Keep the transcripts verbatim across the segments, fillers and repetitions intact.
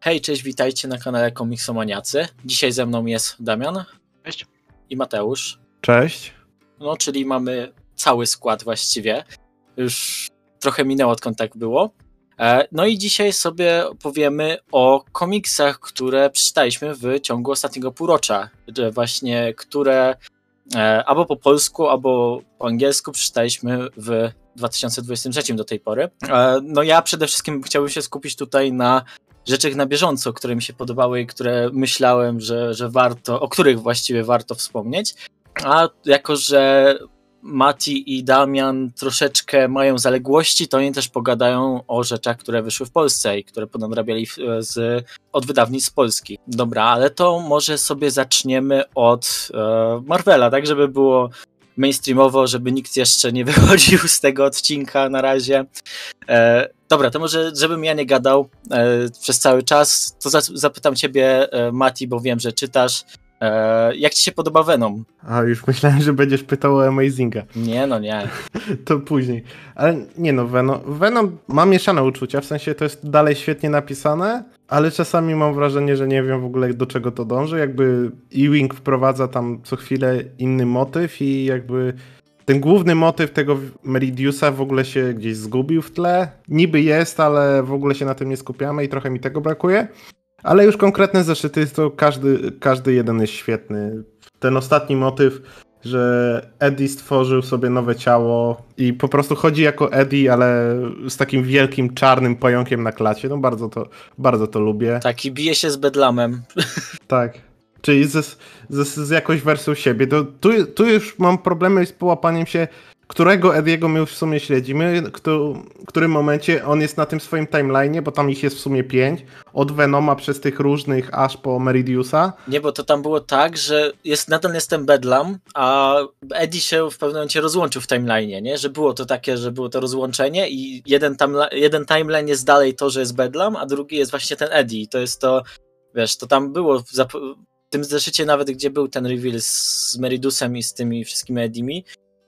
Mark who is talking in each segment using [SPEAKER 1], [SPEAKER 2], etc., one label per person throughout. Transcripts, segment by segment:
[SPEAKER 1] Hej, cześć, witajcie na kanale Komiksomaniacy. Dzisiaj ze mną jest Damian.
[SPEAKER 2] Cześć.
[SPEAKER 1] I Mateusz.
[SPEAKER 3] Cześć.
[SPEAKER 1] No, czyli mamy cały skład właściwie. Już trochę minęło, odkąd tak było. No i dzisiaj sobie powiemy o komiksach, które przeczytaliśmy w ciągu ostatniego półrocza. Właśnie, które albo po polsku, albo po angielsku przeczytaliśmy w dwa tysiące dwudziestym trzecim do tej pory. No ja przede wszystkim chciałbym się skupić tutaj na rzeczach na bieżąco, które mi się podobały i które myślałem, że, że warto, o których właściwie warto wspomnieć. A jako, że Mati i Damian troszeczkę mają zaległości, to oni też pogadają o rzeczach, które wyszły w Polsce i które ponadrabiali z, od wydawnictw z Polski. Dobra, ale to może sobie zaczniemy od e, Marvela, tak żeby było mainstreamowo, żeby nikt jeszcze nie wychodził z tego odcinka na razie. E, dobra, to może żebym ja nie gadał e, przez cały czas, to za, zapytam ciebie, e, Mati, bo wiem, że czytasz. E, jak ci się podoba Venom?
[SPEAKER 3] A już myślałem, że będziesz pytał o Amazinga.
[SPEAKER 1] Nie, no nie.
[SPEAKER 3] To później. Ale nie no, Venom, Venom ma mieszane uczucia, w sensie to jest dalej świetnie napisane, ale czasami mam wrażenie, że nie wiem w ogóle do czego to dąży. Jakby Ewing wprowadza tam co chwilę inny motyw i jakby ten główny motyw tego Meridiusa w ogóle się gdzieś zgubił w tle. Niby jest, ale w ogóle się na tym nie skupiamy i trochę mi tego brakuje. Ale już konkretne zeszyty, to każdy, każdy jeden jest świetny. Ten ostatni motyw, że Eddie stworzył sobie nowe ciało i po prostu chodzi jako Eddie, ale z takim wielkim czarnym pająkiem na klacie. No bardzo to, bardzo to lubię.
[SPEAKER 1] Tak, i bije się z Bedlamem. Tak.
[SPEAKER 3] Czyli z, z, z jakąś wersją siebie. To, tu, tu już mam problemy z połapaniem się, którego Ediego my już w sumie śledzimy, kto, w którym momencie on jest na tym swoim timeline'ie, bo tam ich jest w sumie pięć, od Venoma przez tych różnych aż po Meridiusa.
[SPEAKER 1] Nie, bo to tam było tak, że jest, nadal jest ten Bedlam, a Eddie się w pewnym momencie rozłączył w timeline'ie, nie? Że było to takie, że było to rozłączenie i jeden, tam, jeden timeline jest dalej to, że jest Bedlam, a drugi jest właśnie ten Eddie. To jest to, wiesz, to tam było w, zap- w tym zeszycie nawet, gdzie był ten reveal z Meridusem i z tymi wszystkimi Eddimi,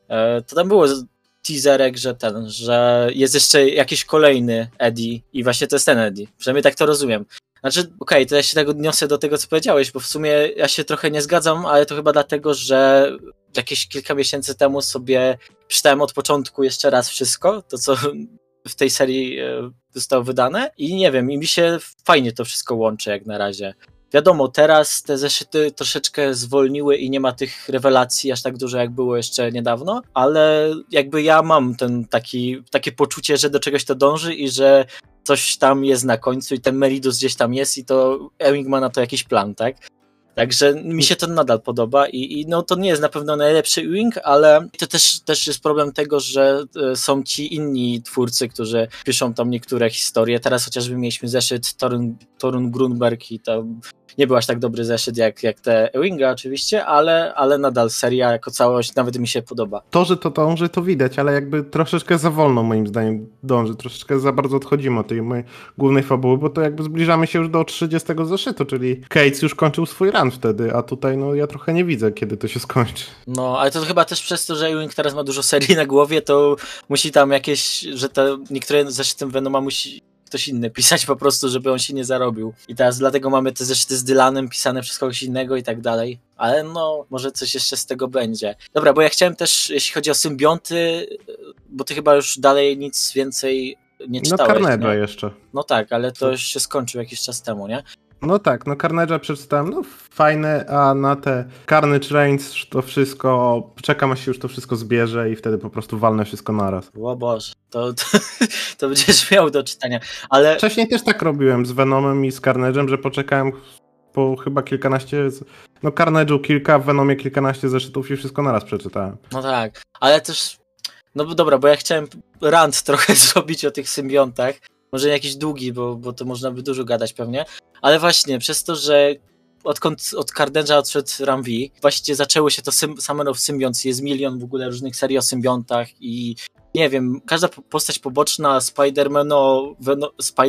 [SPEAKER 1] to tam było teaserek, że ten, że jest jeszcze jakiś kolejny Eddie i właśnie to jest ten Eddie. Przynajmniej tak to rozumiem. Znaczy, okej, okay, to ja się tak odniosę do tego, co powiedziałeś, bo w sumie ja się trochę nie zgadzam, ale to chyba dlatego, że jakieś kilka miesięcy temu sobie przeczytałem od początku jeszcze raz wszystko, to co w tej serii zostało wydane i nie wiem, i mi się fajnie to wszystko łączy jak na razie. Wiadomo, teraz te zeszyty troszeczkę zwolniły i nie ma tych rewelacji aż tak dużo, jak było jeszcze niedawno, ale jakby ja mam ten taki, takie poczucie, że do czegoś to dąży i że coś tam jest na końcu i ten Meridus gdzieś tam jest i to Ewing ma na to jakiś plan, tak? Także mi się to nadal podoba i, i no to nie jest na pewno najlepszy Ewing, ale to też, też jest problem tego, że są ci inni twórcy, którzy piszą tam niektóre historie. Teraz chociażby mieliśmy zeszyt Torun, Torun Grunberg i to nie był aż tak dobry zeszyt jak, jak te Ewinga oczywiście, ale, ale nadal seria jako całość nawet mi się podoba.
[SPEAKER 3] To, że to dąży, to widać, ale jakby troszeczkę za wolno moim zdaniem dąży, troszeczkę za bardzo odchodzimy od tej mojej głównej fabuły, bo to jakby zbliżamy się już do trzydziestego zeszytu, czyli Cates już kończył swój run wtedy, a tutaj no ja trochę nie widzę, kiedy to się skończy.
[SPEAKER 1] No, ale to chyba też przez to, że Ewing teraz ma dużo serii na głowie, to musi tam jakieś, że te niektóre zeszyty Venoma musi ktoś inny pisać po prostu, żeby on się nie zarobił. I teraz dlatego mamy te zeszyty z Dylanem pisane przez kogoś innego i tak dalej. Ale no, może coś jeszcze z tego będzie. Dobra, bo ja chciałem też, jeśli chodzi o symbionty, bo ty chyba już dalej nic więcej nie czytałeś.
[SPEAKER 3] No Carnage'a
[SPEAKER 1] nie?
[SPEAKER 3] jeszcze.
[SPEAKER 1] No tak, ale to już się skończył jakiś czas temu, nie?
[SPEAKER 3] No tak, no Carnage'a przeczytałem, no fajne, a na te Carnage Reigns to wszystko, czekam aż się już to wszystko zbierze i wtedy po prostu walnę wszystko naraz.
[SPEAKER 1] O Boże, to, to, to będziesz miał do czytania, ale...
[SPEAKER 3] Wcześniej też tak robiłem z Venomem i z Carnage'em, że poczekałem po chyba kilkanaście, no Carnage'u kilka, w Venomie kilkanaście zeszytów i wszystko naraz przeczytałem.
[SPEAKER 1] No tak, ale też, no dobra, bo ja chciałem rant trochę zrobić o tych symbiontach, może nie jakiś długi, bo, bo to można by dużo gadać pewnie, ale właśnie przez to, że odkąd od Carnage'a odszedł Ramvi, właściwie zaczęło się to sym, Summer of Symbionts, jest milion w ogóle różnych serii o symbiontach i nie wiem, każda postać poboczna Spider-Mano, Veno,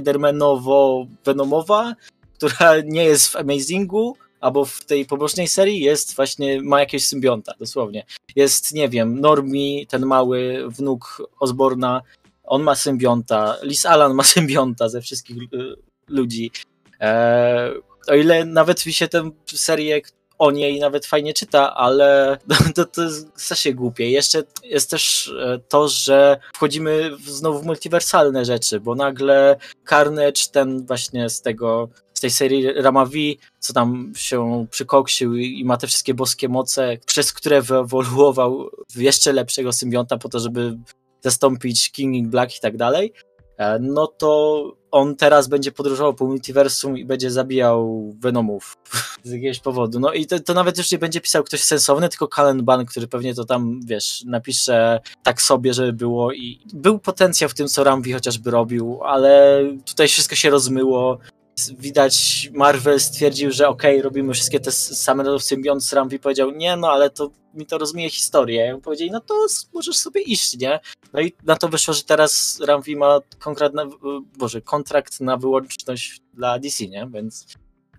[SPEAKER 1] Spider-Manowo-Venomowa, która nie jest w Amazingu, albo w tej pobocznej serii jest właśnie, ma jakiegoś symbionta, dosłownie. Jest, nie wiem, Normie, ten mały wnuk Osborna, on ma symbionta, Liz Allan ma symbionta ze wszystkich y, ludzi. E, o ile nawet mi się tę serię o niej nawet fajnie czyta, ale to, to jest strasznie głupie. Jeszcze jest też to, że wchodzimy w, znowu w multiwersalne rzeczy, bo nagle Carnage, ten właśnie z tego, z tej serii Ramavi, co tam się przykoksił i ma te wszystkie boskie moce, przez które wyewoluował w jeszcze lepszego symbionta po to, żeby zastąpić King in Black i tak dalej, no to on teraz będzie podróżował po multiversum i będzie zabijał Venomów z jakiegoś powodu. No i to, to nawet już nie będzie pisał ktoś sensowny, tylko Cullen Bunn, który pewnie to tam, wiesz, napisze tak sobie, żeby było i był potencjał w tym, co Ramvi chociażby robił, ale tutaj wszystko się rozmyło. Widać, Marvel stwierdził, że okej, okay, robimy wszystkie te same symbionty, Ramvi powiedział, nie, no ale to mi to rozumie historię. Powiedzieli, no to możesz sobie iść, nie? No i na to wyszło, że teraz Ramvi ma konkretny, boże, kontrakt na wyłączność dla D C, nie? Więc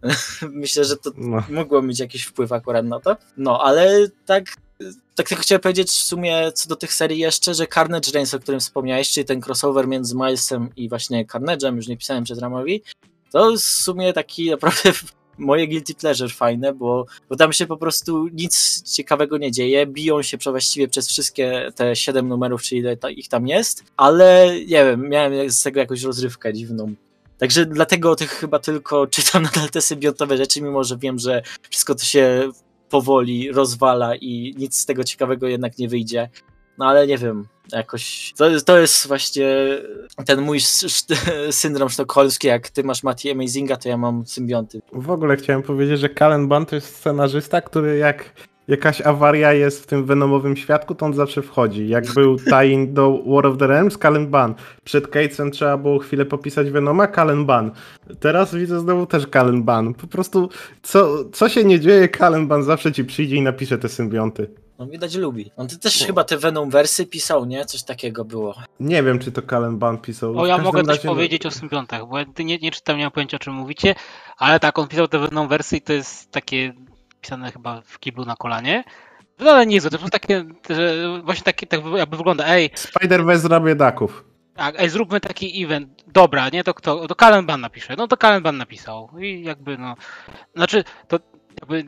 [SPEAKER 1] myślę, że to no. mogło mieć jakiś wpływ akurat na to. No, ale tak, tak tylko chciałem powiedzieć w sumie co do tych serii jeszcze, że Carnage Reigns, o którym wspomniałeś, czyli ten crossover między Milesem i właśnie Carnage'em, już nie pisałem przed Ramavi, to jest w sumie taki naprawdę moje guilty pleasure fajne, bo, bo tam się po prostu nic ciekawego nie dzieje, biją się właściwie przez wszystkie te siedem numerów, czy ile ta, ich tam jest, ale nie wiem, miałem z tego jakąś rozrywkę dziwną. Także dlatego tych chyba tylko czytam nadal te symbiontowe rzeczy, mimo że wiem, że wszystko to się powoli rozwala i nic z tego ciekawego jednak nie wyjdzie. No ale nie wiem, jakoś to, to jest właśnie ten mój syndrom sztokholmski, jak ty masz Matty Amazinga, to ja mam symbionty.
[SPEAKER 3] W ogóle chciałem powiedzieć, że Cullen Bunn to jest scenarzysta, który jak jakaś awaria jest w tym Venomowym świadku, to on zawsze wchodzi. Jak był tie-in do War of the Realms, Cullen Bunn. Przed Catesem trzeba było chwilę popisać Venoma, Cullen Bunn. Teraz widzę znowu też Cullen Bunn. Po prostu co, co się nie dzieje, Cullen Bunn zawsze ci przyjdzie i napisze te symbionty.
[SPEAKER 1] No widać lubi. On też chyba te Venom wersy pisał, nie? Coś takiego było.
[SPEAKER 3] Nie wiem, czy to Cullen Bunn pisał.
[SPEAKER 2] O, ja mogę coś powiedzieć o symbiontach, bo ja nie, nie czytam, nie mam pojęcia, o czym mówicie, ale tak, on pisał te Venom wersy i to jest takie pisane chyba w kiblu na kolanie. No ale nie, to jest takie, że właśnie takie, tak jakby wygląda, ej...
[SPEAKER 3] Spider-Verse zrobię biedaków.
[SPEAKER 2] Tak, ej, zróbmy taki event. Dobra, nie, to kto? To Cullen Bunn napisze. No to Cullen Bunn napisał. I jakby no... Znaczy, to jakby...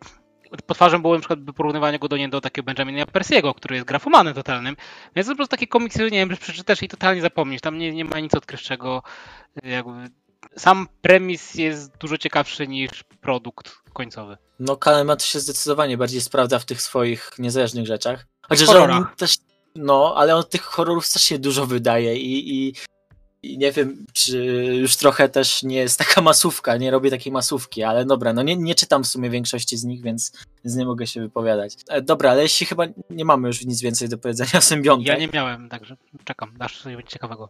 [SPEAKER 2] Pod twarzą było na przykład porównywanie go do, nie, do takiego Benjamina Persiego, który jest grafomanem totalnym. Więc to po prostu takie komiksy, nie wiem, że przeczytasz i totalnie zapomnisz. Tam nie, nie ma nic odkrywczego. Jakby sam premis jest dużo ciekawszy niż produkt końcowy.
[SPEAKER 1] No Cullen Bunn się zdecydowanie bardziej sprawdza w tych swoich niezależnych rzeczach. Chociaż on też, no, ale on tych horrorów strasznie dużo wydaje i, i, i nie wiem, czy już trochę też nie jest taka masówka, nie robię takiej masówki, ale dobra, no nie, nie czytam w sumie większości z nich, więc, więc nie mogę się wypowiadać. E, dobra, ale jeśli chyba nie mamy już nic więcej do powiedzenia o symbiontach.
[SPEAKER 2] Ja nie miałem, także czekam, dasz coś ciekawego.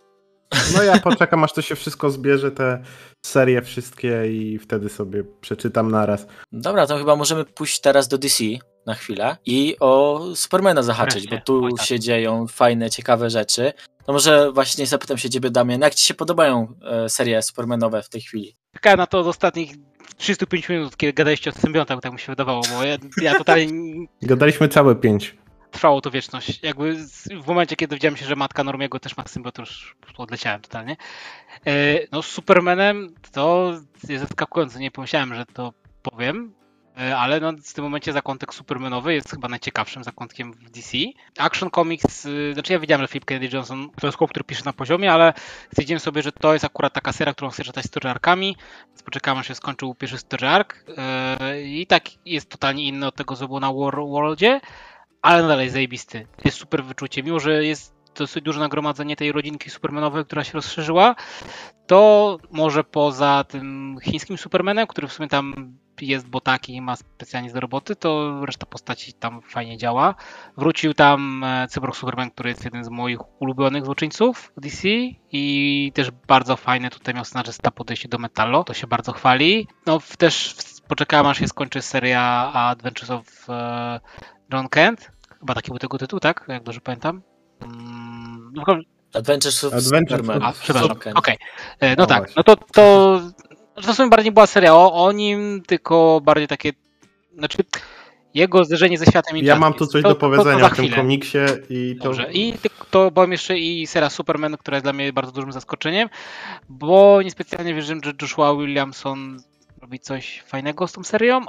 [SPEAKER 3] No ja poczekam, aż to się wszystko zbierze, te serie wszystkie i wtedy sobie przeczytam naraz.
[SPEAKER 1] Dobra, to chyba możemy pójść teraz do D C na chwilę i o Supermana zahaczyć, Wreszcie. bo tu Oj, tak. się dzieją fajne, ciekawe rzeczy. To może właśnie zapytam się ciebie, Damian, jak ci się podobają e, serie Supermanowe w tej chwili?
[SPEAKER 2] Czekałem na to z ostatnich trzysta pięć minut, kiedy gadaliście o symbiontach, tak mi się wydawało, bo ja, ja totalnie...
[SPEAKER 3] Gadaliśmy całe pięć.
[SPEAKER 2] Trwało to wieczność. Jakby w momencie, kiedy dowiedziałem się, że matka Normiego też ma symbiot, to już odleciałem totalnie. No z Supermanem to jest zaskakujące. Nie pomyślałem, że to powiem, ale no w tym momencie zakątek Supermanowy jest chyba najciekawszym zakątkiem w D C. Action Comics, znaczy ja wiedziałem, że Philip Kennedy Johnson to jest chłop, który pisze na poziomie, ale stwierdziłem sobie, że to jest akurat taka seria, którą chcę czytać story arkami, więc poczekałem, aż się skończył pierwszy story arc i tak jest totalnie inny od tego, co było na War Worldzie. Ale nadal jest zajebisty. Jest super wyczucie. Mimo że jest dosyć duże nagromadzenie tej rodzinki Supermanowej, która się rozszerzyła, to może poza tym chińskim Supermanem, który w sumie tam jest bo taki i ma specjalnie do roboty, to reszta postaci tam fajnie działa. Wrócił tam Cyborg Superman, który jest jeden z moich ulubionych złoczyńców w D C i też bardzo fajne tutaj miał scenarzysta podejście do Metallo, to się bardzo chwali. No też poczekałem, aż się skończy seria Adventures of John Kent. Chyba taki był tego tytuł, tak? Jak dobrze pamiętam. Mm, no,
[SPEAKER 1] Adventures of
[SPEAKER 3] Adventures
[SPEAKER 1] Superman.
[SPEAKER 2] A, przepraszam. Okej. Okay. No, no tak, no to, to to w sumie bardziej była seria o, o nim, tylko bardziej takie, znaczy jego zderzenie ze światem
[SPEAKER 3] Ja
[SPEAKER 2] Injustice.
[SPEAKER 3] mam tu coś
[SPEAKER 2] to,
[SPEAKER 3] do
[SPEAKER 2] to, to,
[SPEAKER 3] powiedzenia
[SPEAKER 2] to za
[SPEAKER 3] o tym
[SPEAKER 2] chwilę.
[SPEAKER 3] komiksie i to...
[SPEAKER 2] Dobrze. I to byłem jeszcze i seria Superman, która jest dla mnie bardzo dużym zaskoczeniem, bo niespecjalnie wierzyłem, że Joshua Williamson robi coś fajnego z tą serią,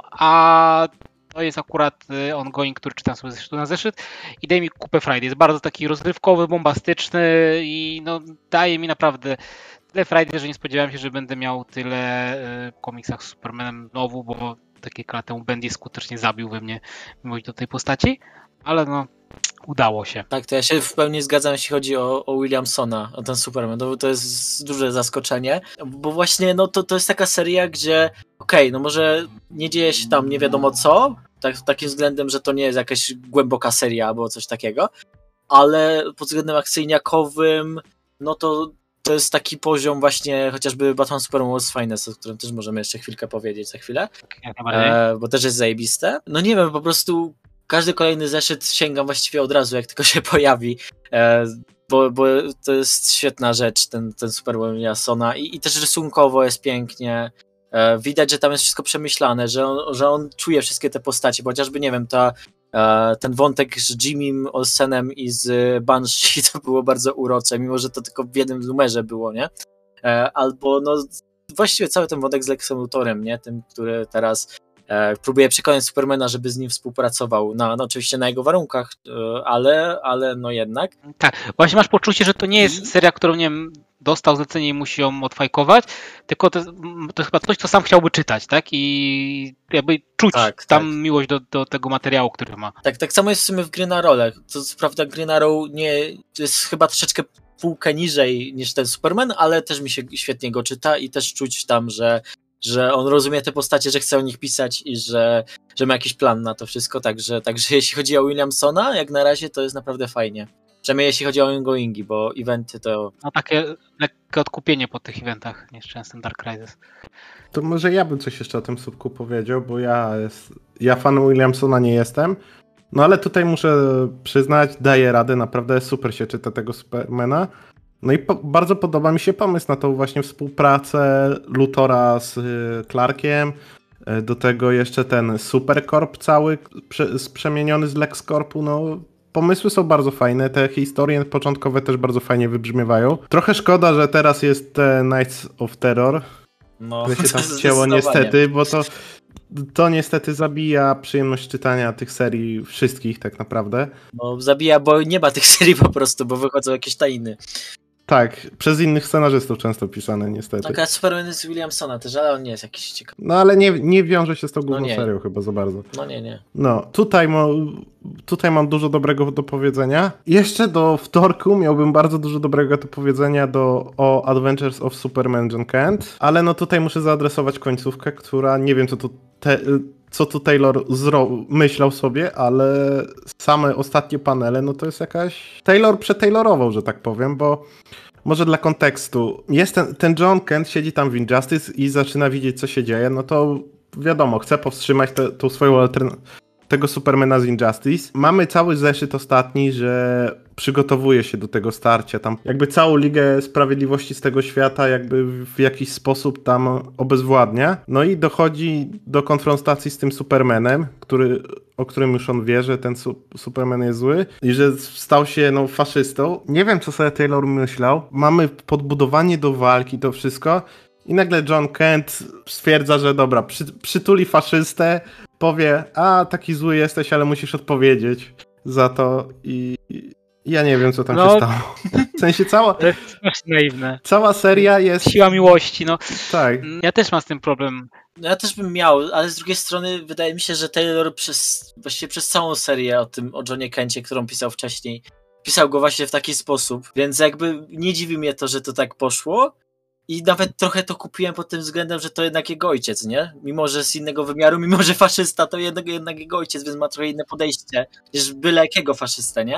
[SPEAKER 2] a to jest akurat ongoing, który czytam sobie zeszytu na zeszyt i daje mi kupę frajdy. Jest bardzo taki rozrywkowy, bombastyczny i no, daje mi naprawdę tyle frajdy, że nie spodziewałem się, że będę miał tyle w komiksach z Supermanem znowu, bo takie lat temu Bendy skutecznie zabił we mnie miłość do tej postaci, ale no udało się.
[SPEAKER 1] Tak, to ja się w pełni zgadzam, jeśli chodzi o, o Williamsona, o ten Superman, to, to jest duże zaskoczenie, bo właśnie no to, to jest taka seria, gdzie okej, okay, no może nie dzieje się tam nie wiadomo co, tak, takim względem, że to nie jest jakaś głęboka seria albo coś takiego, ale pod względem akcyjniakowym, no to to jest taki poziom właśnie chociażby Batman Superman World's Finest, o którym też możemy jeszcze chwilkę powiedzieć za chwilę, e, bo też jest zajebiste. No nie wiem, po prostu każdy kolejny zeszyt sięgam właściwie od razu, jak tylko się pojawi, e, bo, bo to jest świetna rzecz, ten, ten Superman Williamsona i, i też rysunkowo jest pięknie. E, widać, że tam jest wszystko przemyślane, że on, że on czuje wszystkie te postacie, bo chociażby, nie wiem, ta, e, ten wątek z Jimmym Olsenem i z Banshee to było bardzo urocze, mimo że to tylko w jednym numerze było, nie? E, albo no właściwie cały ten wątek z Lexem Luthorem, nie? Tym, który teraz e, próbuje przekonać Supermana, żeby z nim współpracował, no, no oczywiście na jego warunkach, e, ale, ale no jednak.
[SPEAKER 2] Tak, właśnie masz poczucie, że to nie jest seria, którą, nie wiem, dostał zlecenie i musi ją odfajkować, tylko to, to chyba coś, co sam chciałby czytać, tak? I jakby czuć
[SPEAKER 1] tak,
[SPEAKER 2] tam
[SPEAKER 1] tak.
[SPEAKER 2] miłość do, do tego materiału, który ma.
[SPEAKER 1] Tak, tak samo jest w sumie w Green Arrow'le. To co prawda Green Arrow nie, jest chyba troszeczkę półkę niżej niż ten Superman, ale też mi się świetnie go czyta i też czuć tam, że, że on rozumie te postacie, że chce o nich pisać i że, że ma jakiś plan na to wszystko, także, także jeśli chodzi o Williamsona, jak na razie to jest naprawdę fajnie. Przynajmniej jeśli chodzi o ongoingi, bo eventy to...
[SPEAKER 2] No takie lekkie odkupienie po tych eventach, nieszczęsnym Dark Crisis.
[SPEAKER 3] To może ja bym coś jeszcze o tym słupku powiedział, bo ja, jest, ja fanem Williamsona nie jestem, no ale tutaj muszę przyznać, daję radę, naprawdę super się czyta tego Supermana. No i po, bardzo podoba mi się pomysł na tą właśnie współpracę Luthora z y, Clarkiem, y, do tego jeszcze ten Supercorp cały prze, przemieniony z LexCorpu, no pomysły są bardzo fajne, te historie początkowe też bardzo fajnie wybrzmiewają. Trochę szkoda, że teraz jest te Knights of Terror,
[SPEAKER 1] No,
[SPEAKER 3] które się tam wcięło niestety, bo to, to niestety zabija przyjemność czytania tych serii wszystkich tak naprawdę.
[SPEAKER 1] No zabija, bo nie ma tych serii po prostu, bo wychodzą jakieś tajny.
[SPEAKER 3] Tak, przez innych scenarzystów często pisane niestety.
[SPEAKER 1] Taka Superman jest Williamsona też, ale on nie jest jakiś ciekawy.
[SPEAKER 3] No ale nie, nie wiąże się z tą główną
[SPEAKER 1] No nie.
[SPEAKER 3] serią chyba za bardzo.
[SPEAKER 1] No nie, nie.
[SPEAKER 3] No, tutaj, mo, tutaj mam dużo dobrego do powiedzenia. Jeszcze do wtorku miałbym bardzo dużo dobrego do powiedzenia do, o Adventures of Superman John Kent, ale no tutaj muszę zaadresować końcówkę, która nie wiem co tu, te, co tu Taylor zro, myślał sobie, ale same ostatnie panele, no to jest jakaś... Taylor przetaylorował, że tak powiem, bo może dla kontekstu, jest ten, ten John Kent siedzi tam w Injustice i zaczyna widzieć co się dzieje, no to wiadomo, chce powstrzymać te, tą swoją alternatywę, tego Supermana z Injustice. Mamy cały zeszyt ostatni, że przygotowuje się do tego starcia. Tam jakby całą Ligę Sprawiedliwości z tego świata jakby w jakiś sposób tam obezwładnia. No i dochodzi do konfrontacji z tym Supermanem, który, o którym już on wie, że ten su- Superman jest zły i że stał się no, faszystą. Nie wiem, co sobie Taylor myślał. Mamy podbudowanie do walki, to wszystko. I nagle John Kent stwierdza, że dobra, przy, przytuli faszystę, powie, a taki zły jesteś, ale musisz odpowiedzieć za to i ja nie wiem, co tam
[SPEAKER 2] no,
[SPEAKER 3] się stało. W sensie cała,
[SPEAKER 2] to jest strasznie naiwne.
[SPEAKER 3] cała seria jest...
[SPEAKER 2] Siła miłości, no.
[SPEAKER 3] Tak.
[SPEAKER 2] Ja też mam z tym problem.
[SPEAKER 1] No ja też bym miał, ale z drugiej strony wydaje mi się, że Taylor przez właściwie przez całą serię o tym, o Johnie Kencie, którą pisał wcześniej, pisał go właśnie w taki sposób, więc jakby nie dziwi mnie to, że to tak poszło. I nawet trochę to kupiłem pod tym względem, że to jednak jego ojciec, nie? Mimo, że z innego wymiaru, mimo, że faszysta, to jednak, jednak jego ojciec, więc ma trochę inne podejście niż byle jakiego faszystę, nie?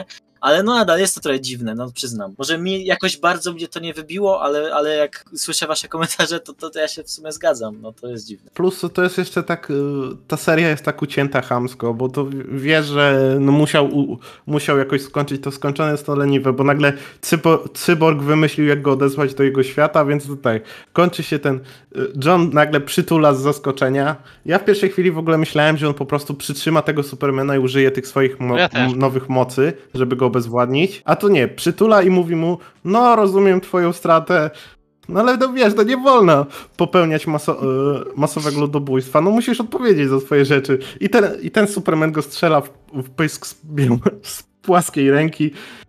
[SPEAKER 1] ale no nadal jest to trochę dziwne, no przyznam. Może mi jakoś bardzo mnie to nie wybiło, ale, ale jak słyszę wasze komentarze, to, to, to ja się w sumie zgadzam, no to jest dziwne.
[SPEAKER 3] Plus to jest jeszcze tak, ta seria jest tak ucięta chamsko, bo to wie, że no musiał, u, musiał jakoś skończyć to skończone, jest to leniwe, bo nagle cybo, cyborg wymyślił, jak go odesłać do jego świata, więc tutaj kończy się ten, John nagle przytula z zaskoczenia. Ja w pierwszej chwili w ogóle myślałem, że on po prostu przytrzyma tego Supermana i użyje tych swoich mo-
[SPEAKER 2] ja
[SPEAKER 3] m- nowych mocy, żeby go obezwładnić, a to nie, przytula i mówi mu, no rozumiem twoją stratę, no ale no wiesz, no nie wolno popełniać maso- masowego ludobójstwa, no musisz odpowiedzieć za swoje rzeczy. I ten, i ten Superman go strzela w, w pysk z, z płaskiej ręki.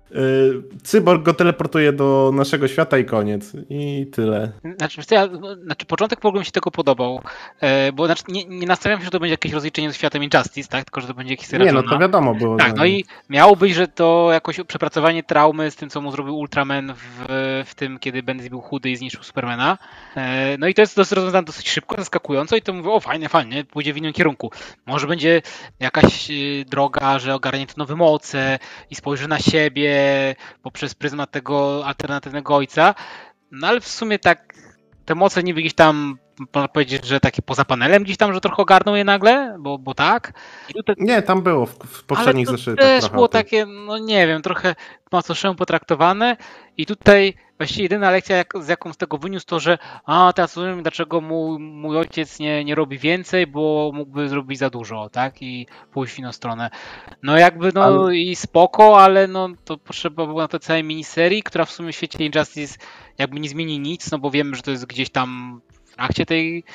[SPEAKER 3] Cyborg go teleportuje do naszego świata i koniec. I tyle.
[SPEAKER 2] Znaczy, ja, znaczy początek w ogóle mi się tego podobał, bo znaczy, nie, nie nastawiam się, że to będzie jakieś rozliczenie z światem Injustice, tak? Tylko że to będzie historia
[SPEAKER 3] Nie, no
[SPEAKER 2] Johna.
[SPEAKER 3] to wiadomo było.
[SPEAKER 2] Tak, no i miało być, że to jakoś przepracowanie traumy z tym, co mu zrobił Ultraman w, w tym, kiedy Bendis był chudy i zniszczył Supermana. No i to jest rozwiązane dosyć szybko, zaskakująco i to mówię, o fajnie, fajnie, pójdzie w innym kierunku. Może będzie jakaś droga, że ogarnie to nowe moce i spojrzy na siebie poprzez pryzmat tego alternatywnego ojca, no ale w sumie tak te moce niby gdzieś tam, można powiedzieć, że takie poza panelem gdzieś tam, że trochę ogarnął je nagle, bo, bo tak. I tutaj...
[SPEAKER 3] Nie, tam było w, w poprzednich
[SPEAKER 2] ale to
[SPEAKER 3] zeszytach.
[SPEAKER 2] też było takie, no nie wiem, trochę macoszemu potraktowane i tutaj właściwie jedyna lekcja, jak, z jaką z tego wyniósł, to, że a teraz rozumiem, dlaczego mój, mój ojciec nie, nie robi więcej, bo mógłby zrobić za dużo, tak? I pójść w inną stronę. No jakby, no ale... i spoko, ale no to potrzeba było na to całej miniserii, która w sumie w świecie Injustice jakby nie zmieni nic, no bo wiemy, że to jest gdzieś tam w trakcie tej,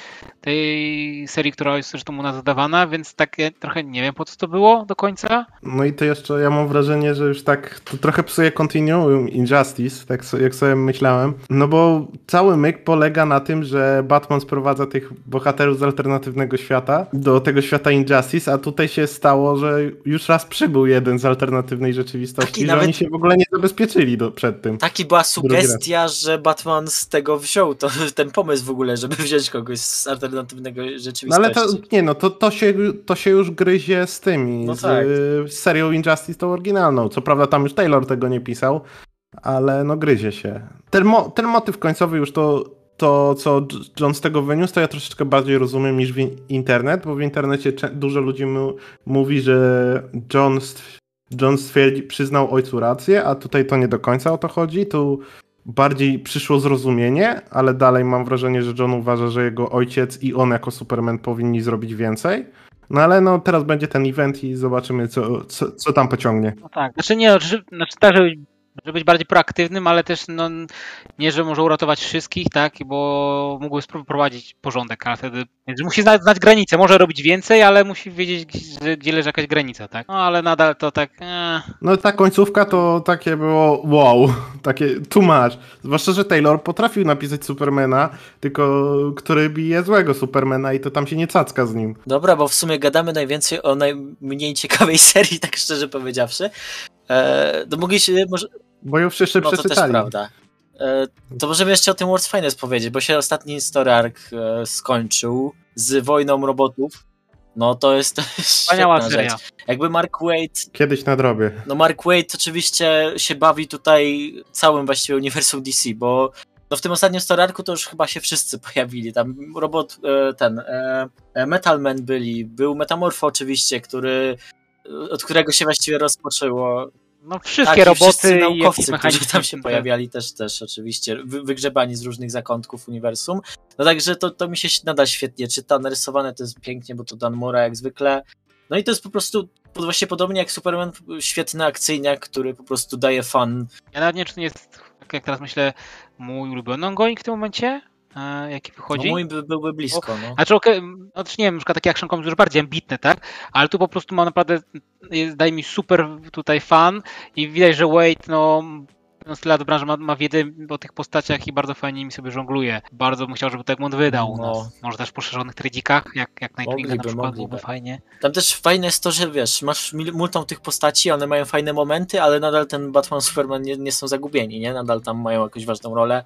[SPEAKER 2] tej serii, która jest zresztą u nas zadawana, więc tak trochę nie wiem, po co to było do końca.
[SPEAKER 3] No i to jeszcze ja mam wrażenie, że już tak to trochę psuje continuum Injustice, tak jak sobie myślałem, no bo cały myk polega na tym, że Batman sprowadza tych bohaterów z alternatywnego świata do tego świata Injustice, a tutaj się stało, że już raz przybył jeden z alternatywnej rzeczywistości,
[SPEAKER 1] Taki
[SPEAKER 3] że
[SPEAKER 1] nawet...
[SPEAKER 3] oni się w ogóle nie zabezpieczyli do, przed tym.
[SPEAKER 1] Taki była sugestia, że Batman z tego wziął to, ten pomysł w ogóle, żeby wziąć kogoś z alternatywnego rzeczywistości.
[SPEAKER 3] No ale to, nie no, to, to, się, to się już gryzie z tymi,
[SPEAKER 1] no
[SPEAKER 3] z,
[SPEAKER 1] tak.
[SPEAKER 3] z serią Injustice tą oryginalną. Co prawda tam już Taylor tego nie pisał, ale no gryzie się. Ten, mo, ten motyw końcowy już to, to, co John z tego wyniósł, to ja troszeczkę bardziej rozumiem niż w internet, bo w internecie dużo ludzi mu, mówi, że John, John stwierdzi, przyznał ojcu rację, a tutaj to nie do końca o to chodzi. Tu bardziej przyszło zrozumienie, ale dalej mam wrażenie, że John uważa, że jego ojciec i on jako Superman powinni zrobić więcej. No ale no teraz będzie ten event i zobaczymy, co, co, co tam pociągnie.
[SPEAKER 2] No tak, znaczy nie, znaczy, znaczy tak, żeby, żeby być bardziej proaktywnym, ale też no, nie, że może uratować wszystkich, tak, bo mógłby prowadzić porządek, ale wtedy więc musi znać, znać granicę, może robić więcej, ale musi wiedzieć, gdzie, gdzie leży jakaś granica, tak. No ale nadal to tak... Eh.
[SPEAKER 3] No ta końcówka to takie było wow, takie too much. Zwłaszcza, że Taylor potrafił napisać Supermana, tylko który bije złego Supermana i to tam się nie cacka z nim.
[SPEAKER 1] Dobra, bo w sumie gadamy najwięcej o najmniej ciekawej serii, tak szczerze powiedziawszy. Eee, to mogliście... Może...
[SPEAKER 3] Bo już jeszcze
[SPEAKER 1] no,
[SPEAKER 3] przeczytali.
[SPEAKER 1] To też prawda. E, to możemy jeszcze o tym World's Finest powiedzieć, bo się ostatni story arc e, skończył z wojną robotów. No to jest, to jest
[SPEAKER 2] Wspaniała
[SPEAKER 1] świetna
[SPEAKER 2] seria.
[SPEAKER 1] rzecz. Jakby Mark Waid...
[SPEAKER 3] Kiedyś nadrobię.
[SPEAKER 1] No Mark Waid oczywiście się bawi tutaj całym właściwie uniwersum D C, bo no w tym ostatnim story arcu to już chyba się wszyscy pojawili. Tam robot, e, ten, e, Metal Man byli, był Metamorfo oczywiście, który, od którego się właściwie rozpoczęło.
[SPEAKER 2] No wszystkie
[SPEAKER 1] tak,
[SPEAKER 2] roboty
[SPEAKER 1] wszyscy
[SPEAKER 2] i
[SPEAKER 1] naukowcy,
[SPEAKER 2] jakieś
[SPEAKER 1] którzy tam się pojawiali też, też oczywiście, wy, wygrzebani z różnych zakątków uniwersum. No także to, to mi się nadal świetnie czyta, narysowane to jest pięknie, bo to Dan Mora jak zwykle. No i to jest po prostu właśnie podobnie jak Superman, świetny akcyjniak, który po prostu daje fan.
[SPEAKER 2] Ja nawet nie wiem, czy to nie jest, jak teraz myślę, mój ulubiony ongoing w tym momencie, e, jaki wychodzi.
[SPEAKER 1] No mój by, byłby blisko, no.
[SPEAKER 2] Znaczy, okay, no też nie wiem, na przykład takie Action Comics już bardziej ambitne, tak? Ale tu po prostu mam naprawdę, daje mi super tutaj fan i widać, że Wade, no, no tyle lat w branży ma, ma wiedzę o tych postaciach i bardzo fajnie mi sobie żongluje. Bardzo bym chciał, żeby to Egmont wydał
[SPEAKER 1] no.
[SPEAKER 2] u nas. Może też w poszerzonych tredzikach, jak, jak Nightwinga na przykład,
[SPEAKER 1] mogliby.
[SPEAKER 2] byłoby fajnie.
[SPEAKER 1] Tam też fajne jest to, że wiesz, masz multum tych postaci, one mają fajne momenty, ale nadal ten Batman, Superman nie, nie są zagubieni, nie? Nadal tam mają jakąś ważną rolę.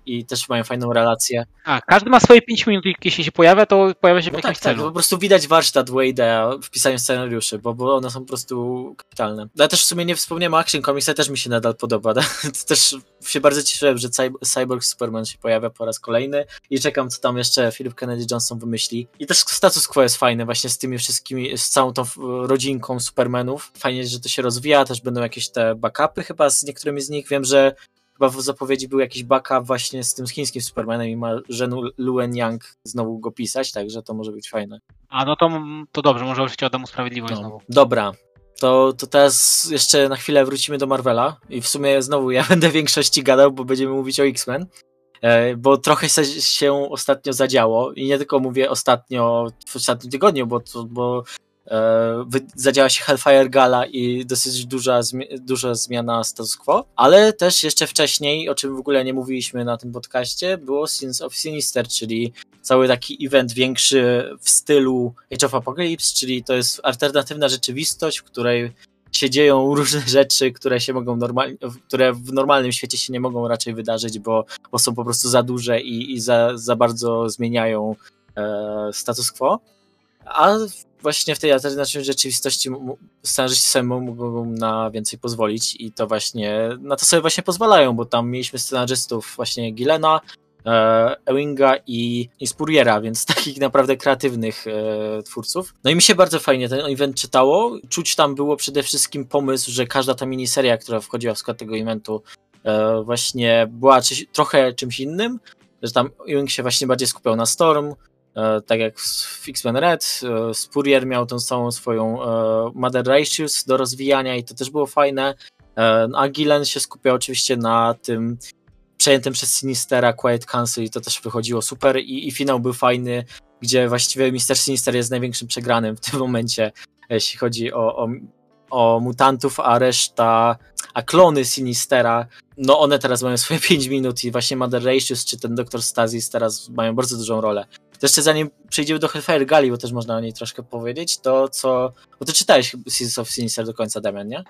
[SPEAKER 1] i też mają fajną relację.
[SPEAKER 2] A, każdy ma swoje pięć minut i jeśli się pojawia, to pojawia się w
[SPEAKER 1] No
[SPEAKER 2] jakimś
[SPEAKER 1] tak, tak,
[SPEAKER 2] celu.
[SPEAKER 1] po prostu widać warsztat Wade'a w pisaniu scenariuszy, bo, bo one są po prostu kapitalne. Ja też w sumie nie wspomniałem o Action Comics, ale też mi się nadal podoba. Też się bardzo cieszyłem, że Cyborg Superman się pojawia po raz kolejny i czekam, co tam jeszcze Philip Kennedy Johnson wymyśli. I też status quo jest fajny właśnie z tymi wszystkimi, z całą tą rodzinką Supermanów. Fajnie, że to się rozwija, też będą jakieś te backupy chyba z niektórymi z nich. Wiem, że chyba w zapowiedzi był jakiś backup właśnie z tym chińskim Supermanem i ma Zhenu Luen Yang znowu go pisać, także to może być fajne.
[SPEAKER 2] A no to, to dobrze, może oczywiście oddam mu sprawiedliwość
[SPEAKER 1] No.
[SPEAKER 2] znowu.
[SPEAKER 1] Dobra, to, to teraz jeszcze na chwilę wrócimy do Marvela i w sumie znowu ja będę w większości gadał, bo będziemy mówić o X-Men, bo trochę się ostatnio zadziało i nie tylko mówię ostatnio, w ostatnim tygodniu, bo, to, bo zadziała się Hellfire Gala i dosyć duża, duża zmiana status quo, ale też jeszcze wcześniej, o czym w ogóle nie mówiliśmy na tym podcaście, było Sins of Sinister, czyli cały taki event większy w stylu Age of Apocalypse, czyli to jest alternatywna rzeczywistość, w której się dzieją różne rzeczy, które się mogą normalnie, które w normalnym świecie się nie mogą raczej wydarzyć, bo, bo są po prostu za duże i, i za, za bardzo zmieniają e, status quo. A właśnie w tej alternatywnej rzeczywistości scenarzyści sobie mogą na więcej pozwolić i to właśnie, na to sobie właśnie pozwalają, bo tam mieliśmy scenarzystów właśnie Gillena, e, Ewinga i, i Spurriera, więc takich naprawdę kreatywnych e, twórców. No i mi się bardzo fajnie ten event czytało. Czuć tam było przede wszystkim pomysł, że każda ta miniseria, która wchodziła w skład tego eventu, e, właśnie była czyś, trochę czymś innym, że tam Ewing się właśnie bardziej skupiał na Storm, tak jak w X-Men Red, Spurrier miał tą całą swoją Mother Ratios do rozwijania i to też było fajne, a Gillen się skupiał oczywiście na tym przejętym przez Sinistera Quiet Council i to też wychodziło super i, i finał był fajny, gdzie właściwie mister Sinister jest największym przegranym w tym momencie, jeśli chodzi o, o, o mutantów, a reszta, a klony Sinistera, no one teraz mają swoje pięć minut i właśnie Mother Ratios czy ten doktor Stasis teraz mają bardzo dużą rolę. To jeszcze zanim przejdziemy do Hellfire Gali, bo też można o niej troszkę powiedzieć, to co... Bo ty czytałeś Sins of Sinister do końca, Damian, nie?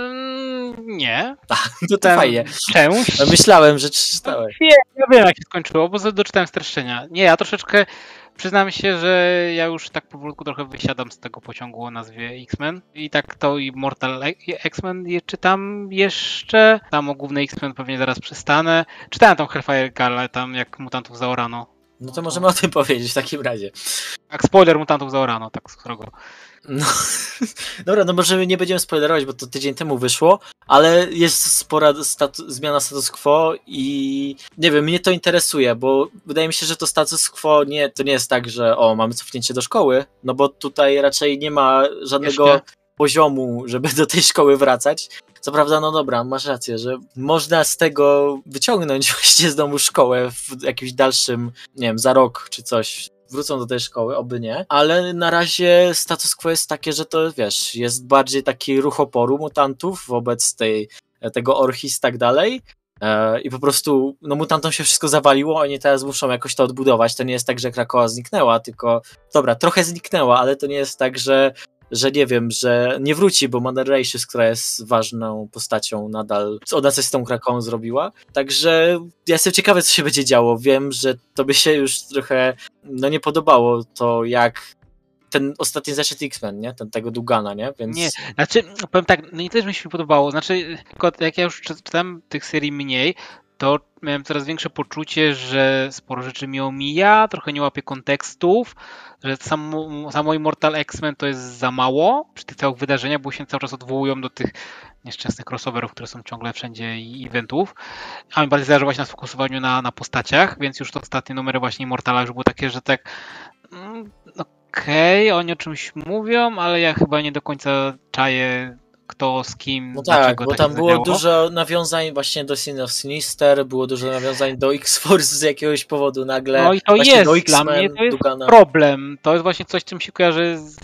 [SPEAKER 2] Ym, nie.
[SPEAKER 1] A, to to fajnie.
[SPEAKER 2] Część.
[SPEAKER 1] Myślałem, że czytałeś.
[SPEAKER 2] Nie, ja wiem jak się skończyło, bo doczytałem streszczenia. Nie, ja troszeczkę przyznam się, że ja już tak powolutku trochę wysiadam z tego pociągu o nazwie X-Men i tak to i Mortal X-Men je czytam jeszcze. Tam o głównej X-Men pewnie zaraz przestanę. Czytałem tam Hellfire Gala, tam jak mutantów zaorano.
[SPEAKER 1] No to możemy o tym powiedzieć w takim razie.
[SPEAKER 2] Jak spoiler mutantów zaorano, tak srogo.
[SPEAKER 1] No, dobra, no może nie będziemy spoilerować, bo to tydzień temu wyszło, ale jest spora statu- zmiana status quo i nie wiem, mnie to interesuje, bo wydaje mi się, że to status quo nie, to nie jest tak, że o, mamy cofnięcie do szkoły, no bo tutaj raczej nie ma żadnego Jeszcze. poziomu, żeby do tej szkoły wracać. Co prawda, no dobra, masz rację, że można z tego wyciągnąć właśnie znowu szkołę w jakimś dalszym, nie wiem, za rok czy coś. Wrócą do tej szkoły, oby nie, ale na razie status quo jest takie, że to wiesz, jest bardziej taki ruch oporu mutantów wobec tej, tego Orchis i tak dalej e, i po prostu no mutantom się wszystko zawaliło, oni teraz muszą jakoś to odbudować, to nie jest tak, że Krakoa zniknęła, tylko dobra, trochę zniknęła, ale to nie jest tak, że że nie wiem, że nie wróci, bo Mother Ratios, która jest ważną postacią nadal, ona coś z tą Krakoą zrobiła. Także ja jestem ciekawy, co się będzie działo. Wiem, że to by się już trochę no nie podobało to, jak ten ostatni zeszyt X-Men, nie? Ten tego Dugana, nie? Więc...
[SPEAKER 2] Nie, znaczy, powiem tak, no nie też mi się podobało. Znaczy, jak ja już czytałem tych serii mniej, to miałem coraz większe poczucie, że sporo rzeczy mi omija, trochę nie łapię kontekstów, że samo, samo Immortal X-Men to jest za mało przy tych całych wydarzeniach, bo się cały czas odwołują do tych nieszczęsnych crossoverów, które są ciągle wszędzie i eventów, a mi bardziej zależy właśnie na sfokusowaniu na, na postaciach, więc już to ostatnie numery właśnie Immortala już było takie, że tak mm, okej, okay, oni o czymś mówią, ale ja chyba nie do końca czaję kto z kim,
[SPEAKER 1] no tak, bo tam było dużo nawiązań właśnie do Sin of Sinister, było dużo nawiązań do X-Force z jakiegoś powodu nagle.
[SPEAKER 2] No i to jest dla mnie to jest
[SPEAKER 1] Dugana.
[SPEAKER 2] problem. To jest właśnie coś, czym się kojarzy z,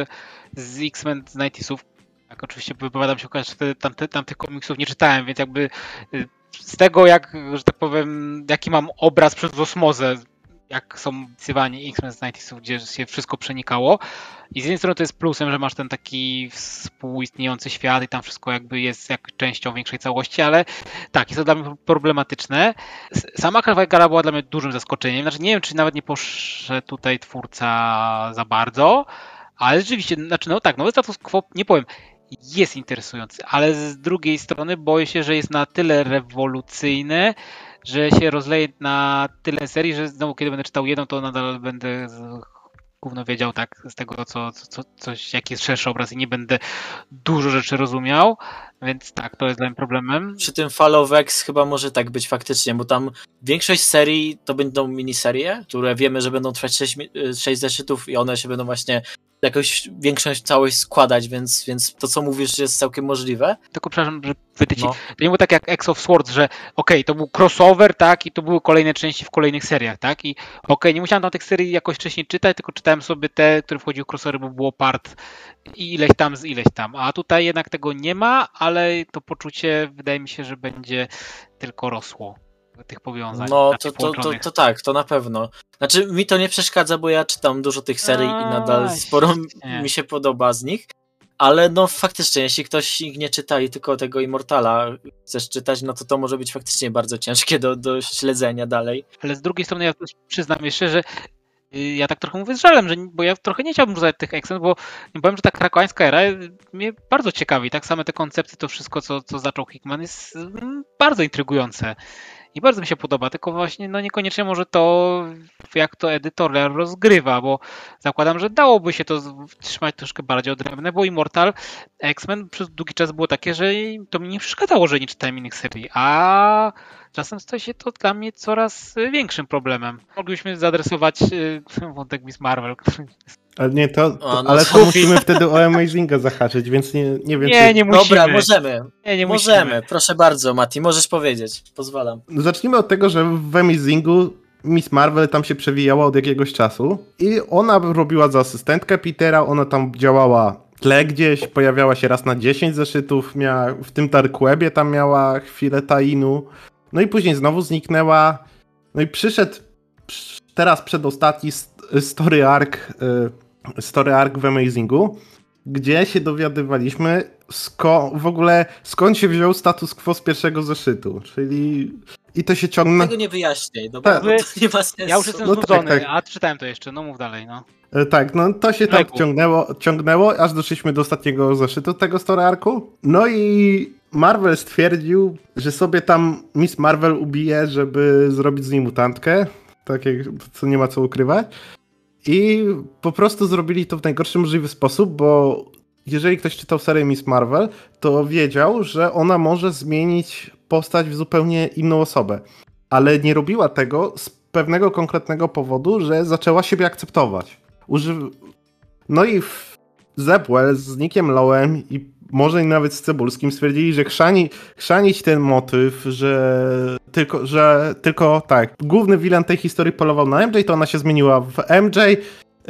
[SPEAKER 2] z X-Men z dziewięćdziesiątych. Tak, oczywiście wypowiadam się, że tamtych tamty komiksów nie czytałem, więc jakby z tego, jak, że tak powiem, jaki mam obraz przez osmozę jak są opisywani X-Men z dziewięćdziesiątych, gdzie się wszystko przenikało. I z jednej strony to jest plusem, że masz ten taki współistniejący świat i tam wszystko jakby jest jak częścią większej całości, ale tak, jest to dla mnie problematyczne. Sama Gala była dla mnie dużym zaskoczeniem. Znaczy nie wiem, czy nawet nie poszedł tutaj twórca za bardzo, ale rzeczywiście, znaczy no tak, nowy status quo, nie powiem, jest interesujący, ale z drugiej strony boję się, że jest na tyle rewolucyjny, że się rozleje na tyle serii, że znowu kiedy będę czytał jedną, to nadal będę gówno wiedział tak z tego, co, co, coś, jaki jest szerszy obraz i nie będę dużo rzeczy rozumiał, więc tak, to jest dla mnie problemem.
[SPEAKER 1] Przy tym Fall of X chyba może tak być faktycznie, bo tam większość serii to będą miniserie, które wiemy, że będą trwać sześć zeszytów i one się będą właśnie jakoś większość całość składać, więc, więc to, co mówisz, jest całkiem możliwe.
[SPEAKER 2] Tylko przepraszam, że wytyci.
[SPEAKER 1] No.
[SPEAKER 2] To nie było tak jak X of Swords, że okej, okay, to był crossover, tak, i to były kolejne części w kolejnych seriach, tak, i okej, okay, nie musiałem tam tych serii jakoś wcześniej czytać, tylko czytałem sobie te, które wchodziły w crossover, bo było part i ileś tam z ileś tam, a tutaj jednak tego nie ma, ale to poczucie wydaje mi się, że będzie tylko rosło tych powiązań.
[SPEAKER 1] No to, to, to, to tak, to na pewno. Znaczy mi to nie przeszkadza, bo ja czytam dużo tych serii i nadal sporo nie. mi się podoba z nich, ale no faktycznie, jeśli ktoś ich nie czyta i tylko tego Immortala chcesz czytać, no to to może być faktycznie bardzo ciężkie do, do śledzenia dalej.
[SPEAKER 2] Ale z drugiej strony ja przyznam jeszcze, że ja tak trochę mówię z żalem, że, bo ja trochę nie chciałbym rzucać tych X-Men, bo nie powiem, że ta krakoańska era mnie bardzo ciekawi. Tak same te koncepty, to wszystko, co, co zaczął Hickman, jest bardzo intrygujące. I bardzo mi się podoba, tylko właśnie no niekoniecznie może to, jak to edytor rozgrywa, bo zakładam, że dałoby się to trzymać troszkę bardziej odrębne, bo Immortal X-Men przez długi czas było takie, że to mi nie przeszkadzało, że nie czytałem innych serii, a czasem staje się to dla mnie coraz większym problemem. Moglibyśmy zaadresować wątek Miss Marvel, który...
[SPEAKER 3] Ale nie, to, to, o, no ale to musimy wtedy o Amazinga zahaczyć, więc nie, nie wiem,
[SPEAKER 2] nie,
[SPEAKER 3] czy...
[SPEAKER 2] nie musimy.
[SPEAKER 1] Dobra, możemy.
[SPEAKER 2] Nie, nie
[SPEAKER 1] możemy.
[SPEAKER 2] musimy.
[SPEAKER 1] Proszę bardzo, Mati, możesz powiedzieć. Pozwalam.
[SPEAKER 3] Zacznijmy od tego, że w Amazingu Miss Marvel tam się przewijała od jakiegoś czasu i ona robiła za asystentkę Petera, ona tam działała w tle gdzieś, pojawiała się raz na dziesięć zeszytów, miała w tym Dark Webie tam miała chwilę tainu, no i później znowu zniknęła, no i przyszedł teraz przedostatni story arc, story arc w Amazingu, gdzie się dowiadywaliśmy sko- w ogóle skąd się wziął status quo z pierwszego zeszytu, czyli i to się ciągnie...
[SPEAKER 1] Tego nie wyjaśniaj, dobra, tak. Bo to nie ma sensu.
[SPEAKER 2] Ja już jestem
[SPEAKER 3] no
[SPEAKER 2] znudzony,
[SPEAKER 3] tak, tak.
[SPEAKER 2] a czytałem to jeszcze, no mów dalej, no.
[SPEAKER 3] Tak, no to się tak ciągnęło, ciągnęło, aż doszliśmy do ostatniego zeszytu tego story arcu. No i Marvel stwierdził, że sobie tam Miss Marvel ubije, żeby zrobić z niej mutantkę, tak jak, co nie ma co ukrywać. I po prostu zrobili to w najgorszy możliwy sposób, bo jeżeli ktoś czytał serię Miss Marvel, to wiedział, że ona może zmienić postać w zupełnie inną osobę. Ale nie robiła tego z pewnego konkretnego powodu, że zaczęła siebie akceptować. Uży... No i Zepwell z Nickiem Lowem i może nawet z Cebulskim stwierdzili, że chrzani, chrzanić ten motyw, że tylko, że tylko tak, główny villain tej historii polował na M J, to ona się zmieniła w M J,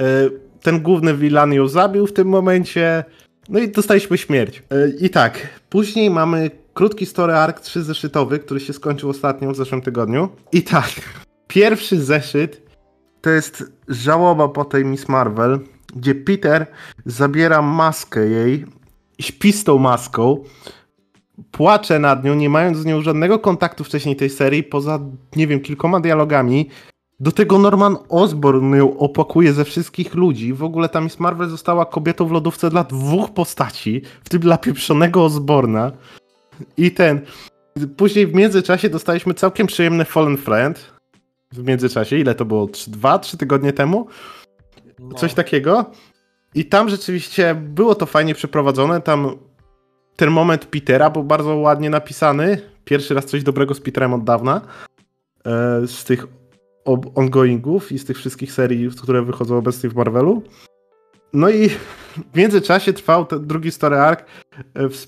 [SPEAKER 3] ten główny villain ją zabił w tym momencie, no i dostaliśmy śmierć. I tak, później mamy krótki story arc trzyzeszytowy, który się skończył ostatnio w zeszłym tygodniu. I tak, pierwszy zeszyt to jest żałoba po tej Miss Marvel, gdzie Peter zabiera maskę jej, śpi z tą maską, płacze nad nią, nie mając z nią żadnego kontaktu wcześniej tej serii, poza, nie wiem, kilkoma dialogami. Do tego Norman Osborn ją opakuje ze wszystkich ludzi. W ogóle ta Miss Marvel została kobietą w lodówce dla dwóch postaci, w tym dla pieprzonego Osborna. I ten... Później w międzyczasie dostaliśmy całkiem przyjemny Fallen Friend. W międzyczasie, ile to było? dwa trzy tygodnie temu? No. Coś takiego. I tam rzeczywiście było to fajnie przeprowadzone. Tam ten moment Petera był bardzo ładnie napisany. Pierwszy raz coś dobrego z Peterem od dawna. E, z tych ongoingów i z tych wszystkich serii, które wychodzą obecnie w Marvelu. No i w międzyczasie trwał ten drugi story arc w,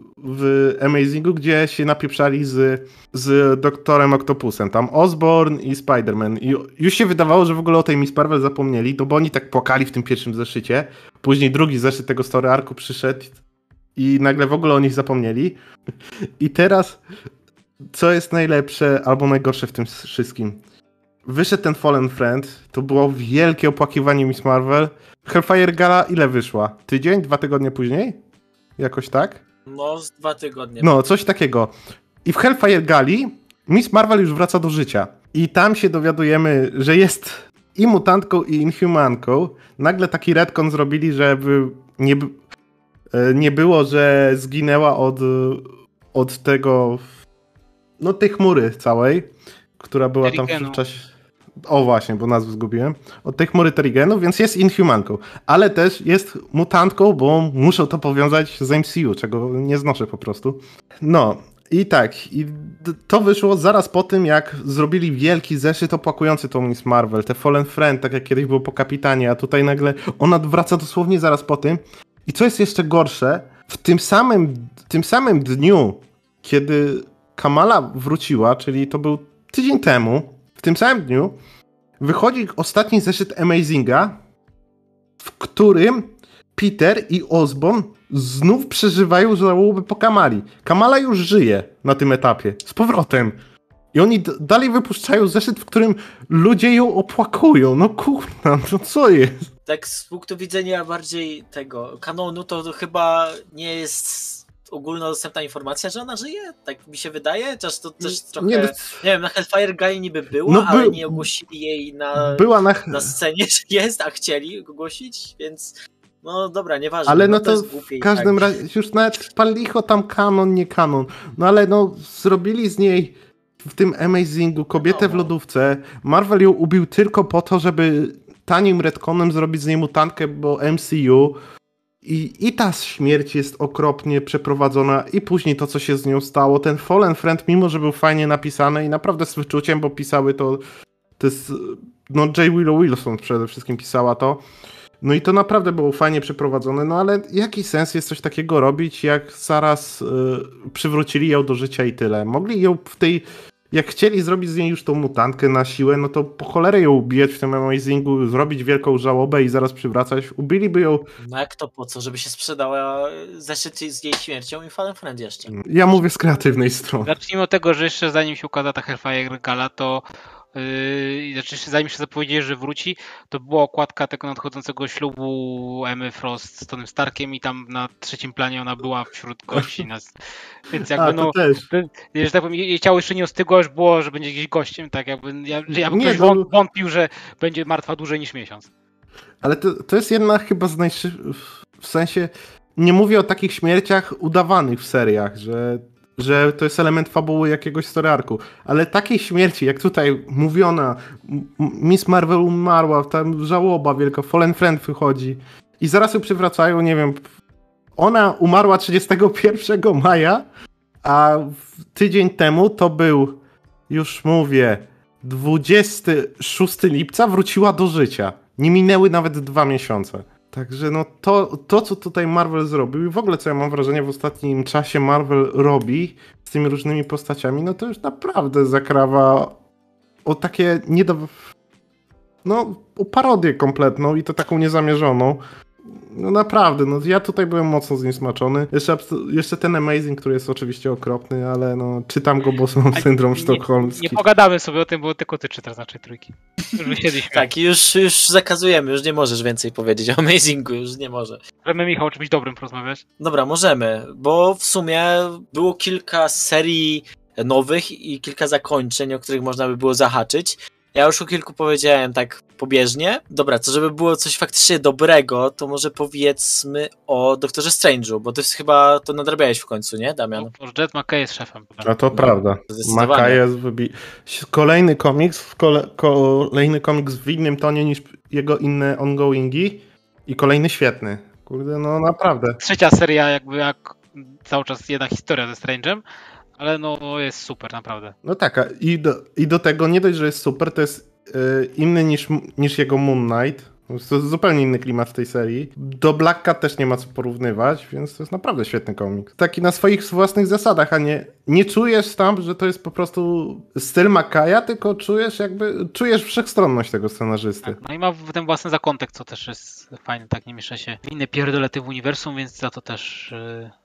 [SPEAKER 3] w Amazingu, gdzie się napieprzali z, z doktorem Octopusem. Tam Osborn i Spider-Man. I już się wydawało, że w ogóle o tej Miss Marvel zapomnieli, no bo oni tak płakali w tym pierwszym zeszycie. Później drugi zeszyt tego story arcu przyszedł i nagle w ogóle o nich zapomnieli. I teraz, co jest najlepsze albo najgorsze w tym wszystkim? wyszedł ten Fallen Friend, to było wielkie opłakiwanie Miss Marvel. Hellfire Gala ile wyszła? Tydzień? Dwa tygodnie później? Jakoś tak?
[SPEAKER 1] No, z dwa tygodnie.
[SPEAKER 3] No, coś takiego. I w Hellfire Gali Miss Marvel już wraca do życia. I tam się dowiadujemy, że jest i mutantką, i inhumanką. Nagle taki retcon zrobili, żeby nie, nie było, że zginęła od, od tego, no tej chmury całej, która była tam w czasie... O właśnie, bo nazwę zgubiłem. Od tej chmury Terrigenu, więc jest inhumanką. Ale też jest mutantką, bo muszę to powiązać z M C U, czego nie znoszę po prostu. No i tak, i to wyszło zaraz po tym, jak zrobili wielki zeszyt opłakujący tą Miss Marvel, te Fallen Friend, tak jak kiedyś było po Kapitanie, a tutaj nagle ona wraca dosłownie zaraz po tym. I co jest jeszcze gorsze, w tym samym, w tym samym dniu, kiedy Kamala wróciła, czyli to był tydzień temu, w tym samym dniu wychodzi ostatni zeszyt Amazinga, w którym Peter i Osborn znów przeżywają żałobę po Kamali. Kamala już żyje na tym etapie, z powrotem. I oni d- dalej wypuszczają zeszyt, w którym ludzie ją opłakują. No kurwa, no co jest?
[SPEAKER 1] Tak z punktu widzenia bardziej tego kanonu, to, to chyba nie jest ogólnodostępna informacja, że ona żyje? Tak mi się wydaje? Chociaż to też trochę, nie,
[SPEAKER 3] nie,
[SPEAKER 1] nie wiem, na Hellfire Gali niby była,
[SPEAKER 3] no by...
[SPEAKER 1] ale nie ogłosili jej na,
[SPEAKER 3] była na...
[SPEAKER 1] na scenie, że jest, a chcieli ogłosić, więc no dobra, nieważne.
[SPEAKER 3] Ale no,
[SPEAKER 1] no
[SPEAKER 3] to,
[SPEAKER 1] to jest głupie
[SPEAKER 3] w każdym
[SPEAKER 1] tak.
[SPEAKER 3] razie, już nawet palicho tam kanon, nie kanon. No ale no, zrobili z niej w tym Amazingu kobietę
[SPEAKER 1] no,
[SPEAKER 3] w lodówce. Marvel ją ubił tylko po to, żeby tanim retconem zrobić z niej mutantkę, bo M C U. I, I ta śmierć jest okropnie przeprowadzona i później to, co się z nią stało. Ten Fallen Friend, mimo że był fajnie napisany i naprawdę z wyczuciem, bo pisały to, to jest, no J. Willow Wilson przede wszystkim pisała to. No i to naprawdę było fajnie przeprowadzone, no ale jaki sens jest coś takiego robić, jak zaraz y, przywrócili ją do życia i tyle. Mogli ją w tej... Jak chcieli zrobić z niej już tą mutantkę na siłę, no to po cholerę ją ubijać w tym Amazingu, zrobić wielką żałobę i zaraz przywracać. Ubiliby ją...
[SPEAKER 1] No jak to po co? Żeby się sprzedała zeszyt z jej śmiercią i Fallen Friend jeszcze.
[SPEAKER 3] Ja mówię z kreatywnej strony.
[SPEAKER 2] Zacznijmy od tego, że jeszcze zanim się układa ta Hellfire Gala, to Yy, znaczy, zanim się zapowiedzieli, że wróci, to była okładka tego nadchodzącego ślubu Emmy Frost z Tonym Starkiem i tam na trzecim planie ona była wśród gości nas. Więc jakby
[SPEAKER 3] A,
[SPEAKER 2] no,
[SPEAKER 3] też.
[SPEAKER 2] że tak powiem, jej ciało jeszcze nie ostygło, już było, że będzie gdzieś gościem, tak jakby ja, ja bym
[SPEAKER 3] Nie,
[SPEAKER 2] ktoś
[SPEAKER 3] no...
[SPEAKER 2] wątpił, że będzie martwa dłużej niż miesiąc.
[SPEAKER 3] Ale to, to jest jedna chyba z najszybszych, w sensie, nie mówię o takich śmierciach udawanych w seriach, że że to jest element fabuły jakiegoś story arku, ale takiej śmierci, jak tutaj mówiona, Miss Marvel umarła, tam żałoba wielka, Fallen Friend wychodzi i zaraz ją przywracają, nie wiem, ona umarła trzydziestego pierwszego maja, a tydzień temu to był, już mówię, dwudziestego szóstego lipca wróciła do życia. Nie minęły nawet dwa miesiące. Także no to, to, co tutaj Marvel zrobił i w ogóle co ja mam wrażenie w ostatnim czasie Marvel robi z tymi różnymi postaciami, no to już naprawdę zakrawa o takie nie do... no o parodię kompletną i to taką niezamierzoną. No naprawdę, no ja tutaj byłem mocno zniesmaczony. Jeszcze, jeszcze ten Amazing, który jest oczywiście okropny, ale no czytam go, bo mam syndrom sztokholmski.
[SPEAKER 2] Nie, nie pogadamy sobie o tym, bo tylko ty czytasz naszej trójki. Już wysiedliśmy.
[SPEAKER 1] Tak, już, już zakazujemy, już nie możesz więcej powiedzieć o Amazingu, już nie może.
[SPEAKER 2] Możemy, Michał, o czymś dobrym porozmawiać?
[SPEAKER 1] Dobra, możemy, bo w sumie było kilka serii nowych i kilka zakończeń, o których można by było zahaczyć. Ja już o kilku powiedziałem tak pobieżnie. Dobra, to żeby było coś faktycznie dobrego, to może powiedzmy o Doktorze Strange'u, bo ty chyba to nadrabiałeś w końcu, nie, Damian?
[SPEAKER 2] No, Jet McKay jest szefem.
[SPEAKER 3] A to no, prawda. McKay jest wybi... Kolejny komiks, kole... kolejny komiks w innym tonie niż jego inne ongoingi i kolejny świetny. Kurde, no naprawdę.
[SPEAKER 2] Trzecia seria jakby jak cały czas jedna historia ze Strange'em. Ale no jest super, naprawdę.
[SPEAKER 3] No tak, i do, i do tego nie dość, że jest super, to jest yy, inny niż, niż jego Moon Knight. To jest zupełnie inny klimat w tej serii. Do Black Cat też nie ma co porównywać, więc to jest naprawdę świetny komiks. Taki na swoich własnych zasadach, a nie, nie czujesz tam, że to jest po prostu styl McKaya, tylko czujesz jakby, czujesz wszechstronność tego scenarzysty.
[SPEAKER 2] Tak, no i ma ten własny zakątek, co też jest fajne, tak nie miesza się w inne pierdolety w uniwersum, więc za to też... Yy...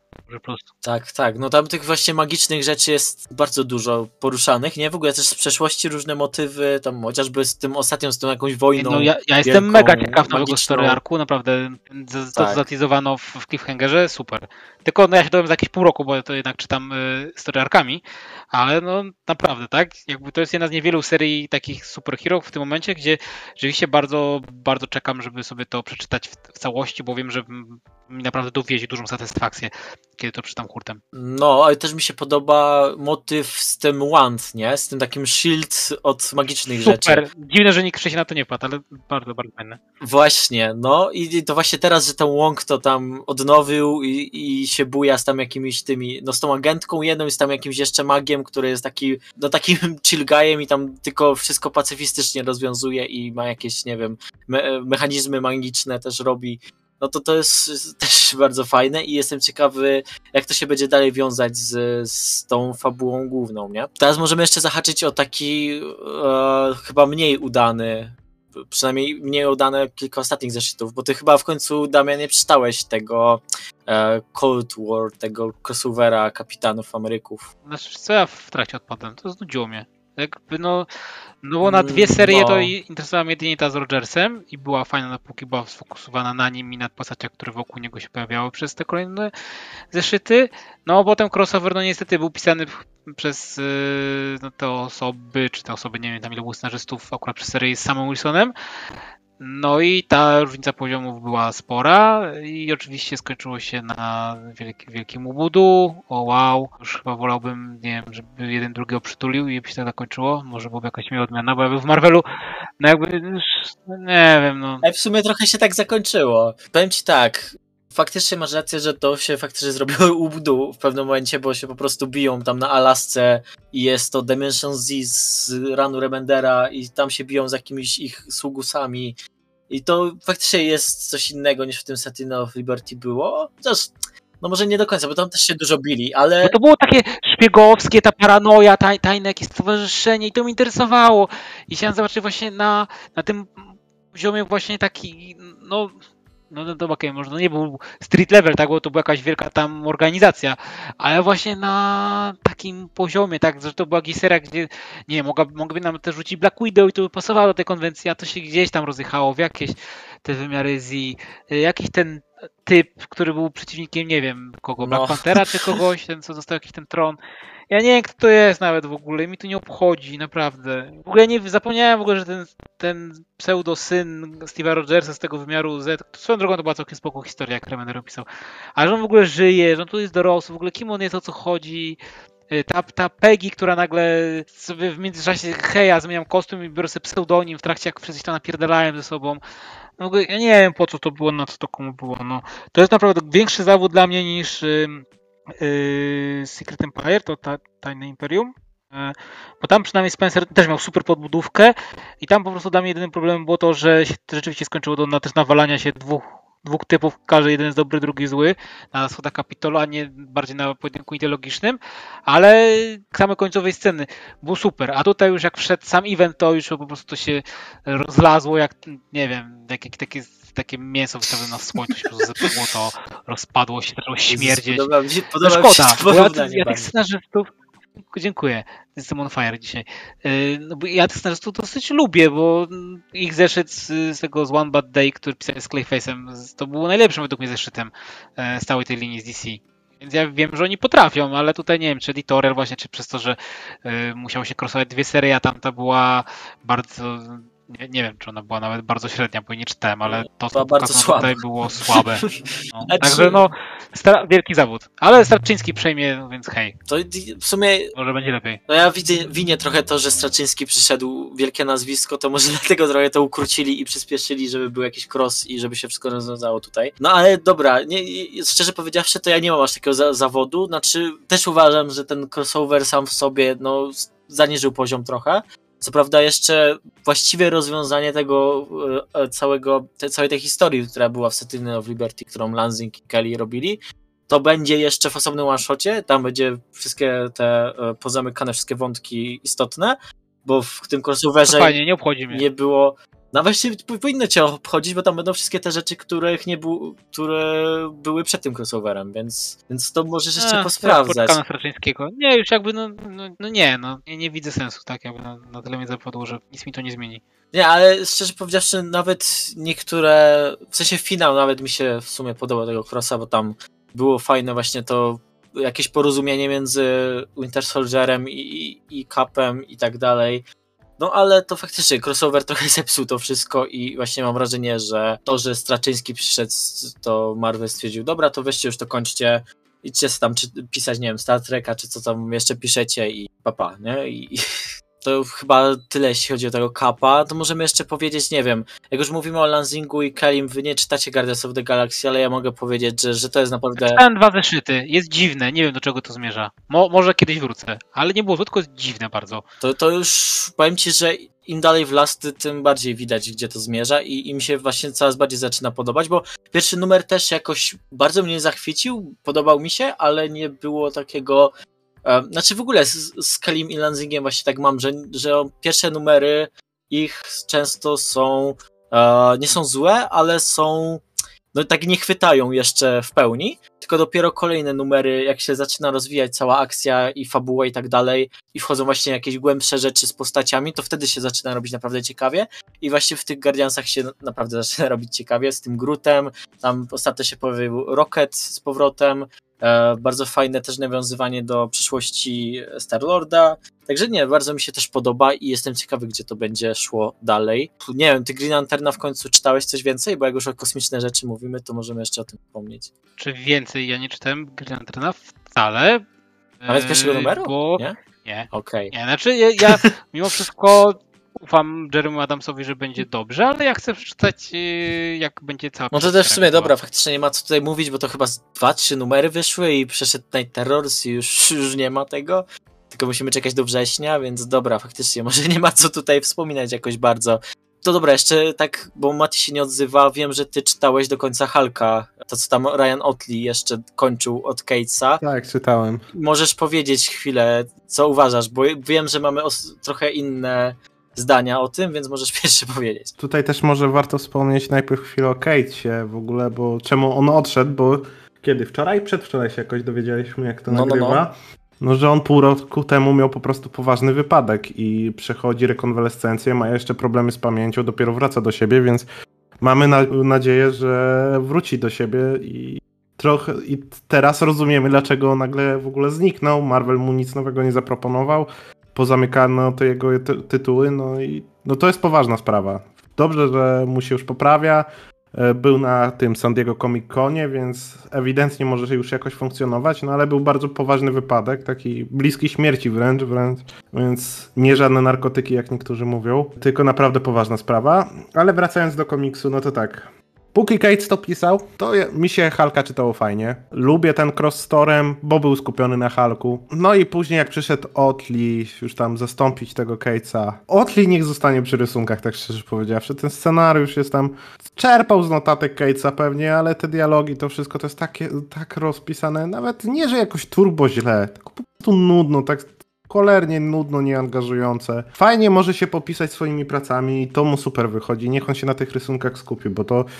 [SPEAKER 2] Plus.
[SPEAKER 1] Tak, tak. No tam tych właśnie magicznych rzeczy jest bardzo dużo poruszanych, nie? W ogóle też z przeszłości różne motywy, tam chociażby z tym ostatnią, z tą jakąś wojną.
[SPEAKER 2] No ja, ja jestem
[SPEAKER 1] wielką,
[SPEAKER 2] mega ciekaw nowego
[SPEAKER 1] magiczną.
[SPEAKER 2] story arku, naprawdę to, co
[SPEAKER 1] Tak.
[SPEAKER 2] zatizowano w, w Cliffhangerze, super. Tylko no ja się dowiem za jakieś pół roku, bo to jednak czytam y, story arkami, ale no naprawdę, tak? Jakby to jest jedna z niewielu serii takich superhero w tym momencie, gdzie rzeczywiście bardzo, bardzo czekam, żeby sobie to przeczytać w, w całości, bo wiem, że mi naprawdę dowiezie dużą satysfakcję, kiedy to czytam hurtem.
[SPEAKER 1] No, ale też mi się podoba motyw z tym wand, nie? Z tym takim shield od magicznych
[SPEAKER 2] Super.
[SPEAKER 1] rzeczy.
[SPEAKER 2] Super. Dziwne, że nikt się na to nie padł, ale bardzo, bardzo fajne.
[SPEAKER 1] Właśnie, no i to właśnie teraz, że ten Wong to tam odnowił i, i się buja z tam jakimiś tymi, no z tą agentką jedną i z tam jakimś jeszcze magiem, który jest taki, no takim chill guyem i tam tylko wszystko pacyfistycznie rozwiązuje i ma jakieś, nie wiem, me mechanizmy magiczne też robi. No to to jest też bardzo fajne i jestem ciekawy, jak to się będzie dalej wiązać z, z tą fabułą główną, nie? Teraz możemy jeszcze zahaczyć o taki e, chyba mniej udany, przynajmniej mniej udane kilka ostatnich zeszytów, bo ty chyba w końcu, Damian, nie przeczytałeś tego e, Cold War, tego crossovera Kapitanów Ameryków.
[SPEAKER 2] Znaczy, co ja w trakcie odpadłem? To znudziło mnie. Jakby no, no bo na dwie serie
[SPEAKER 1] no.
[SPEAKER 2] to interesowała mnie jedynie ta z Rogersem i była fajna, dopóki była sfokusowana na nim i na postaciach, które wokół niego się pojawiały przez te kolejne zeszyty. No potem crossover no niestety był pisany przez yy, no, te osoby, czy te osoby, nie wiem tam ile było scenarzystów akurat przez serię z samym Wilsonem. No i ta różnica poziomów była spora i oczywiście skończyło się na wielki, wielkim ubudu. O wow, już chyba wolałbym, nie wiem, żeby jeden drugiego przytulił i by się tak zakończyło. Może byłaby jakaś miła odmiana, bo jakby w Marvelu, no jakby, nie wiem, no.
[SPEAKER 1] A w sumie trochę się tak zakończyło. Powiem ci tak, faktycznie masz rację, że to się faktycznie zrobiło ubudu w pewnym momencie, bo się po prostu biją tam na Alasce i jest to Dimension Z z ranu Remendera i tam się biją z jakimiś ich sługusami i to faktycznie jest coś innego niż w tym Sentinel of Liberty było. Chociaż, no może nie do końca, bo tam też się dużo bili, ale...
[SPEAKER 2] Bo to było takie szpiegowskie, ta paranoja, taj, tajne jakieś stowarzyszenie i to mnie interesowało i chciałem zobaczyć właśnie na, na tym poziomie właśnie taki, no... No, no to okej, może no nie był street level, tak, bo to była jakaś wielka tam organizacja, ale właśnie na takim poziomie, tak, że to była jakaś seria, gdzie, nie wiem, mogłaby, mogłaby nam też rzucić Black Widow i to by pasowało do tej konwencji, a to się gdzieś tam rozjechało w jakieś te wymiary Z, jakiś ten typ, który był przeciwnikiem, nie wiem kogo, Black
[SPEAKER 1] No.
[SPEAKER 2] Panthera czy kogoś, ten co dostał jakiś ten tron. Ja nie wiem, kto to jest nawet w ogóle, mi to nie obchodzi, naprawdę. W ogóle nie zapomniałem w ogóle, że ten, ten pseudo-syn Steve'a Rogersa z tego wymiaru Z, swoją drogą to była całkiem spoko historia, jak Remender opisał, ale że on w ogóle żyje, że on tu jest dorosły, w ogóle kim on jest, o co chodzi. Ta, ta Peggy, która nagle sobie w międzyczasie, hej, ja zmieniam kostium i biorę sobie pseudonim w trakcie, jak wszyscy tam napierdalałem ze sobą. No w ogóle, ja nie wiem, po co to było, na co to komu było, no. To jest naprawdę większy zawód dla mnie niż... Yy, Secret Empire, to ta, Tajne Imperium, yy, bo tam przynajmniej Spencer też miał super podbudówkę i tam po prostu dla mnie jedynym problemem było to, że się rzeczywiście skończyło do na też nawalania się dwóch, dwóch typów, każdy jeden jest dobry, drugi zły, na schodach Kapitolu, a nie bardziej na pojedynku ideologicznym, ale same końcowej sceny był super, a tutaj już jak wszedł sam event, to już po prostu to się rozlazło jak, nie wiem, jak, jak takie takie mięso wystawione na słońcu się zepsuło, to rozpadło się, zaczęło śmierdzieć.
[SPEAKER 1] Podoba mi się,
[SPEAKER 2] No
[SPEAKER 1] podoba mi się
[SPEAKER 2] szkoda,
[SPEAKER 1] to
[SPEAKER 2] bo ja,
[SPEAKER 1] porównanie
[SPEAKER 2] ja tych
[SPEAKER 1] bardzo.
[SPEAKER 2] scenarzystów, dziękuję, jestem on fire dzisiaj, yy, no bo ja tych scenarzystów dosyć lubię, bo ich zeszyt z, z tego z One Bad Day, który pisali z Clayface'em, to było najlepszym według mnie zeszytem yy, z całej tej linii z D C. Więc ja wiem, że oni potrafią, ale tutaj nie wiem, czy editorial właśnie, czy przez to, że yy, musiało się crossować dwie serie, a tamta była bardzo... Nie, nie wiem, czy ona była nawet bardzo średnia, bo jej nie czytałem, ale to, co
[SPEAKER 1] bardzo
[SPEAKER 2] pokazano tutaj było słabe. No.
[SPEAKER 1] A
[SPEAKER 2] Także
[SPEAKER 1] czy-
[SPEAKER 2] no, stra- wielki zawód. Ale Starczyński przejmie, więc hej,
[SPEAKER 1] To w sumie
[SPEAKER 2] może będzie lepiej.
[SPEAKER 1] no ja widzę, winię trochę to, że Straczyński przyszedł, wielkie nazwisko, to może dlatego trochę to ukrócili i przyspieszyli, żeby był jakiś cross i żeby się wszystko rozwiązało tutaj. No ale dobra, nie, szczerze powiedziawszy, to ja nie mam aż takiego za zawodu, znaczy też uważam, że ten crossover sam w sobie, no, zaniżył poziom trochę. Co prawda jeszcze właściwe rozwiązanie tego e, całego, te, całej tej historii, która była w Sentinel of Liberty, którą Lansing i Kelly robili, to będzie jeszcze w osobnym one-shocie, tam będzie wszystkie te e, pozamykane, wszystkie wątki istotne, bo w tym crossoverze
[SPEAKER 2] To fajnie, nie obchodzi mnie.
[SPEAKER 1] nie było, No właśnie powinno cię obchodzić, bo tam będą wszystkie te rzeczy, których nie bu- które były przed tym crossoverem, więc, więc to możesz jeszcze
[SPEAKER 2] A,
[SPEAKER 1] posprawdzać.
[SPEAKER 2] Ja Straczyńskiego. Nie, już jakby, no, no, no nie, no nie, nie widzę sensu, tak, jakby na, na tyle mnie zapadło, że nic mi to nie zmieni.
[SPEAKER 1] Nie, ale szczerze powiedziawszy, nawet niektóre, w sensie finał nawet mi się w sumie podobał tego crossa, bo tam było fajne właśnie to jakieś porozumienie między Winter Soldierem i, i, i Capem i tak dalej. No ale to faktycznie crossover trochę zepsuł to wszystko i właśnie mam wrażenie, że to, że Straczyński przyszedł, to Marvel stwierdził, dobra, to weźcie już to kończcie, idźcie tam czy, pisać, nie wiem, Star Treka, czy co tam jeszcze piszecie i papa, nie? I, i to chyba tyle, jeśli chodzi o tego Capa. To możemy jeszcze powiedzieć, nie wiem, jak już mówimy o Lanzingu i Kelim, wy nie czytacie Guardians of the Galaxy, ale ja mogę powiedzieć, że, że to jest naprawdę...
[SPEAKER 2] Czytałem dwa zeszyty, jest dziwne, nie wiem do czego to zmierza. Mo, może kiedyś wrócę, ale nie było złe, tylko jest dziwne bardzo.
[SPEAKER 1] To, to już powiem ci, że im dalej w las, tym bardziej widać, gdzie to zmierza i im się właśnie coraz bardziej zaczyna podobać, bo pierwszy numer też jakoś bardzo mnie zachwycił, podobał mi się, ale nie było takiego... E, znaczy w ogóle z, z Kelim i Lanzingiem właśnie tak mam, że, że pierwsze numery ich często są... E, nie są złe, ale są... no tak nie chwytają jeszcze w pełni, tylko dopiero kolejne numery, jak się zaczyna rozwijać cała akcja i fabuła i tak dalej i wchodzą właśnie jakieś głębsze rzeczy z postaciami, to wtedy się zaczyna robić naprawdę ciekawie i właśnie w tych Guardiansach się naprawdę zaczyna robić ciekawie, z tym Grootem, tam ostatnio się pojawił Rocket z powrotem, e, bardzo fajne też nawiązywanie do przyszłości Star-Lorda, także nie, bardzo mi się też podoba i jestem ciekawy, gdzie to będzie szło dalej. Nie wiem, ty Green Lanterna w końcu czytałeś coś więcej? Bo jak już o kosmiczne rzeczy mówimy, to możemy jeszcze o tym wspomnieć.
[SPEAKER 2] Czy więcej? Ja nie czytałem Green Lanterna wcale.
[SPEAKER 1] Nawet pierwszego numeru?
[SPEAKER 2] Bo...
[SPEAKER 1] Nie?
[SPEAKER 2] Nie.
[SPEAKER 1] Okej.
[SPEAKER 2] Nie, znaczy ja, ja mimo wszystko ufam Jeremy Adamsowi, że będzie dobrze, ale ja chcę przeczytać, jak będzie cała...
[SPEAKER 1] No to też w sumie dobra, faktycznie nie ma co tutaj mówić, bo to chyba z dwa, trzy numery wyszły i przeszedł Night Terrors i już, już nie ma tego. Tylko musimy czekać do września, więc dobra, faktycznie może nie ma co tutaj wspominać jakoś bardzo. To dobra, jeszcze tak, bo Mati się nie odzywa, wiem, że ty czytałeś do końca Hulka, to co tam Ryan Otley jeszcze kończył od Catesa.
[SPEAKER 3] Tak, czytałem.
[SPEAKER 1] Możesz powiedzieć chwilę, co uważasz, bo wiem, że mamy os- trochę inne zdania o tym, więc możesz pierwszy powiedzieć.
[SPEAKER 3] Tutaj też może warto wspomnieć najpierw chwilę o Catesie w ogóle, bo czemu on odszedł, bo kiedy? Wczoraj? Przedwczoraj się jakoś dowiedzieliśmy, jak to
[SPEAKER 1] no,
[SPEAKER 3] nagrywa.
[SPEAKER 1] No, no.
[SPEAKER 3] No, że on pół roku temu miał po prostu poważny wypadek i przechodzi rekonwalescencję, ma jeszcze problemy z pamięcią, dopiero wraca do siebie, więc mamy na- nadzieję, że wróci do siebie i trochę i teraz rozumiemy, dlaczego nagle w ogóle zniknął. Marvel mu nic nowego nie zaproponował, pozamykano te jego ty- tytuły, no i no to jest poważna sprawa. Dobrze, że mu się już poprawia. Był na tym San Diego Comic Conie, więc ewidentnie może już jakoś funkcjonować, no ale był bardzo poważny wypadek, taki bliski śmierci wręcz, wręcz, więc nie żadne narkotyki, jak niektórzy mówią, tylko naprawdę poważna sprawa. Ale wracając do komiksu, no to tak. Póki Cates to pisał, to ja, mi się Hulka czytało fajnie. Lubię ten cross storem, bo był skupiony na Hulku. No i później jak przyszedł Otley już tam zastąpić tego Catesa. Otley niech zostanie przy rysunkach, tak szczerze powiedziawszy. Ten scenariusz jest tam, czerpał z notatek Catesa pewnie, ale te dialogi, to wszystko to jest takie, tak rozpisane, nawet nie, że jakoś turbo źle, tylko po prostu nudno, tak cholernie nudno, nieangażujące. Fajnie może się popisać swoimi pracami i to mu super wychodzi. Niech on się na tych rysunkach skupi, bo to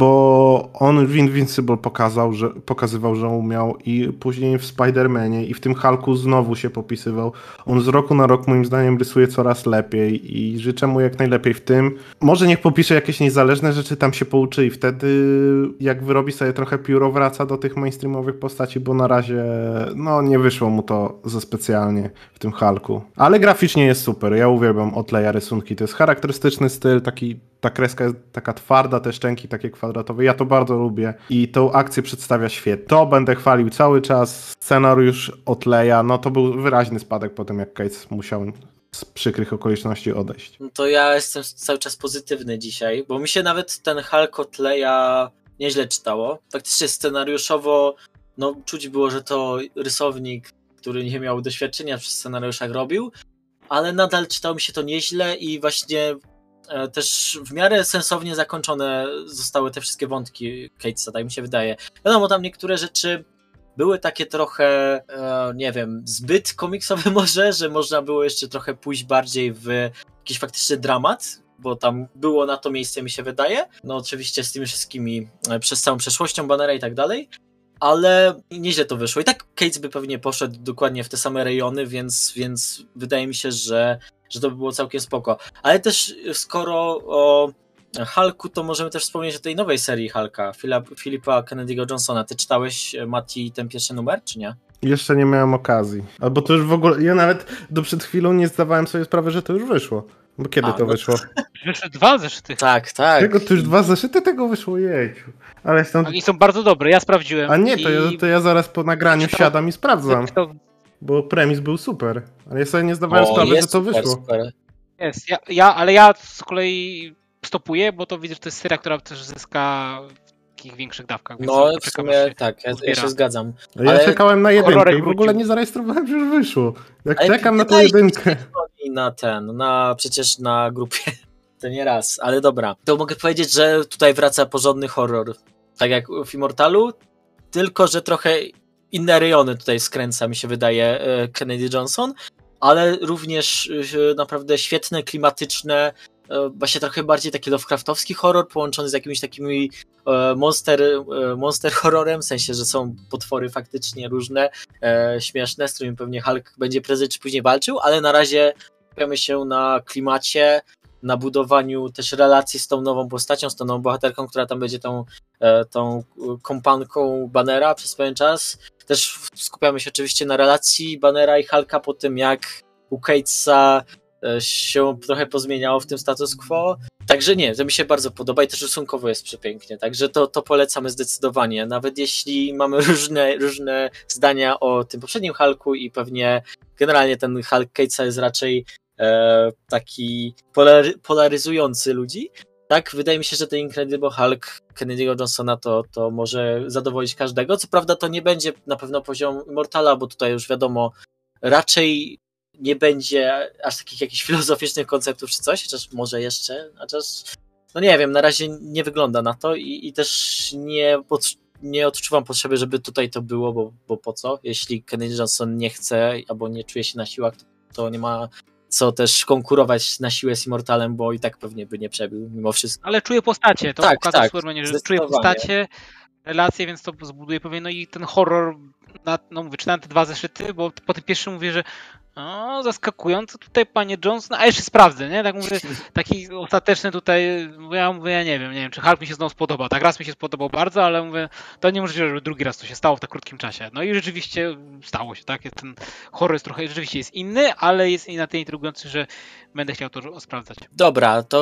[SPEAKER 3] bo on w Invincible pokazał, że, pokazywał, że umiał i później w Spider-Manie i w tym Hulku znowu się popisywał. On z roku na rok moim zdaniem rysuje coraz lepiej i życzę mu jak najlepiej w tym. Może niech popisze jakieś niezależne rzeczy, tam się pouczy i wtedy jak wyrobi sobie trochę pióro, wraca do tych mainstreamowych postaci, bo na razie no nie wyszło mu to za specjalnie w tym Hulku. Ale graficznie jest super, ja uwielbiam Otleya rysunki, to jest charakterystyczny styl, taki ta kreska jest taka twarda, te szczęki takie kwadratowe, ja to bardzo lubię i tą akcję przedstawia świetnie. To będę chwalił cały czas, scenariusz Otleya, no to był wyraźny spadek po tym, jak Cates musiał z przykrych okoliczności odejść.
[SPEAKER 1] No to ja jestem cały czas pozytywny dzisiaj, bo mi się nawet ten Hulk Otleya nieźle czytało. Faktycznie scenariuszowo, no czuć było, że to rysownik, który nie miał doświadczenia przy scenariuszach robił, ale nadal czytało mi się to nieźle i właśnie też w miarę sensownie zakończone zostały te wszystkie wątki Catesa, tak mi się wydaje. Wiadomo, tam niektóre rzeczy były takie trochę, e, nie wiem, zbyt komiksowe może, że można było jeszcze trochę pójść bardziej w jakiś faktyczny dramat, bo tam było na to miejsce, mi się wydaje. No oczywiście z tymi wszystkimi, przez całą przeszłością Bannera i tak dalej, ale nieźle to wyszło. I tak Cates by pewnie poszedł dokładnie w te same rejony, więc, więc wydaje mi się, że, że to by było całkiem spoko. Ale też skoro o Hulku, to możemy też wspomnieć o tej nowej serii Hulka, Philippa Kennedy'ego Johnsona. Ty czytałeś, Mati, ten pierwszy numer, czy nie?
[SPEAKER 3] Jeszcze nie miałem okazji. Albo to już w ogóle, ja nawet do przed chwilą nie zdawałem sobie sprawy, że to już wyszło. Bo kiedy
[SPEAKER 1] A,
[SPEAKER 3] to
[SPEAKER 1] no
[SPEAKER 3] wyszło?
[SPEAKER 2] Wyszły dwa zeszyty.
[SPEAKER 1] Tak, tak.
[SPEAKER 3] Tego, to już dwa zeszyty tego wyszło, jejciu. Ale jestem...
[SPEAKER 2] I są bardzo dobre, ja sprawdziłem.
[SPEAKER 3] A nie, to,
[SPEAKER 2] i...
[SPEAKER 3] ja, to ja zaraz po nagraniu
[SPEAKER 2] to...
[SPEAKER 3] siadam i sprawdzam.
[SPEAKER 2] To...
[SPEAKER 3] Bo premis był super. Ale ja sobie nie zdawałem
[SPEAKER 1] o,
[SPEAKER 3] sprawy, że to
[SPEAKER 1] super,
[SPEAKER 3] wyszło.
[SPEAKER 1] Super.
[SPEAKER 2] Jest, ja, ja, ale ja z kolei stopuję, bo to widzę, że to jest seria, która też zyska w takich większych dawkach. Więc
[SPEAKER 1] No
[SPEAKER 2] to
[SPEAKER 1] w sumie tak, ja, ja się zgadzam.
[SPEAKER 3] Ja
[SPEAKER 1] ale
[SPEAKER 3] czekałem na jedynkę
[SPEAKER 2] horrorek
[SPEAKER 3] i w ogóle
[SPEAKER 2] wrócił.
[SPEAKER 3] nie zarejestrowałem, że już wyszło. Jak
[SPEAKER 1] Ale
[SPEAKER 3] czekam na tę
[SPEAKER 1] pytaliście
[SPEAKER 3] jedynkę.
[SPEAKER 1] się na ten, na przecież na grupie, to nie raz, ale dobra. To mogę powiedzieć, że tutaj wraca porządny horror. Tak jak w Immortalu, tylko że trochę inne rejony tutaj skręca, mi się wydaje, Kennedy Johnson, ale również naprawdę świetne, klimatyczne, właśnie trochę bardziej taki Lovecraftowski horror połączony z jakimiś takimi monster, monster horrorem, w sensie, że są potwory faktycznie różne, śmieszne, z którymi pewnie Hulk będzie prędzej czy później walczył, ale na razie skupiamy się na klimacie, na budowaniu też relacji z tą nową postacią, z tą nową bohaterką, która tam będzie tą, tą kompanką Bannera przez pewien czas. Też skupiamy się oczywiście na relacji Bannera i Hulka po tym, jak u Catesa się trochę pozmieniało w tym status quo. Także nie, to mi się bardzo podoba i też rysunkowo jest przepięknie, także to, to polecamy zdecydowanie. Nawet jeśli mamy różne, różne zdania o tym poprzednim Hulku i pewnie generalnie ten Hulk Catesa jest raczej e, taki polary, polaryzujący ludzi, tak, wydaje mi się, że ten Incredible Hulk Kennedy'ego Johnsona to, to może zadowolić każdego. Co prawda to nie będzie na pewno poziom Immortala, bo tutaj już wiadomo, raczej nie będzie aż takich jakichś filozoficznych konceptów czy coś, chociaż może jeszcze, chociaż no nie wiem, na razie nie wygląda na to i, i też nie, pod, nie odczuwam potrzeby, żeby tutaj to było, bo, bo po co? Jeśli Kennedy Johnson nie chce albo nie czuje się na siłach, to, to nie ma co też konkurować na siłę z Immortalem, bo i tak pewnie by nie przebił mimo wszystko.
[SPEAKER 2] Ale czuję postacie, to
[SPEAKER 1] tak,
[SPEAKER 2] pokazał
[SPEAKER 1] tak,
[SPEAKER 2] w Supermanie, że czuję postacie, relacje, więc to zbuduje pewnie, no i ten horror, na, no mówię, czytałem te dwa zeszyty, bo po tym pierwszym mówię, że o, zaskakująco tutaj panie Johnson, a jeszcze sprawdzę, nie? Tak mówię, taki ostateczny tutaj, ja mówię, ja nie wiem, nie wiem, czy Hulk mi się znowu spodoba. Tak, raz mi się spodobał bardzo, ale mówię, to niemożliwe, żeby drugi raz to się stało w tak krótkim czasie. No i rzeczywiście stało się, tak? Ten horror jest trochę, rzeczywiście jest inny, ale jest i na tyle intrygujący, że będę chciał to sprawdzać.
[SPEAKER 1] Dobra, to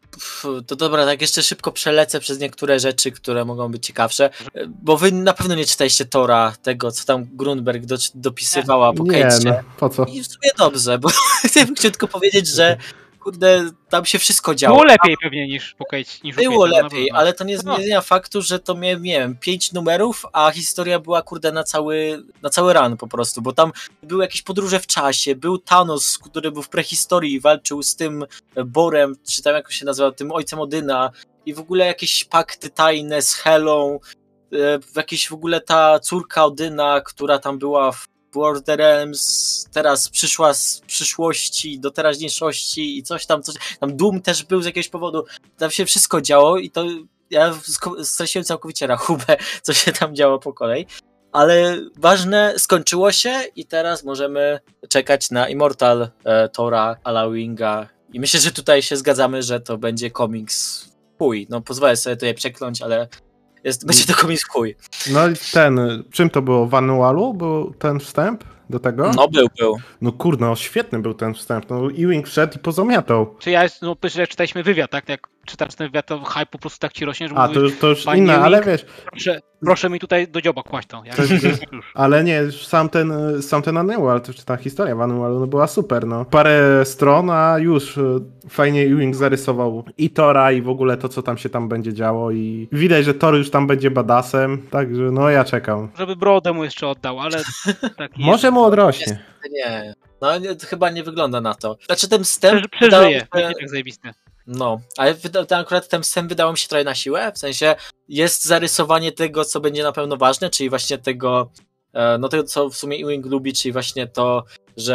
[SPEAKER 1] to dobra, tak jeszcze szybko przelecę przez niektóre rzeczy, które mogą być ciekawsze, bo wy na pewno nie czytaliście Tora, tego, co tam Grunberg do, dopisywała po Cage'cie.
[SPEAKER 3] Nie, no, po co?
[SPEAKER 1] I w sumie dobrze, bo chciałem tylko powiedzieć, że kurde, tam się wszystko działo.
[SPEAKER 2] Było lepiej pewnie niż po Cage. Niż
[SPEAKER 1] Było
[SPEAKER 2] Cage,
[SPEAKER 1] lepiej, ale to nie zmienia no. faktu, że to miałem, nie wiem, pięć numerów, a historia była, kurde, na cały, na cały run po prostu, bo tam były jakieś podróże w czasie, był Thanos, który był w prehistorii i walczył z tym Borem, czy tam jak się nazywał, tym ojcem Odyna i w ogóle jakieś pakty tajne z Helą, jakieś w ogóle ta córka Odyna, która tam była w Border Realms, teraz przyszła z przyszłości do teraźniejszości i coś tam, coś tam Doom też był z jakiegoś powodu, tam się wszystko działo i to ja straciłem całkowicie rachubę, co się tam działo po kolei, ale ważne, skończyło się i teraz możemy czekać na Immortal e, Tora, Ala Winga i myślę, że tutaj się zgadzamy, że to będzie komiks chuj, no pozwolę sobie tutaj przekląć, ale Jest, będzie to komiks chuj.
[SPEAKER 3] No i ten, czym to było? W Annualu był ten wstęp do tego?
[SPEAKER 1] No był, był.
[SPEAKER 3] No kurde, no świetny był ten wstęp. No Ewing wszedł i pozamiatał.
[SPEAKER 2] Czy ja, no że czytaliśmy wywiad, tak? Jak czytasz ten wywiad, to hype po prostu tak ci rośnie, że
[SPEAKER 3] A,
[SPEAKER 2] mówisz,
[SPEAKER 3] to już, to już
[SPEAKER 2] Panie
[SPEAKER 3] inne,
[SPEAKER 2] Ewing,
[SPEAKER 3] ale wiesz...
[SPEAKER 2] Proszę, proszę mi tutaj do dzioba kłaść to. Ja
[SPEAKER 3] to już, ale nie, już sam ten, sam ten Annual, to ta historia w Annualu no była super, no. Parę stron, a już fajnie Ewing zarysował i Tora, i w ogóle to, co tam się tam będzie działo i widać, że Thor już tam będzie badassem, także no ja czekam.
[SPEAKER 2] Żeby brodę mu jeszcze oddał, ale... Tak
[SPEAKER 3] Może mu odrośnie.
[SPEAKER 1] Nie, no nie, to chyba nie wygląda na to. Znaczy ten wstęp...
[SPEAKER 2] Przeżyje,
[SPEAKER 1] wydało,
[SPEAKER 2] będzie tak zajebisty.
[SPEAKER 1] No, ale wyda, ten, akurat ten wstęp wydał mi się trochę na siłę, w sensie jest zarysowanie tego, co będzie na pewno ważne, czyli właśnie tego, no tego, co w sumie Ewing lubi, czyli właśnie to, że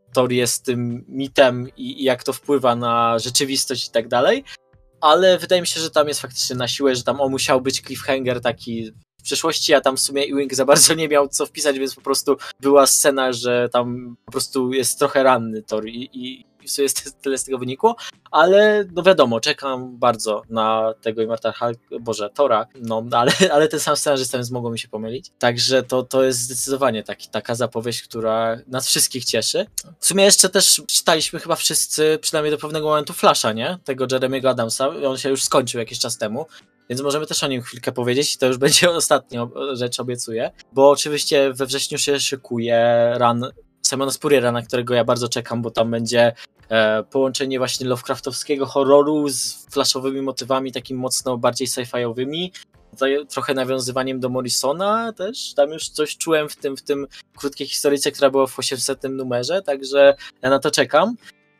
[SPEAKER 1] Thor jest tym mitem i, i jak to wpływa na rzeczywistość i tak dalej, ale wydaje mi się, że tam jest faktycznie na siłę, że tam o, musiał być cliffhanger taki w przeszłości, a tam w sumie Ewing za bardzo nie miał co wpisać, więc po prostu była scena, że tam po prostu jest trochę ranny Thor i, i, i w sumie jest tyle z tego wynikło, ale no wiadomo, czekam bardzo na tego Immortal Hulk, Boże, Thora, no ale, ale ten sam scenarzysta, więc mogło mi się pomylić. Także to, to jest zdecydowanie taki, taka zapowiedź, która nas wszystkich cieszy. W sumie jeszcze też czytaliśmy chyba wszyscy, przynajmniej do pewnego momentu Flasha, nie? Tego Jeremy'ego Adamsa, on się już skończył jakiś czas temu. Więc możemy też o nim chwilkę powiedzieć i to już będzie ostatnia rzecz, obiecuję. Bo oczywiście we wrześniu się szykuje run Simona Spurriera, na którego ja bardzo czekam, bo tam będzie e, połączenie właśnie Lovecraftowskiego horroru z flashowymi motywami, takim mocno bardziej sci-fiowymi. Tutaj trochę nawiązywaniem do Morrisona też. Tam już coś czułem w tym, w tym krótkiej historyjce, która była w osiemsetnym numerze, także ja na to czekam.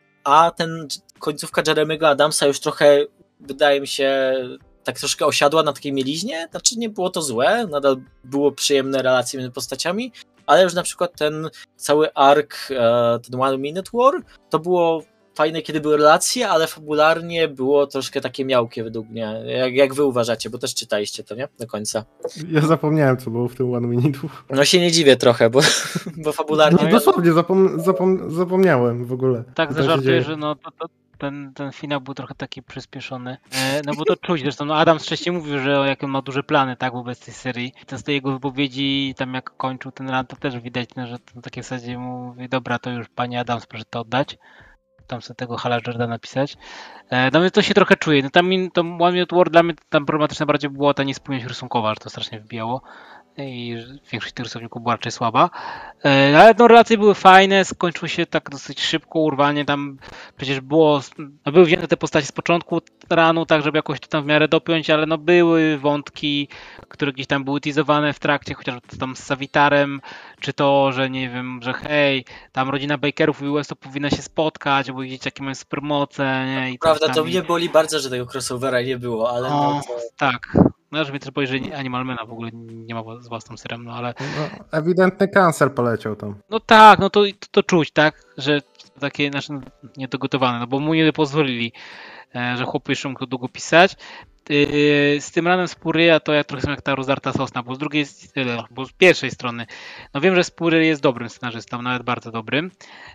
[SPEAKER 1] A ten końcówka Jeremy'ego Adamsa już trochę, wydaje mi się, tak troszkę osiadła na takiej mieliźnie, znaczy nie było to złe, nadal było przyjemne relacje między postaciami, ale już na przykład ten cały ark, ten One Minute War, to było fajne, kiedy były relacje, ale fabularnie było troszkę takie miałkie według mnie. Jak, jak wy uważacie, bo też czytaliście to, nie? Do końca.
[SPEAKER 3] Ja zapomniałem, co było w tym One Minute War.
[SPEAKER 1] No się nie dziwię trochę, bo, bo fabularnie...
[SPEAKER 3] No dosłownie, zapom zapom zapomniałem w ogóle.
[SPEAKER 2] Tak, zażartuję, że no to, to ten, ten finał był trochę taki przyspieszony. E, no bo to czuć, zresztą no Adam wcześniej mówił, że jak on ma duże plany, tak, wobec tej serii. Ten z tej jego wypowiedzi, tam jak kończył ten run, to też widać, no, że to w takiej zasadzie mówi, dobra, to już panie Adams, proszę to oddać. Tam sobie tego Hala Jordana napisać. E, no więc to się trochę czuje. No tam to One Minute War dla mnie tam problematyczna bardziej była ta niespójność rysunkowa, że to strasznie wbijało. I większość tych rysowników była raczej słaba. E, ale no relacje były fajne, skończyły się tak dosyć szybko, urwanie tam przecież było, no były wzięte te postacie z początku ranu, tak żeby jakoś to tam w miarę dopiąć, ale no były wątki, które gdzieś tam były teasowane w trakcie, chociażby tam z Savitarem, czy to, że nie wiem, że hej, tam rodzina Bakerów i U S to powinna się spotkać, bo widzieć jakie mają supermoce, nie? I
[SPEAKER 1] Prawda,
[SPEAKER 2] tam,
[SPEAKER 1] to mnie boli bardzo, że tego crossovera nie było, ale
[SPEAKER 2] o,
[SPEAKER 1] no to...
[SPEAKER 2] tak. No, żeby też powiedzieć, że Animalmana w ogóle nie ma z własną serem, no ale...
[SPEAKER 3] No, ewidentny cancel poleciał tam.
[SPEAKER 2] No tak, no to, to, to czuć, tak, że takie nasze niedogotowane, no bo mu nie pozwolili, że chłop jeszcze mógł długo pisać. Z tym ranem Spurrieya to ja trochę jestem jak ta rozdarta sosna, bo z drugiej, bo z pierwszej strony, no wiem, że Spurrier jest dobrym scenarzystą, nawet bardzo dobrym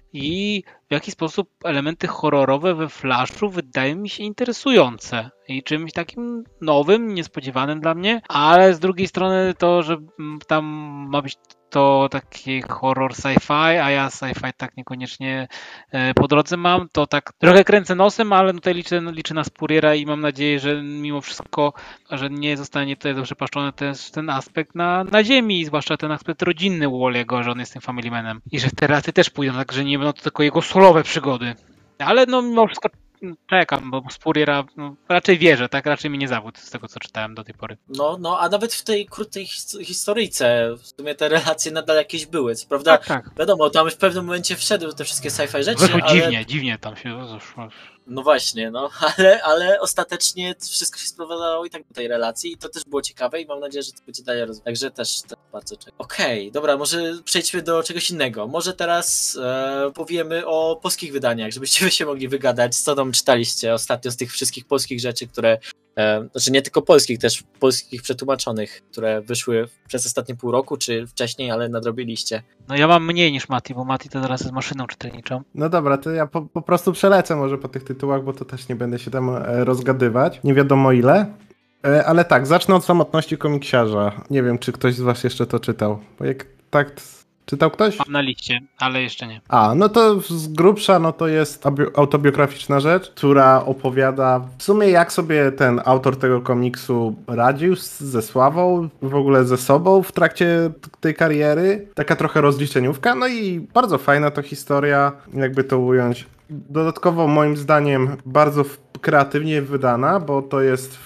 [SPEAKER 2] i w jaki sposób elementy horrorowe we Flashu wydają mi się interesujące i czymś takim nowym, niespodziewanym dla mnie, ale z drugiej strony to, że tam ma być to taki horror sci-fi, a ja sci-fi tak niekoniecznie po drodze mam, to tak trochę kręcę nosem, ale tutaj liczę, liczę na Spurriera i mam nadzieję, że mimo wszystko, że nie zostanie tutaj zaprzepaszczony też ten aspekt na, na ziemi, zwłaszcza ten aspekt rodzinny Wally'ego, że on jest tym family manem i że te relacje też pójdą, tak, że nie będą to tylko jego solowe przygody. Ale no mimo wszystko czekam, bo Spurriera no, raczej wierzę, tak? Raczej mi nie zawód z tego, co czytałem do tej pory.
[SPEAKER 1] No, no, a nawet w tej krótkiej his historyjce w sumie te relacje nadal jakieś były. Co prawda,
[SPEAKER 2] tak, tak.
[SPEAKER 1] Wiadomo, tam w pewnym momencie wszedł te wszystkie sci-fi rzeczy,
[SPEAKER 2] Zresztą
[SPEAKER 1] ale...
[SPEAKER 2] dziwnie, dziwnie tam się zeszło.
[SPEAKER 1] No właśnie, no, ale, ale ostatecznie wszystko się sprowadzało i tak do tej relacji i to też było ciekawe i mam nadzieję, że to będzie dalej rozwijać. Także też, też bardzo czekam. Okej, okay, dobra, może przejdźmy do czegoś innego. Może teraz e, powiemy o polskich wydaniach, żebyście wy się mogli wygadać, co tam czytaliście ostatnio z tych wszystkich polskich rzeczy, które, e, znaczy nie tylko polskich, też polskich przetłumaczonych, które wyszły przez ostatnie pół roku, czy wcześniej, ale nadrobiliście.
[SPEAKER 2] No ja mam mniej niż Mati, bo Mati to teraz jest maszyną czytelniczą.
[SPEAKER 3] No dobra, to ja po, po prostu przelecę może po tych tytułach, bo to też nie będę się tam e, rozgadywać. Nie wiadomo ile. E, ale tak, zacznę od Samotności komiksiarza. Nie wiem, czy ktoś z was jeszcze to czytał. Bo jak tak... Czytał ktoś?
[SPEAKER 2] Mam na liście, ale jeszcze nie.
[SPEAKER 3] A, no to z grubsza, no to jest autobiograficzna rzecz, która opowiada w sumie jak sobie ten autor tego komiksu radził ze sławą, w ogóle ze sobą w trakcie tej kariery. Taka trochę rozliczeniówka, no i bardzo fajna to historia, jakby to ująć. Dodatkowo moim zdaniem bardzo kreatywnie wydana, bo to jest...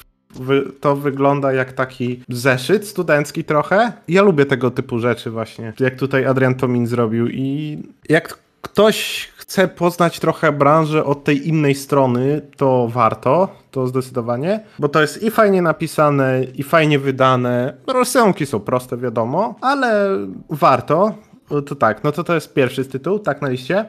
[SPEAKER 3] to wygląda jak taki zeszyt studencki trochę. Ja lubię tego typu rzeczy właśnie, jak tutaj Adrian Tomin zrobił i jak ktoś chce poznać trochę branżę od tej innej strony, to warto, to zdecydowanie, bo to jest i fajnie napisane, i fajnie wydane. Rysunki są proste, wiadomo, ale warto. To tak, no to to jest pierwszy z tytułu, tak na liście.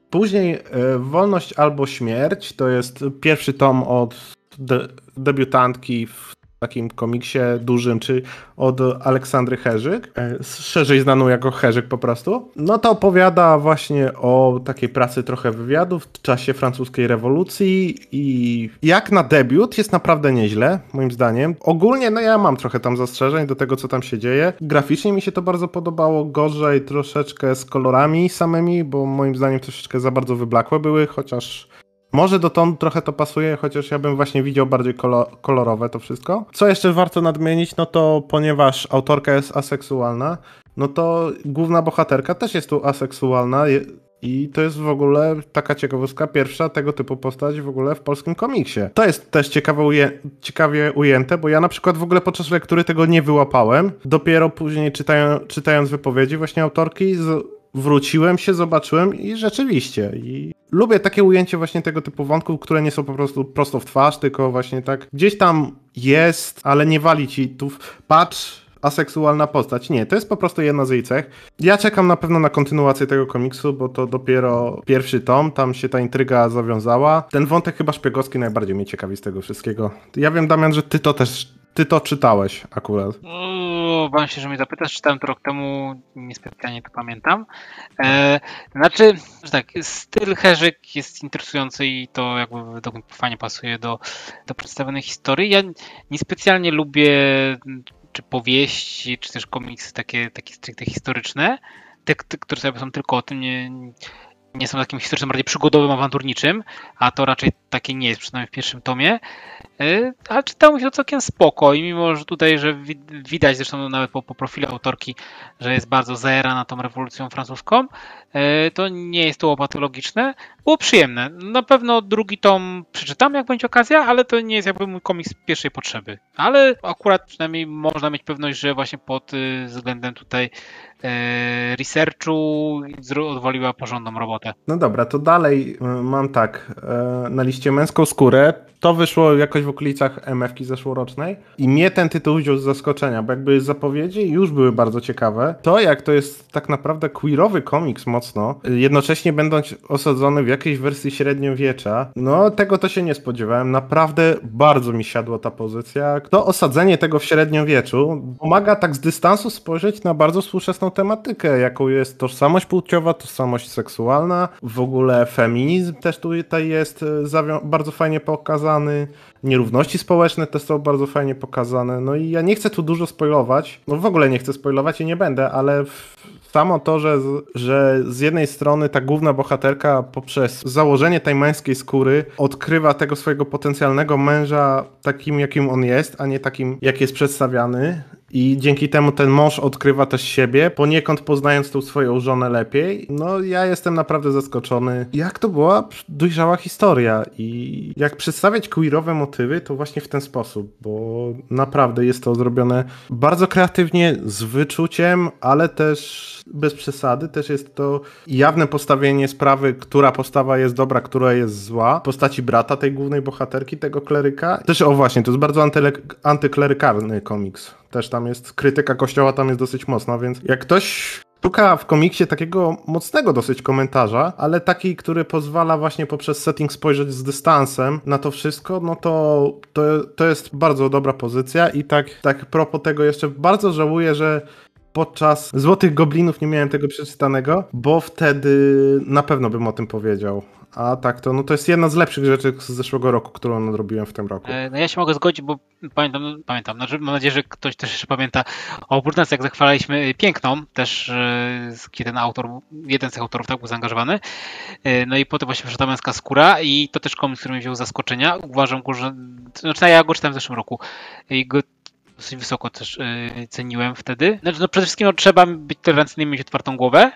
[SPEAKER 3] Później e, Wolność albo Śmierć, to jest pierwszy tom od de- debiutantki w takim komiksie dużym, czy od Aleksandry Herzyk, e, szerzej znaną jako Herzyk po prostu. No to opowiada właśnie o takiej pracy trochę wywiadu w czasie francuskiej rewolucji i jak na debiut jest naprawdę nieźle, moim zdaniem. Ogólnie, no ja mam trochę tam zastrzeżeń do tego, co tam się dzieje. Graficznie mi się to bardzo podobało, gorzej troszeczkę z kolorami samymi, bo moim zdaniem troszeczkę za bardzo wyblakłe były, chociaż może do tonu trochę to pasuje, chociaż ja bym właśnie widział bardziej kolo- kolorowe to wszystko. Co jeszcze warto nadmienić, no to ponieważ autorka jest aseksualna, no to główna bohaterka też jest tu aseksualna i to jest w ogóle taka ciekawostka, pierwsza tego typu postać w ogóle w polskim komiksie. To jest też ciekawe uje- ciekawie ujęte, bo ja na przykład w ogóle podczas lektury tego nie wyłapałem. Dopiero później czytają, czytając wypowiedzi właśnie autorki z- wróciłem się, zobaczyłem i rzeczywiście. I lubię takie ujęcie właśnie tego typu wątków, które nie są po prostu prosto w twarz, tylko właśnie tak gdzieś tam jest, ale nie wali ci tu, patrz, aseksualna postać. Nie, to jest po prostu jedna z jej cech. Ja czekam na pewno na kontynuację tego komiksu, bo to dopiero pierwszy tom, tam się ta intryga zawiązała. Ten wątek chyba szpiegowski najbardziej mnie ciekawi z tego wszystkiego. Ja wiem, Damian, że ty to też Ty to czytałeś akurat.
[SPEAKER 2] No, bałem się, że mnie zapytasz. Czytałem to rok temu, niespecjalnie to pamiętam. E, znaczy, że tak, styl Herzyk jest interesujący i to jakby według mnie fajnie pasuje do, do przedstawionej historii. Ja niespecjalnie lubię czy powieści, czy też komiksy takie, takie stricte historyczne, te, te, które sobie są tylko o tym, nie, nie są takim historycznym, bardziej przygodowym, awanturniczym, a to raczej takie nie jest, przynajmniej w pierwszym tomie. Ale czytało mi się to całkiem spoko i mimo, że tutaj, że widać zresztą nawet po, po profilu autorki, że jest bardzo zajarana tą rewolucją francuską, to nie jest to łopatologiczne. Było przyjemne. Na pewno drugi tom przeczytam, jak będzie okazja, ale to nie jest jakby mój komiks pierwszej potrzeby. Ale akurat przynajmniej można mieć pewność, że właśnie pod względem tutaj researchu odwaliła porządną robotę.
[SPEAKER 3] No dobra, to dalej mam tak, na liście Męską skórę. To wyszło jakoś w okolicach em ef ki zeszłorocznej i mnie ten tytuł wziął z zaskoczenia, bo jakby zapowiedzi już były bardzo ciekawe. To jak to jest tak naprawdę queerowy komiks mocno, jednocześnie będąc osadzony w jakiejś wersji średniowiecza, no tego to się nie spodziewałem. Naprawdę bardzo mi siadła ta pozycja. To osadzenie tego w średniowieczu pomaga tak z dystansu spojrzeć na bardzo współczesną tematykę, jaką jest tożsamość płciowa, tożsamość seksualna, w ogóle feminizm też tutaj jest zawią- bardzo fajnie pokazany. Nierówności społeczne też są bardzo fajnie pokazane. No i ja nie chcę tu dużo spoilować. No w ogóle nie chcę spoilować i nie będę, ale samo to, że, że z jednej strony ta główna bohaterka poprzez założenie tajmańskiej skóry odkrywa tego swojego potencjalnego męża takim, jakim on jest, a nie takim, jak jest przedstawiany. I dzięki temu ten mąż odkrywa też siebie, poniekąd poznając tą swoją żonę lepiej. No ja jestem naprawdę zaskoczony, jak to była dojrzała historia i jak przedstawiać queerowe motywy, to właśnie w ten sposób, bo naprawdę jest to zrobione bardzo kreatywnie, z wyczuciem, ale też bez przesady. Też jest to jawne postawienie sprawy, która postawa jest dobra, która jest zła. W postaci brata tej głównej bohaterki, tego kleryka. Też, o właśnie, to jest bardzo antyle- antyklerykalny komiks. Też tam jest, krytyka kościoła tam jest dosyć mocna, więc jak ktoś szuka w komiksie takiego mocnego dosyć komentarza, ale taki, który pozwala właśnie poprzez setting spojrzeć z dystansem na to wszystko, no to to, to jest bardzo dobra pozycja i tak, tak propos tego jeszcze bardzo żałuję, że podczas Złotych Goblinów nie miałem tego przeczytanego, bo wtedy na pewno bym o tym powiedział. A tak to, no to jest jedna z lepszych rzeczy z zeszłego roku, którą nadrobiłem w tym roku.
[SPEAKER 2] No ja się mogę zgodzić, bo pamiętam, pamiętam, znaczy mam nadzieję, że ktoś też jeszcze pamięta o Brudnance, jak zachwalaliśmy Piękną, też gdzie ten autor, jeden z tych autorów tak był zaangażowany. No i potem właśnie przyszła Męska skóra i to też komiks, który mnie wziął z zaskoczenia. Uważam go, że, znaczy ja go czytałem w zeszłym roku i go dosyć wysoko też ceniłem wtedy. Znaczy no przede wszystkim no, trzeba być tolerancyjnym, mieć otwartą głowę.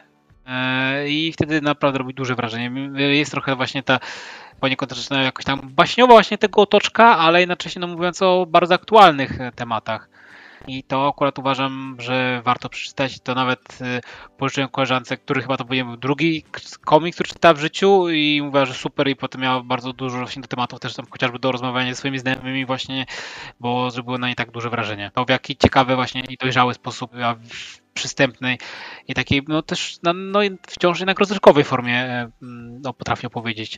[SPEAKER 2] I wtedy naprawdę robi duże wrażenie. Jest trochę właśnie ta poniekąd jakoś tam baśniowa właśnie tego otoczka, ale jednocześnie no mówiąc o bardzo aktualnych tematach. i to akurat uważam, że warto przeczytać. To nawet pożyczyłem koleżance, który chyba to był drugi komik, który czytała w życiu i mówiła, że super i potem miała bardzo dużo właśnie do tematów też tam chociażby do rozmawiania ze swoimi znajomymi właśnie, bo zrobiło na nie tak duże wrażenie. To w jaki ciekawy właśnie i dojrzały sposób, a przystępnej i takiej no też no, no, wciąż jednak rozrywkowej formie no, potrafi opowiedzieć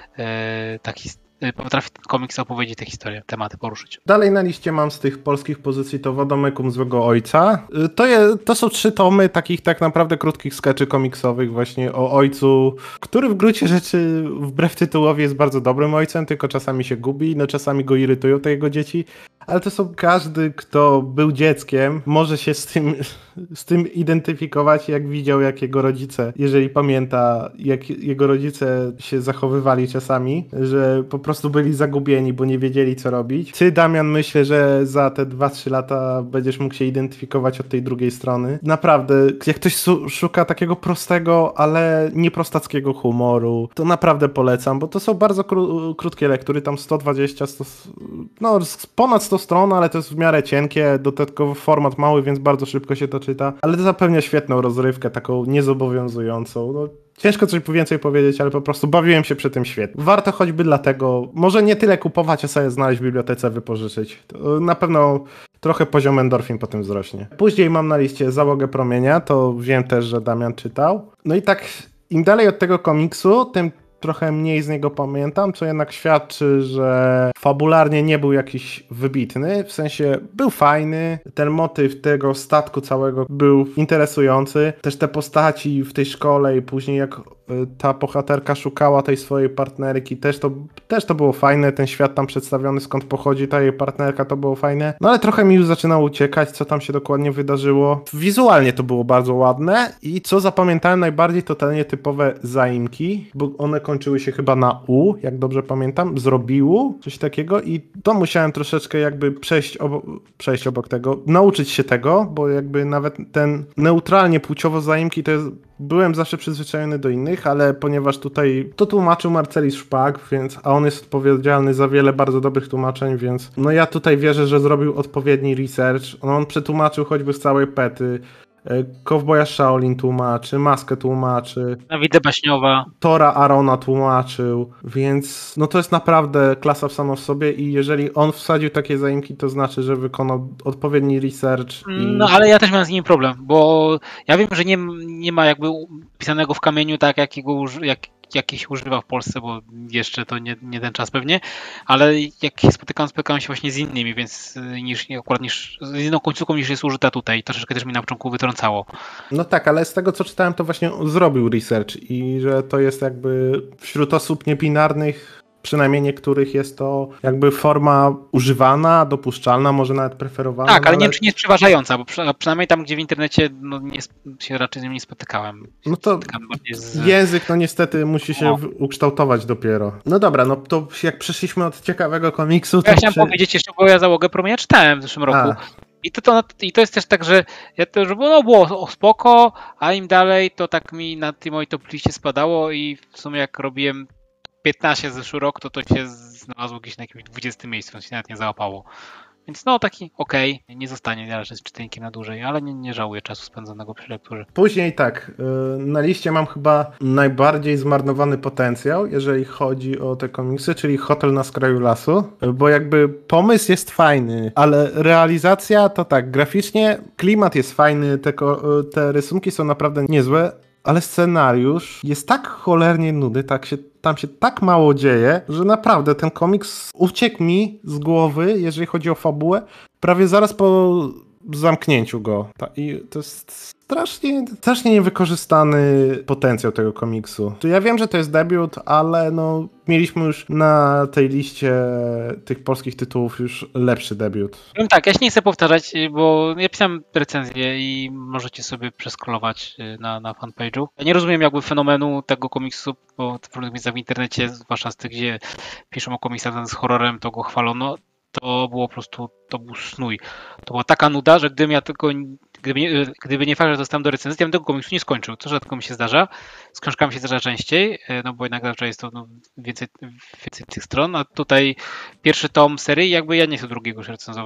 [SPEAKER 2] e, taki potrafi komiks opowiedzieć te historie, tematy poruszyć.
[SPEAKER 3] Dalej na liście mam z tych polskich pozycji to Wadomekum Złego Ojca. To, je, to są trzy tomy takich tak naprawdę krótkich skeczy komiksowych właśnie o ojcu, który w gruncie rzeczy wbrew tytułowi jest bardzo dobrym ojcem, tylko czasami się gubi, no czasami go irytują te jego dzieci, ale to są każdy, kto był dzieckiem, może się z tym, z tym identyfikować, jak widział, jak jego rodzice, jeżeli pamięta, jak jego rodzice się zachowywali czasami, że po prostu byli zagubieni, bo nie wiedzieli, co robić. Ty, Damian, myślę, że za te dwa trzy lata będziesz mógł się identyfikować od tej drugiej strony. Naprawdę, jak ktoś szuka takiego prostego, ale nieprostackiego humoru, to naprawdę polecam, bo to są bardzo kró- krótkie lektury, tam sto dwadzieścia, sto, no ponad sto stron, ale to jest w miarę cienkie, dodatkowo format mały, więc bardzo szybko się to czyta, ale to zapewnia świetną rozrywkę, taką niezobowiązującą. No, ciężko coś więcej powiedzieć, ale po prostu bawiłem się przy tym świetnie. Warto choćby dlatego, może nie tyle kupować, a sobie znaleźć w bibliotece, wypożyczyć. To na pewno trochę poziom endorfin po tym wzrośnie. Później mam na liście Załogę Promienia, to wiem też, że Damian czytał. No i tak im dalej od tego komiksu, tym trochę mniej z niego pamiętam, co jednak świadczy, że fabularnie nie był jakiś wybitny, w sensie był fajny, ten motyw tego statku całego był interesujący, też te postaci w tej szkole i później jak ta bohaterka szukała tej swojej partnerki, też to, też to było fajne, ten świat tam przedstawiony, skąd pochodzi ta jej partnerka, to było fajne, no ale trochę mi już zaczynało uciekać, co tam się dokładnie wydarzyło. Wizualnie to było bardzo ładne i co zapamiętałem najbardziej, to te nietypowe zaimki, bo one kończyły się chyba na U, jak dobrze pamiętam, zrobiło coś takiego i to musiałem troszeczkę jakby przejść, obo- przejść obok tego, nauczyć się tego, bo jakby nawet ten neutralnie płciowo zaimki to jest, byłem zawsze przyzwyczajony do innych, ale ponieważ tutaj to tłumaczył Marcelis Szpak, więc, a on jest odpowiedzialny za wiele bardzo dobrych tłumaczeń, więc no ja tutaj wierzę, że zrobił odpowiedni research. No on przetłumaczył choćby z całej pety, Kowboja Shaolin tłumaczy, Maskę tłumaczy,
[SPEAKER 2] Widzę Baśniowa.
[SPEAKER 3] Tora Arona tłumaczył, więc no to jest naprawdę klasa w samo w sobie i jeżeli on wsadził takie zaimki, to znaczy, że wykonał odpowiedni research. I...
[SPEAKER 2] No ale ja też miałem z nim problem, bo ja wiem, że nie, nie ma jakby pisanego w kamieniu tak, jakiego uży, jak, jakich używa w Polsce, bo jeszcze to nie, nie ten czas pewnie, ale jak się spotykam, spotykam się właśnie z innymi, więc niż akurat niż, z inną końcówką niż jest użyta tutaj. Troszeczkę też mi na początku wytrącało.
[SPEAKER 3] No tak, ale z tego co czytałem, to właśnie zrobił research i że to jest jakby wśród osób niebinarnych, przynajmniej niektórych jest to jakby forma używana, dopuszczalna, może nawet preferowana.
[SPEAKER 2] Tak, ale,
[SPEAKER 3] ale
[SPEAKER 2] nie wiem, czy nie jest przeważająca, bo przynajmniej tam, gdzie w internecie no, nie, się raczej z nią nie spotykałem.
[SPEAKER 3] No to z... język no niestety musi się no. ukształtować dopiero. No dobra, no to jak przeszliśmy od ciekawego komiksu... To
[SPEAKER 2] ja chciałem
[SPEAKER 3] przy...
[SPEAKER 2] powiedzieć jeszcze, bo ja Załogę Promienia czytałem w zeszłym roku. A. I to, to, I to jest też tak, że ja to, że no, było spoko, a im dalej to tak mi na tym mojej top liście spadało i w sumie jak robiłem piętnaście zeszły rok, to to się znalazło gdzieś na jakimś dwudziestym miejscu, więc się nawet nie załapało. Więc no taki okej, okay, nie zostanie raczej z czytelnikiem na dłużej, ale nie, nie żałuję czasu spędzonego przy lekturze.
[SPEAKER 3] Później tak, na liście mam chyba najbardziej zmarnowany potencjał, jeżeli chodzi o te komiksy, czyli Hotel na skraju lasu, bo jakby pomysł jest fajny, ale realizacja to tak, graficznie klimat jest fajny, te, te rysunki są naprawdę niezłe, ale scenariusz jest tak cholernie nudy, tak się, tam się tak mało dzieje, że naprawdę ten komiks uciekł mi z głowy, jeżeli chodzi o fabułę, prawie zaraz po zamknięciu go. I to jest strasznie, strasznie niewykorzystany potencjał tego komiksu. To ja wiem, że to jest debiut, ale no mieliśmy już na tej liście tych polskich tytułów już lepszy debiut.
[SPEAKER 2] No tak, ja się nie chcę powtarzać, bo ja pisałem recenzję i możecie sobie przeskrolować na, na fanpage'u. Ja nie rozumiem jakby fenomenu tego komiksu, bo w różnych miejscach w internecie, zwłaszcza z tych, gdzie piszą o komiksach z horrorem, to go chwalono. To było po prostu, to był snój. To była taka nuda, że gdybym ja tylko, gdyby nie, gdyby nie fakt, że dostałem do recenzji, ja bym tego komiksu nie skończył. To rzadko mi się zdarza. Z książkami się zdarza częściej, no bo jednak zawsze jest to no, więcej, więcej tych stron, a tutaj pierwszy tom serii, jakby ja nie chcę drugiego już recenzować.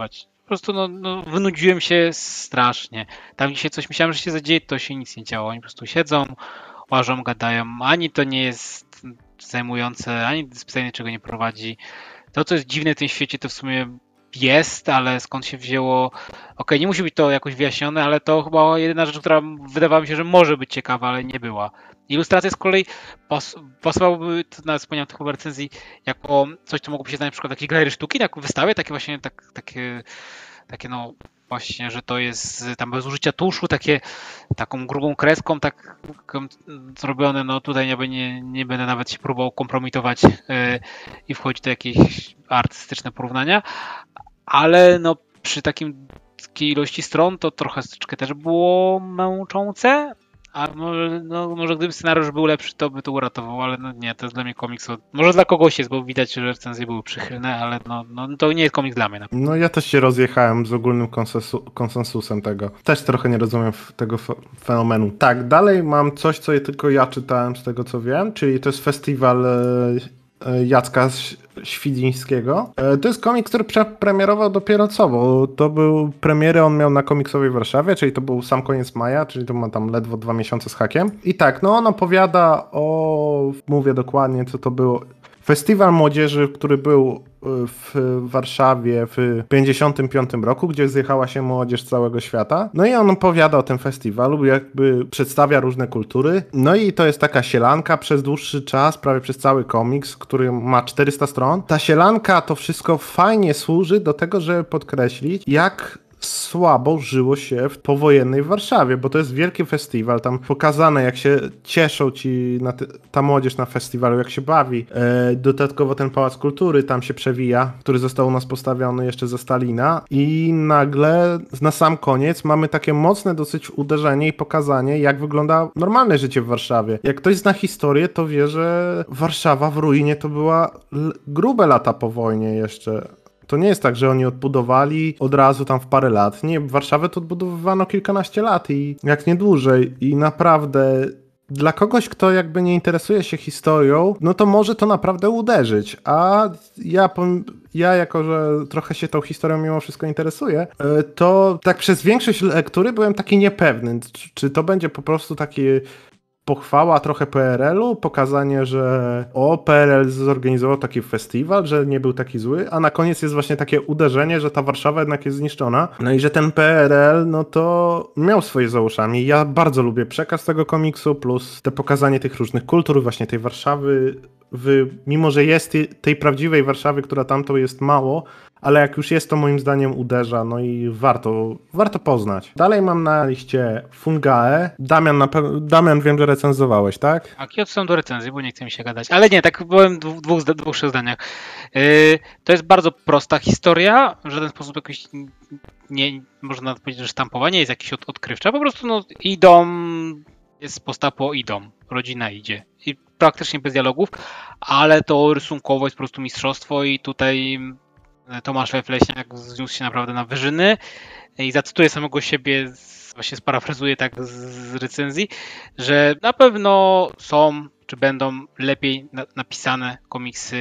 [SPEAKER 2] prostu no, no, wynudziłem się strasznie. Tam gdzie się coś myślałem, że się zadzieje, to się nic nie działo. Oni po prostu siedzą, łażą, gadają. Ani to nie jest zajmujące, ani specjalnie czego nie prowadzi. To, co jest dziwne w tym świecie, to w sumie jest, ale skąd się wzięło... Okej, okay, nie musi być to jakoś wyjaśnione, ale to chyba jedyna rzecz, która wydawała mi się, że może być ciekawa, ale nie była. Ilustracja z kolei pas, pasowałaby, to nawet wspomniałem tylko w recenzji, jako coś, co mogłoby się znać na przykład jakiejś galerii sztuki, tak wystawie, takie właśnie tak, takie, takie no właśnie, że to jest tam bez użycia tuszu, takie taką grubą kreską, tak zrobione, no tutaj nie, nie, nie będę nawet się próbował kompromitować yy, i wchodzić do jakieś artystyczne porównania, ale no przy takim takiej ilości stron to trochę też było męczące. A może, no, może gdyby scenariusz był lepszy, to by to uratował, ale no nie, to jest dla mnie komiks. Od... Może dla kogoś jest, bo widać, że recenzje były przychylne, ale no, no to nie jest komiks dla mnie.
[SPEAKER 3] No ja też się rozjechałem z ogólnym konsensu konsensusem tego. Też trochę nie rozumiem tego fenomenu. Tak, dalej mam coś, co tylko ja czytałem z tego, co wiem, czyli to jest festiwal Jacka Świdzińskiego. To jest komiks, który premierował dopiero co, bo to był premiery, on miał na Komiksowej Warszawie, czyli to był sam koniec maja, czyli to ma tam ledwo dwa miesiące z hakiem. I tak, no on opowiada o, mówię dokładnie, co to było. Festiwal młodzieży, który był w Warszawie w pięćdziesiątym piątym roku, gdzie zjechała się młodzież z całego świata. No i on opowiada o tym festiwalu, jakby przedstawia różne kultury. No i to jest taka sielanka przez dłuższy czas, prawie przez cały komiks, który ma czterysta stron. Ta sielanka, to wszystko fajnie służy do tego, żeby podkreślić, jak słabo żyło się w powojennej Warszawie, bo to jest wielki festiwal, tam pokazane jak się cieszą ci na te, ta młodzież na festiwalu, jak się bawi. E, dodatkowo ten Pałac Kultury tam się przewija, który został u nas postawiony jeszcze za Stalina i nagle na sam koniec mamy takie mocne dosyć uderzenie i pokazanie, jak wygląda normalne życie w Warszawie. Jak ktoś zna historię, to wie, że Warszawa w ruinie to była grube lata po wojnie jeszcze. To nie jest tak, że oni odbudowali od razu tam w parę lat. Nie, Warszawę to odbudowywano kilkanaście lat i jak nie dłużej. I naprawdę dla kogoś, kto jakby nie interesuje się historią, no to może to naprawdę uderzyć. A ja, ja jako, że trochę się tą historią mimo wszystko interesuję, to tak przez większość lektury byłem taki niepewny. Czy to będzie po prostu taki... pochwała trochę P R L-u, pokazanie, że o, P R L zorganizował taki festiwal, że nie był taki zły, a na koniec jest właśnie takie uderzenie, że ta Warszawa jednak jest zniszczona. No i że ten P R L, no to miał swoje za uszami. Ja bardzo lubię przekaz tego komiksu, plus te pokazanie tych różnych kultur, właśnie tej Warszawy, w, mimo że jest tej prawdziwej Warszawy, która tamto jest mało, ale jak już jest, to moim zdaniem uderza, no i warto, warto poznać. Dalej mam na liście Fungae. Damian, na Damian wiem, że recenzowałeś, tak?
[SPEAKER 2] Tak, ja odsyłam do recenzji, bo nie chce mi się gadać. Ale nie, tak byłem w dwóch, dwóch, dwóch trzech zdaniach. Yy, to jest bardzo prosta historia, w żaden sposób jakoś nie, można nawet powiedzieć, że sztampowa, nie jest jakiś od, odkrywcza, po prostu no idą, jest postapo idą, rodzina idzie. I praktycznie bez dialogów, ale to rysunkowo jest po prostu mistrzostwo i tutaj Tomasz Leśniak zniósł się naprawdę na wyżyny i zacytuję samego siebie, właśnie sparafrazuję tak z recenzji, że na pewno są, czy będą lepiej na, napisane komiksy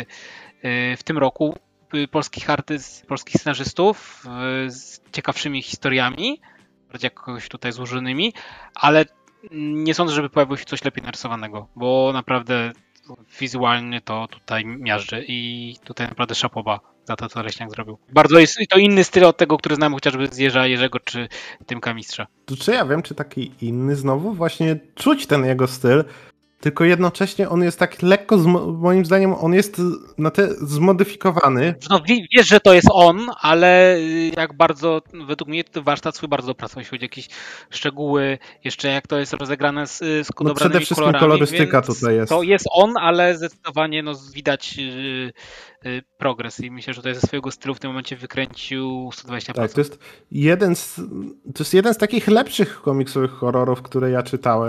[SPEAKER 2] w tym roku polskich artyst, polskich scenarzystów z ciekawszymi historiami, bardziej jakoś tutaj złożonymi, ale nie sądzę, żeby pojawiło się coś lepiej narysowanego, bo naprawdę wizualnie to tutaj miażdży i tutaj naprawdę szapoba za to, co Leśniak zrobił. Bardzo jest to inny styl od tego, który znamy chociażby z Jerza Jerzego czy Tymka Mistrza.
[SPEAKER 3] To czy ja wiem, czy taki inny znowu? Właśnie czuć ten jego styl, tylko jednocześnie on jest tak lekko, moim zdaniem on jest na te zmodyfikowany.
[SPEAKER 2] No wiesz, że to jest on, ale jak bardzo, według mnie to warsztat swój bardzo dopracował, jeśli chodzi o jakieś szczegóły, jeszcze jak to jest rozegrane z, z
[SPEAKER 3] no przede wszystkim kolorami, kolorystyka tutaj jest.
[SPEAKER 2] To jest on, ale zdecydowanie no, widać yy, yy, progres i myślę, że to jest ze swojego stylu w tym momencie wykręcił sto dwadzieścia procent.
[SPEAKER 3] Tak, to jest jeden z, to jest jeden z takich lepszych komiksowych horrorów, które ja czytałem.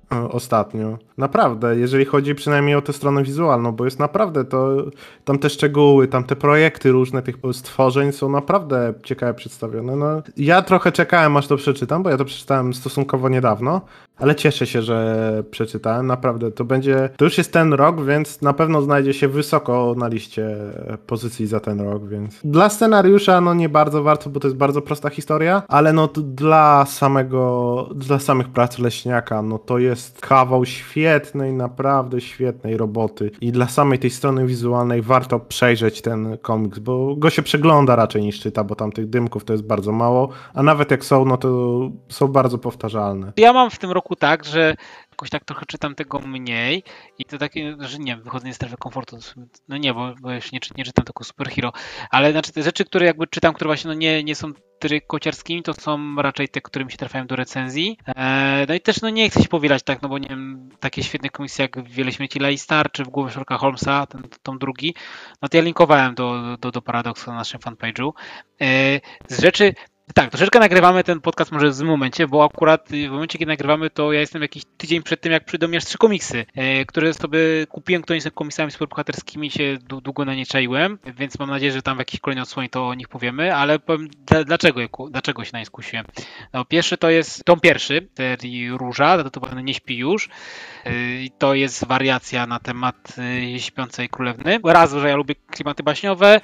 [SPEAKER 3] ostatnio. Naprawdę, jeżeli chodzi przynajmniej o tę stronę wizualną, bo jest naprawdę to, tam te szczegóły, tam te projekty różne tych stworzeń są naprawdę ciekawe przedstawione. No, ja trochę czekałem, aż to przeczytam, bo ja to przeczytałem stosunkowo niedawno, ale cieszę się, że przeczytałem. Naprawdę, to będzie, to już jest ten rok, więc na pewno znajdzie się wysoko na liście pozycji za ten rok, więc dla scenariusza no nie bardzo warto, bo to jest bardzo prosta historia, ale no dla samego, dla samych prac Leśniaka, no to jest kawał świetnej, naprawdę świetnej roboty i dla samej tej strony wizualnej warto przejrzeć ten komiks, bo go się przegląda raczej niż czyta, bo tam tych dymków to jest bardzo mało, a nawet jak są, no to są bardzo powtarzalne.
[SPEAKER 2] Ja mam w tym roku tak, że jakoś tak trochę czytam tego mniej i to takie, że nie, wychodzenie z strefy komfortu, no nie, bo, bo już nie, nie czytam tylko superhero, ale znaczy te rzeczy, które jakby czytam, które właśnie no nie, nie są kociarskimi, to są raczej te, które mi się trafiają do recenzji. Eee, no i też no nie chcę się powielać, tak, no bo nie wiem, takie świetne komisje jak Wiele śmieci Laistar, czy W głowie Sherlocka Holmesa, ten tom drugi, no to ja linkowałem do, do, do Paradoksu na naszym fanpage'u. Eee, z rzeczy Tak, troszeczkę nagrywamy ten podcast może w złym momencie, bo akurat w momencie, kiedy nagrywamy, to ja jestem jakiś tydzień przed tym, jak przyjdą mi aż trzy komiksy, e, które sobie kupiłem, które nie są komiksami superbohaterskimi, się długo na nie czaiłem, więc mam nadzieję, że tam w jakiejś kolejnej odsłonie to o nich powiemy, ale powiem, dlaczego, dlaczego się na nie skusiłem. No, pierwszy to jest tom pierwszy, serii Róża, zatytułowany Nie śpi już. I to jest wariacja na temat Śpiącej Królewny. Raz, że ja lubię klimaty baśniowe,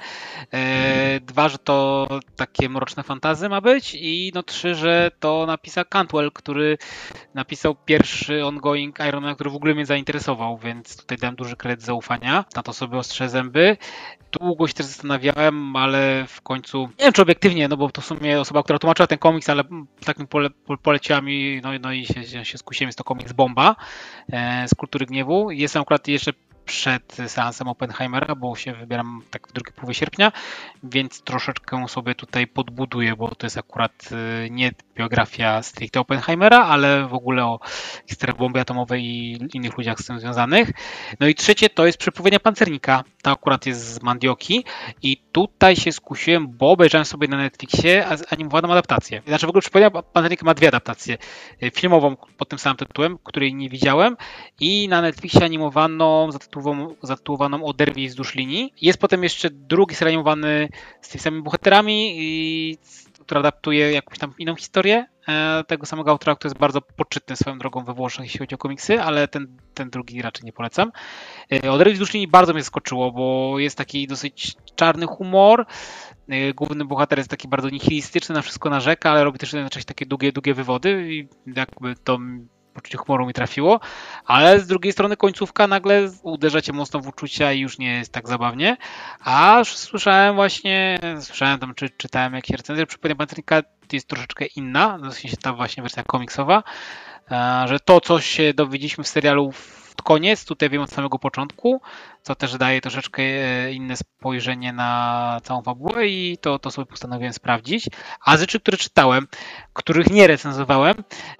[SPEAKER 2] dwa, że to takie mroczne fantazy ma być i no trzy, że to napisał Cantwell, który napisał pierwszy ongoing Iron Man, który w ogóle mnie zainteresował, więc tutaj dałem duży kredyt zaufania. Na to sobie ostrzę zęby. Długo się też zastanawiałem, ale w końcu, nie wiem czy obiektywnie, no bo to w sumie osoba, która tłumaczyła ten komiks, ale tak mi pole, poleciła mi, no, no i się, się, się skusiłem, jest to komiks Bomba e, z Kultury Gniewu. Jestem akurat jeszcze przed seansem Oppenheimera, bo się wybieram tak w drugiej połowie sierpnia, więc troszeczkę sobie tutaj podbuduję, bo to jest akurat nie biografia stricte Oppenheimera, ale w ogóle o historii bomby atomowej i innych ludziach z tym związanych. No i trzecie to jest Przepływienia Pancernika. To akurat jest z Mandioki i tutaj się skusiłem, bo obejrzałem sobie na Netflixie animowaną adaptację. Znaczy w ogóle Przepływienia Pancernika ma dwie adaptacje. Filmową pod tym samym tytułem, której nie widziałem, i na Netflixie animowaną zatytułowaną Oderwij wzdłuż linii. Jest potem jeszcze drugi serial animowany z tymi samymi bohaterami, i, który adaptuje jakąś tam inną historię e, tego samego autora, który jest bardzo poczytny swoją drogą we Włoszech, jeśli chodzi o komiksy, ale ten, ten drugi raczej nie polecam. E, Oderwij wzdłuż linii bardzo mnie zaskoczyło, bo jest taki dosyć czarny humor. E, główny bohater jest taki bardzo nihilistyczny, na wszystko narzeka, ale robi też jednocześnie takie długie, długie wywody i jakby to poczucie humoru mi trafiło, ale z drugiej strony końcówka nagle uderza cię mocno w uczucia i już nie jest tak zabawnie. A słyszałem właśnie, słyszałem tam, czy czytałem jakieś recenzje, że Przepływienie Pancernika jest troszeczkę inna, w sensie ta właśnie wersja komiksowa, że to, co się dowiedzieliśmy w serialu w koniec, tutaj wiem od samego początku, co też daje troszeczkę inne spojrzenie na całą fabułę i to, to sobie postanowiłem sprawdzić. A z rzeczy, które czytałem, których nie recenzowałem,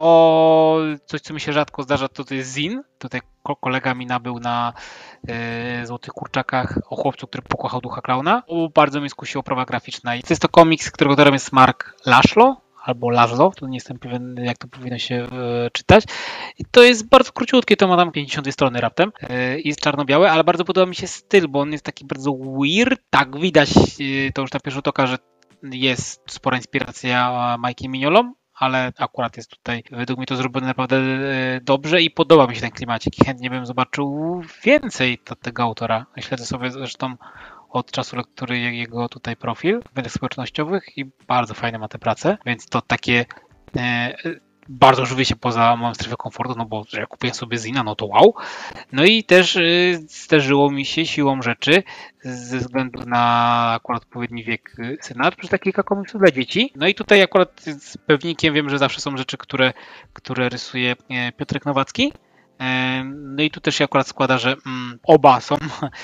[SPEAKER 2] o coś, co mi się rzadko zdarza, to, to jest Zin. Tutaj kolega mi nabył na e, Złotych Kurczakach o chłopcu, który pokochał ducha klauna. O, bardzo mnie skusiła oprawa graficzna. I to jest to komiks, którego autorem jest Mark Laszlo, albo Laszlo, tu nie jestem pewien, jak to powinno się e, czytać. I to jest bardzo króciutkie, to ma tam pięćdziesiąt dwie strony raptem. E, jest czarno-białe, ale bardzo podoba mi się styl, bo on jest taki bardzo weird. Tak, widać, e, to już na pierwszy rzut oka, że jest spora inspiracja Mike'iem Mignolą, ale akurat jest tutaj według mnie to zrobione naprawdę dobrze i podoba mi się ten klimacik i chętnie bym zobaczył więcej tego autora. Śledzę sobie zresztą od czasu lektury jego tutaj profil w mediach społecznościowych i bardzo fajne ma te prace, więc to takie e, bardzo żywi się poza moją strefę komfortu, no bo że ja kupiłem sobie Zina, no to wow. No i też y, zdarzyło mi się siłą rzeczy ze względu na akurat odpowiedni wiek syna, przeczytać kilka komiksów dla dzieci. No i tutaj akurat z pewnikiem wiem, że zawsze są rzeczy, które, które rysuje Piotrek Nowacki. E, no i tu też się akurat składa, że mm, oba są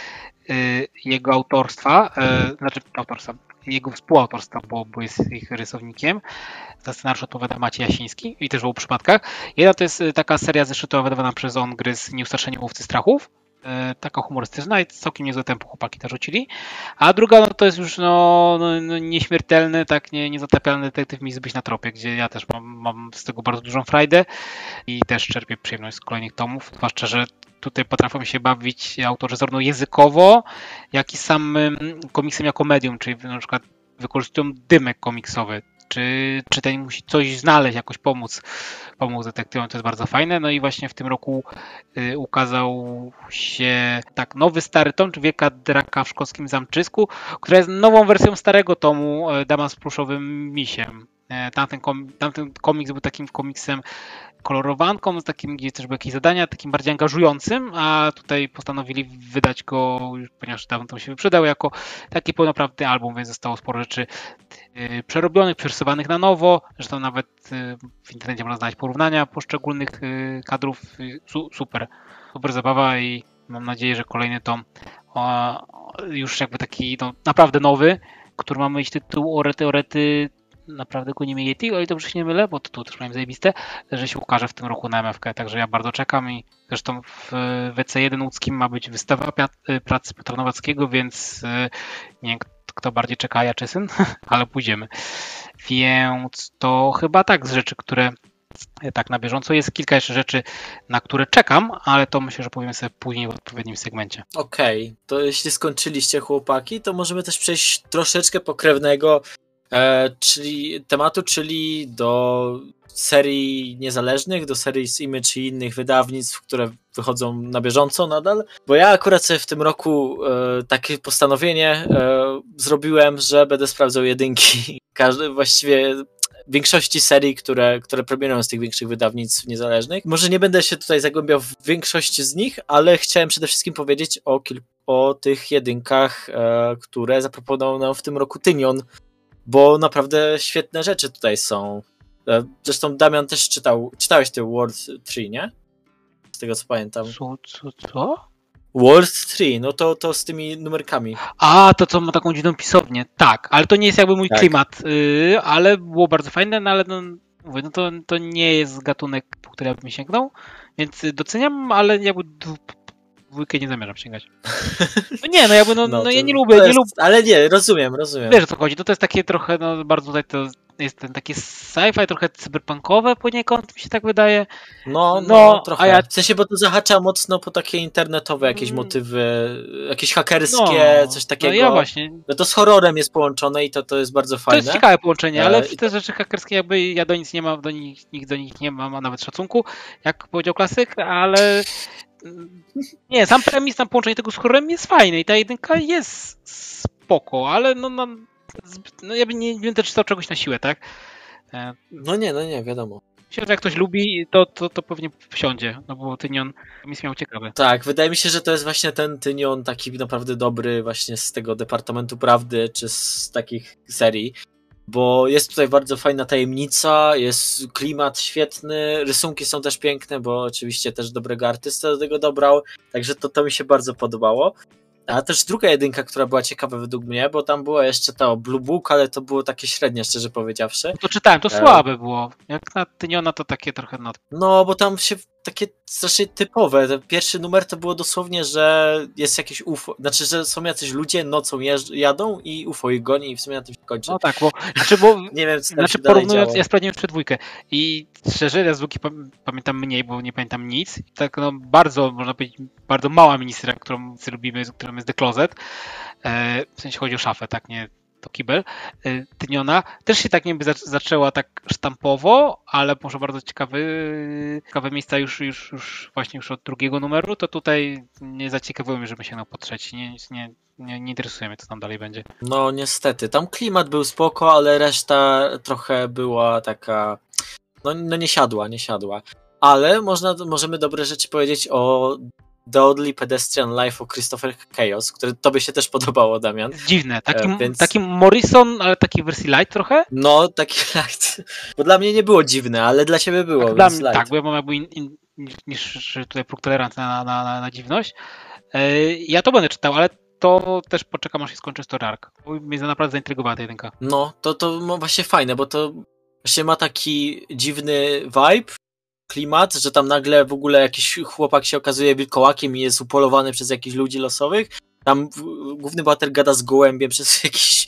[SPEAKER 2] jego autorstwa, e, znaczy autorstwa, jego współautorstwa, bo, bo jest ich rysownikiem. Za scenariusz odpowiada Maciej Jasiński i też w obu przypadkach. Jedna to jest taka seria zeszytowa wydawana przez On Gryz Nieustraszeni Łowcy Strachów. taka humorystyczna i całkiem niezłe tempo chłopaki też rzucili. A druga no to jest już no, no, no nieśmiertelny, tak nie, niezatapialny detektyw Miss Byś na tropie, gdzie ja też mam, mam z tego bardzo dużą frajdę i też czerpię przyjemność z kolejnych tomów, zwłaszcza, że tutaj potrafią się bawić autorzy zarówno językowo, jak i samym komiksem jako medium, czyli na przykład wykorzystują dymek komiksowy. Czy czytelnik musi coś znaleźć, jakoś pomóc, pomóc detektywom, to jest bardzo fajne. No i właśnie w tym roku y, ukazał się tak nowy stary tom, czy Wielka Draka w szkockim zamczysku, która jest nową wersją starego tomu y, Dama z pluszowym misiem. Y, tamten, kom, tamten komiks był takim komiksem kolorowanką, z takim, gdzie też były jakieś zadania, takim bardziej angażującym, a tutaj postanowili wydać go, ponieważ dawno to się wyprzedał, jako taki pełnoprawny album, więc zostało sporo rzeczy yy, przerobionych, przerysowanych na nowo. Zresztą nawet yy, w internecie można znaleźć porównania poszczególnych yy, kadrów. Yy, su, super, super zabawa i mam nadzieję, że kolejny tom o, już jakby taki no, naprawdę nowy, który ma mieć tytuł Orety, Orety naprawdę go nie mieli Yeti, o ile dobrze się nie mylę, bo to też miałem zajebiste, że się ukaże w tym roku na M F K, także ja bardzo czekam i zresztą w W C jeden łódzkim ma być wystawa pracy Piotra Nowackiego, więc nie wiem kto bardziej czeka, ja czy syn, ale pójdziemy. Więc to chyba tak z rzeczy, które tak na bieżąco. Jest kilka jeszcze rzeczy, na które czekam, ale to myślę, że powiemy sobie później w odpowiednim segmencie.
[SPEAKER 1] Okej, okay. To jeśli skończyliście chłopaki, to możemy też przejść troszeczkę pokrewnego E, czyli tematu, czyli do serii niezależnych, do serii z Image i innych wydawnictw, które wychodzą na bieżąco nadal, bo ja akurat sobie w tym roku e, takie postanowienie e, zrobiłem, że będę sprawdzał jedynki każdy, właściwie większości serii, które, które premierują z tych większych wydawnictw niezależnych. Może nie będę się tutaj zagłębiał w większość z nich, ale chciałem przede wszystkim powiedzieć o, kilku, o tych jedynkach, e, które zaproponował nam w tym roku Tynion, bo naprawdę świetne rzeczy tutaj są. Zresztą Damian też czytał, czytałeś ty World trzy, nie? Z tego co pamiętam.
[SPEAKER 2] Co? co, co?
[SPEAKER 1] World trzy, no to, to z tymi numerkami.
[SPEAKER 2] A, to co ma taką dziwną pisownię. Tak, ale to nie jest jakby mój
[SPEAKER 1] tak.
[SPEAKER 2] klimat, yy, ale było bardzo fajne, no ale no, mówię, no to, to nie jest gatunek, po który ja bym sięgnął, więc doceniam, ale jakby dwójkę nie zamierzam sięgać. No nie, no jakby, no, no, no ja nie lubię,
[SPEAKER 1] jest,
[SPEAKER 2] nie lubię.
[SPEAKER 1] Ale nie, rozumiem, rozumiem.
[SPEAKER 2] Wiesz o co chodzi, no to jest takie trochę, no bardzo tutaj to jest ten takie sci-fi, trochę cyberpunkowe poniekąd, mi się tak wydaje.
[SPEAKER 1] No, no,
[SPEAKER 2] no
[SPEAKER 1] trochę.
[SPEAKER 2] A ja...
[SPEAKER 1] W sensie, bo to zahacza mocno po takie internetowe jakieś motywy, jakieś hakerskie, no, coś takiego.
[SPEAKER 2] No ja właśnie.
[SPEAKER 1] No to z horrorem jest połączone i to, to jest bardzo fajne.
[SPEAKER 2] To jest ciekawe połączenie, ale w
[SPEAKER 1] e,
[SPEAKER 2] te rzeczy hakerskie jakby ja do nic nie mam, do nich, nikt do nich nie mam, a nawet szacunku, jak powiedział klasyk, ale nie, sam premis, sam połączenie tego z horrorem jest fajne i ta jedynka jest spoko, ale no, no, no ja bym nie, nie będę czytał czegoś na siłę, tak?
[SPEAKER 1] No nie, no nie, wiadomo.
[SPEAKER 2] Myślę, że jak ktoś lubi, to, to, to pewnie wsiądzie, no bo Tynion jest miał ciekawy.
[SPEAKER 1] Tak, wydaje mi się, że to jest właśnie ten Tynion taki naprawdę dobry właśnie z tego Departamentu Prawdy, czy z takich serii, bo jest tutaj bardzo fajna tajemnica, jest klimat świetny, rysunki są też piękne, bo oczywiście też dobrego artysta do tego dobrał, także to, to mi się bardzo podobało. A też druga jedynka, która była ciekawa według mnie, bo tam było jeszcze to Blue Book, ale to było takie średnie, szczerze powiedziawszy.
[SPEAKER 2] To czytałem, to słabe było. Jak na Tyniona to takie trochę nad...
[SPEAKER 1] No, bo tam się takie strasznie typowe. Ten pierwszy numer to było dosłownie, że jest jakieś U F O, znaczy, że są jacyś ludzie nocą jeżdż- jadą i U F O ich goni i w sumie na tym się kończy.
[SPEAKER 2] No tak, bo... Znaczy, bo
[SPEAKER 1] nie wiem, co tam
[SPEAKER 2] znaczy
[SPEAKER 1] się dalej
[SPEAKER 2] porównując,
[SPEAKER 1] działo.
[SPEAKER 2] ja sprawdziłem przed dwójkę i szczerze, ja z dwójki pamiętam mniej, bo nie pamiętam nic. I tak no bardzo, można powiedzieć, bardzo mała ministra, którą lubimy, którą jest The Closet. E, w sensie chodzi o szafę, tak, nie to kibel. E, Tyniona też się tak niby zaczęła tak sztampowo, ale może bardzo ciekawy, ciekawe miejsca już, już, już właśnie już od drugiego numeru, to tutaj nie zaciekawiło mnie, żeby się po trzeci. Nie, nie, nie, nie interesuje mnie, co tam dalej będzie.
[SPEAKER 1] No niestety, tam klimat był spoko, ale reszta trochę była taka, no, no nie siadła, nie siadła. Ale można, możemy dobre rzeczy powiedzieć o The Oddly Pedestrian Life of Christopher Chaos, które tobie się też podobało, Damian.
[SPEAKER 2] Dziwne, taki,
[SPEAKER 1] e, więc...
[SPEAKER 2] taki Morrison, ale taki w wersji light trochę?
[SPEAKER 1] No, taki light. Bo dla mnie nie było dziwne, ale dla ciebie było.
[SPEAKER 2] Tak, dla mnie,
[SPEAKER 1] light.
[SPEAKER 2] tak, bo ja mam jakby in, in, niż tutaj próg tolerancji na, na, na, na dziwność. E, ja to będę czytał, ale to też poczekam, aż się skończy Story Arc. Mnie naprawdę zaintrygowała ta jedynka.
[SPEAKER 1] No, to, to właśnie fajne, bo to właśnie ma taki dziwny vibe, klimat, że tam nagle w ogóle jakiś chłopak się okazuje wilkołakiem i jest upolowany przez jakichś ludzi losowych. Tam główny bohater gada z gołębiem przez jakiś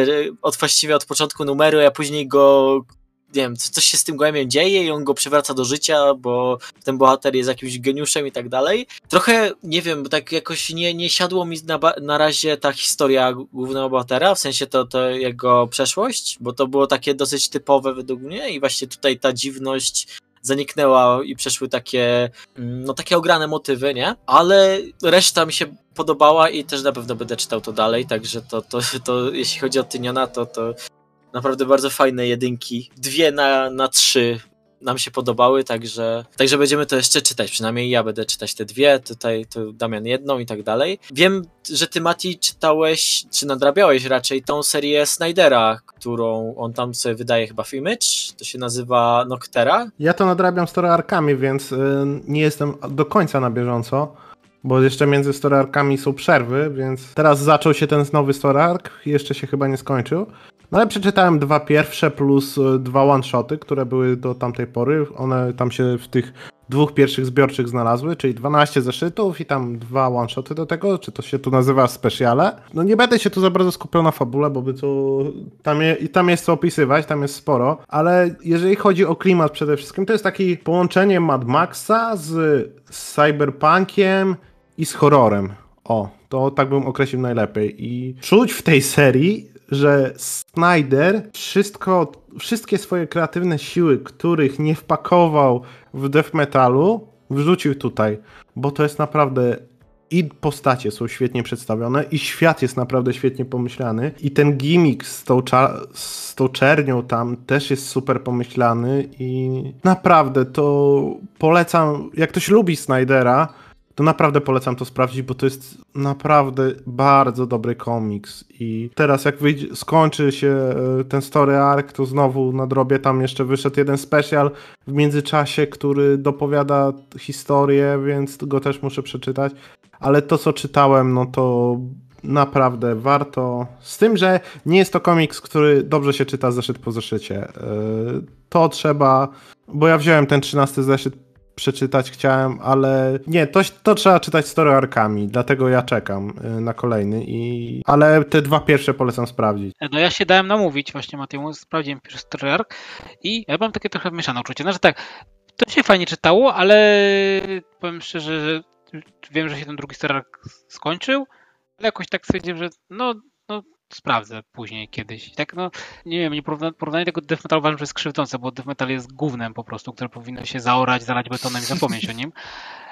[SPEAKER 1] od właściwie od początku numeru, a później go nie wiem, coś się z tym gołębiem dzieje i on go przywraca do życia, bo ten bohater jest jakimś geniuszem i tak dalej. Trochę, nie wiem, tak jakoś nie, nie siadło mi na, na razie ta historia głównego bohatera, w sensie to, to jego przeszłość, bo to było takie dosyć typowe według mnie i właśnie tutaj ta dziwność zaniknęła i przeszły takie, no takie ograne motywy, nie? Ale reszta mi się podobała i też na pewno będę czytał to dalej, także to, to, to jeśli chodzi o Tyniona, to, to naprawdę bardzo fajne jedynki. Dwie na, na trzy nam się podobały, także, także będziemy to jeszcze czytać. Przynajmniej ja będę czytać te dwie, tutaj to Damian jedną i tak dalej. Wiem, że ty, Mati, czytałeś, czy nadrabiałeś raczej tą serię Snydera, którą on tam sobie wydaje chyba w Image. To się nazywa Noctera.
[SPEAKER 3] Ja to nadrabiam story arkami, więc y, nie jestem do końca na bieżąco. Bo jeszcze między story arkami są przerwy, więc teraz zaczął się ten nowy story arc, jeszcze się chyba nie skończył. No ale przeczytałem dwa pierwsze plus dwa one-shoty, które były do tamtej pory. One tam się w tych dwóch pierwszych zbiorczych znalazły, czyli dwanaście zeszytów i tam dwa one-shoty do tego, czy to się tu nazywa specjale. No nie będę się tu za bardzo skupiał na fabule, bo by to... Tam, je, tam jest co opisywać, tam jest sporo, ale jeżeli chodzi o klimat przede wszystkim, to jest takie połączenie Mad Maxa z, z cyberpunkiem i z horrorem. O, to tak bym określił najlepiej. I czuć w tej serii, że Snyder wszystko, wszystkie swoje kreatywne siły, których nie wpakował w death metalu, wrzucił tutaj, bo to jest naprawdę i postacie są świetnie przedstawione i świat jest naprawdę świetnie pomyślany i ten gimmick z tą, cza- z tą czernią tam też jest super pomyślany i naprawdę to polecam, jak ktoś lubi Snydera, to naprawdę polecam to sprawdzić, bo to jest naprawdę bardzo dobry komiks i teraz jak wyjdzie, skończy się ten story arc, to znowu nadrobię, tam jeszcze wyszedł jeden special w międzyczasie, który dopowiada historię, więc go też muszę przeczytać, ale to co czytałem, no to naprawdę warto, z tym, że nie jest to komiks, który dobrze się czyta zeszyt po zeszycie. To trzeba, bo ja wziąłem ten trzynasty zeszyt, przeczytać chciałem, ale nie, to, to trzeba czytać story arkami, dlatego ja czekam na kolejny, i ale te dwa pierwsze polecam sprawdzić.
[SPEAKER 2] No ja się dałem namówić właśnie Mateusz, sprawdziłem pierwszy story arc i ja mam takie trochę mieszane uczucie. Znaczy tak, to się fajnie czytało, ale powiem szczerze, że wiem, że się ten drugi story arc skończył, ale jakoś tak stwierdziłem, że no, no sprawdzę później kiedyś. I tak no, nie wiem, nie porównanie, porównanie tego death metal uważam, że jest krzywdzące, bo death metal jest gównem po prostu, które powinno się zaorać, zalać betonem i zapomnieć o nim.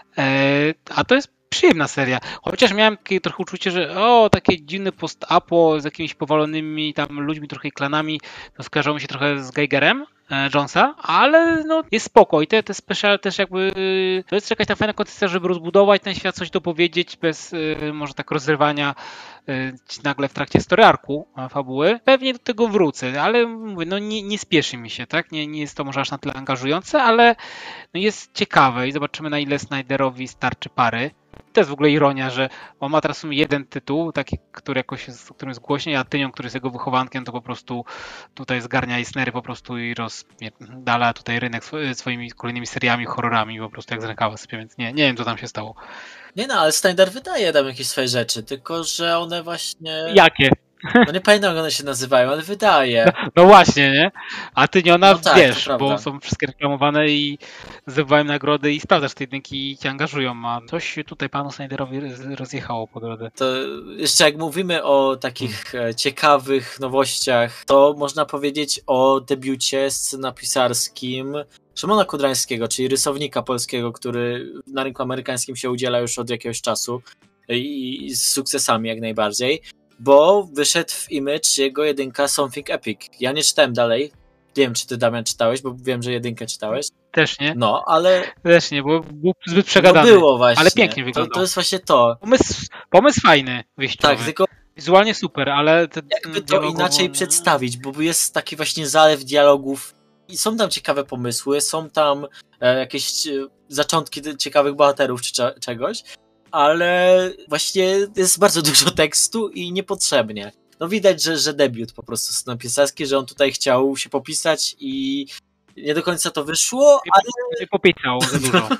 [SPEAKER 2] E, a to jest przyjemna seria. Chociaż miałem takie trochę uczucie, że o, takie dziwne post-apo z jakimiś powalonymi tam ludźmi, trochę klanami, to skojarzyło mi się trochę z Geigerem e, Jonesa, ale no jest spoko i te, te special też jakby to jest jakaś ta fajna koncepcja, żeby rozbudować ten świat, coś dopowiedzieć bez e, może tak rozrywania e, nagle w trakcie story arcu fabuły. Pewnie do tego wrócę, ale mówię, no nie, nie spieszy mi się, tak? Nie, nie jest to może aż na tyle angażujące, ale no jest ciekawe i zobaczymy, na ile Snyderowi starczy pary. To jest w ogóle ironia, że on ma teraz w sumie jeden tytuł, taki, który jakoś jest, którym jest głośniej, a Tynion, który jest jego wychowankiem, to po prostu tutaj zgarnia Eisnery po prostu i rozdala tutaj rynek swoimi kolejnymi seriami, horrorami, po prostu jak z rękawa sypie, więc nie, nie wiem, co tam się stało.
[SPEAKER 1] Nie no, ale Snyder wydaje tam jakieś swoje rzeczy, tylko że one właśnie...
[SPEAKER 2] Jakie?
[SPEAKER 1] No nie pamiętam, jak one się nazywają, ale wydaje.
[SPEAKER 2] No, no właśnie, nie? A Tyniona, no tak, wiesz, bo są wszystkie reklamowane i zdobywają nagrody i sprawdzasz te jedynki i cię angażują, a coś się tutaj panu Snyderowi rozjechało po drodze.
[SPEAKER 1] To jeszcze jak mówimy o takich hmm. ciekawych nowościach, to można powiedzieć o debiucie scenapisarskim Szymona Kudrańskiego, czyli rysownika polskiego, który na rynku amerykańskim się udziela już od jakiegoś czasu i z sukcesami jak najbardziej. Bo wyszedł w Image jego jedynka Something Epic. Ja nie czytałem dalej. Nie wiem, czy ty, Damian, czytałeś, bo wiem, że jedynkę czytałeś.
[SPEAKER 2] Też nie.
[SPEAKER 1] No, ale...
[SPEAKER 2] Też nie, bo był zbyt przegadany.
[SPEAKER 1] No było właśnie.
[SPEAKER 2] Ale pięknie wyglądał.
[SPEAKER 1] To, to jest właśnie to.
[SPEAKER 2] Pomysł, pomysł fajny, wyjściowy.
[SPEAKER 1] Tak, tylko...
[SPEAKER 2] Wizualnie super, ale... Te,
[SPEAKER 1] jakby to inaczej przedstawić, bo jest taki właśnie zalew dialogów i są tam ciekawe pomysły, są tam e, jakieś e, zaczątki ciekawych bohaterów czy cze- czegoś, ale właśnie jest bardzo dużo tekstu i niepotrzebnie. No widać, że, że debiut po prostu scenapisarski, że on tutaj chciał się popisać i nie do końca to wyszło, ale...
[SPEAKER 2] Popicał za dużo.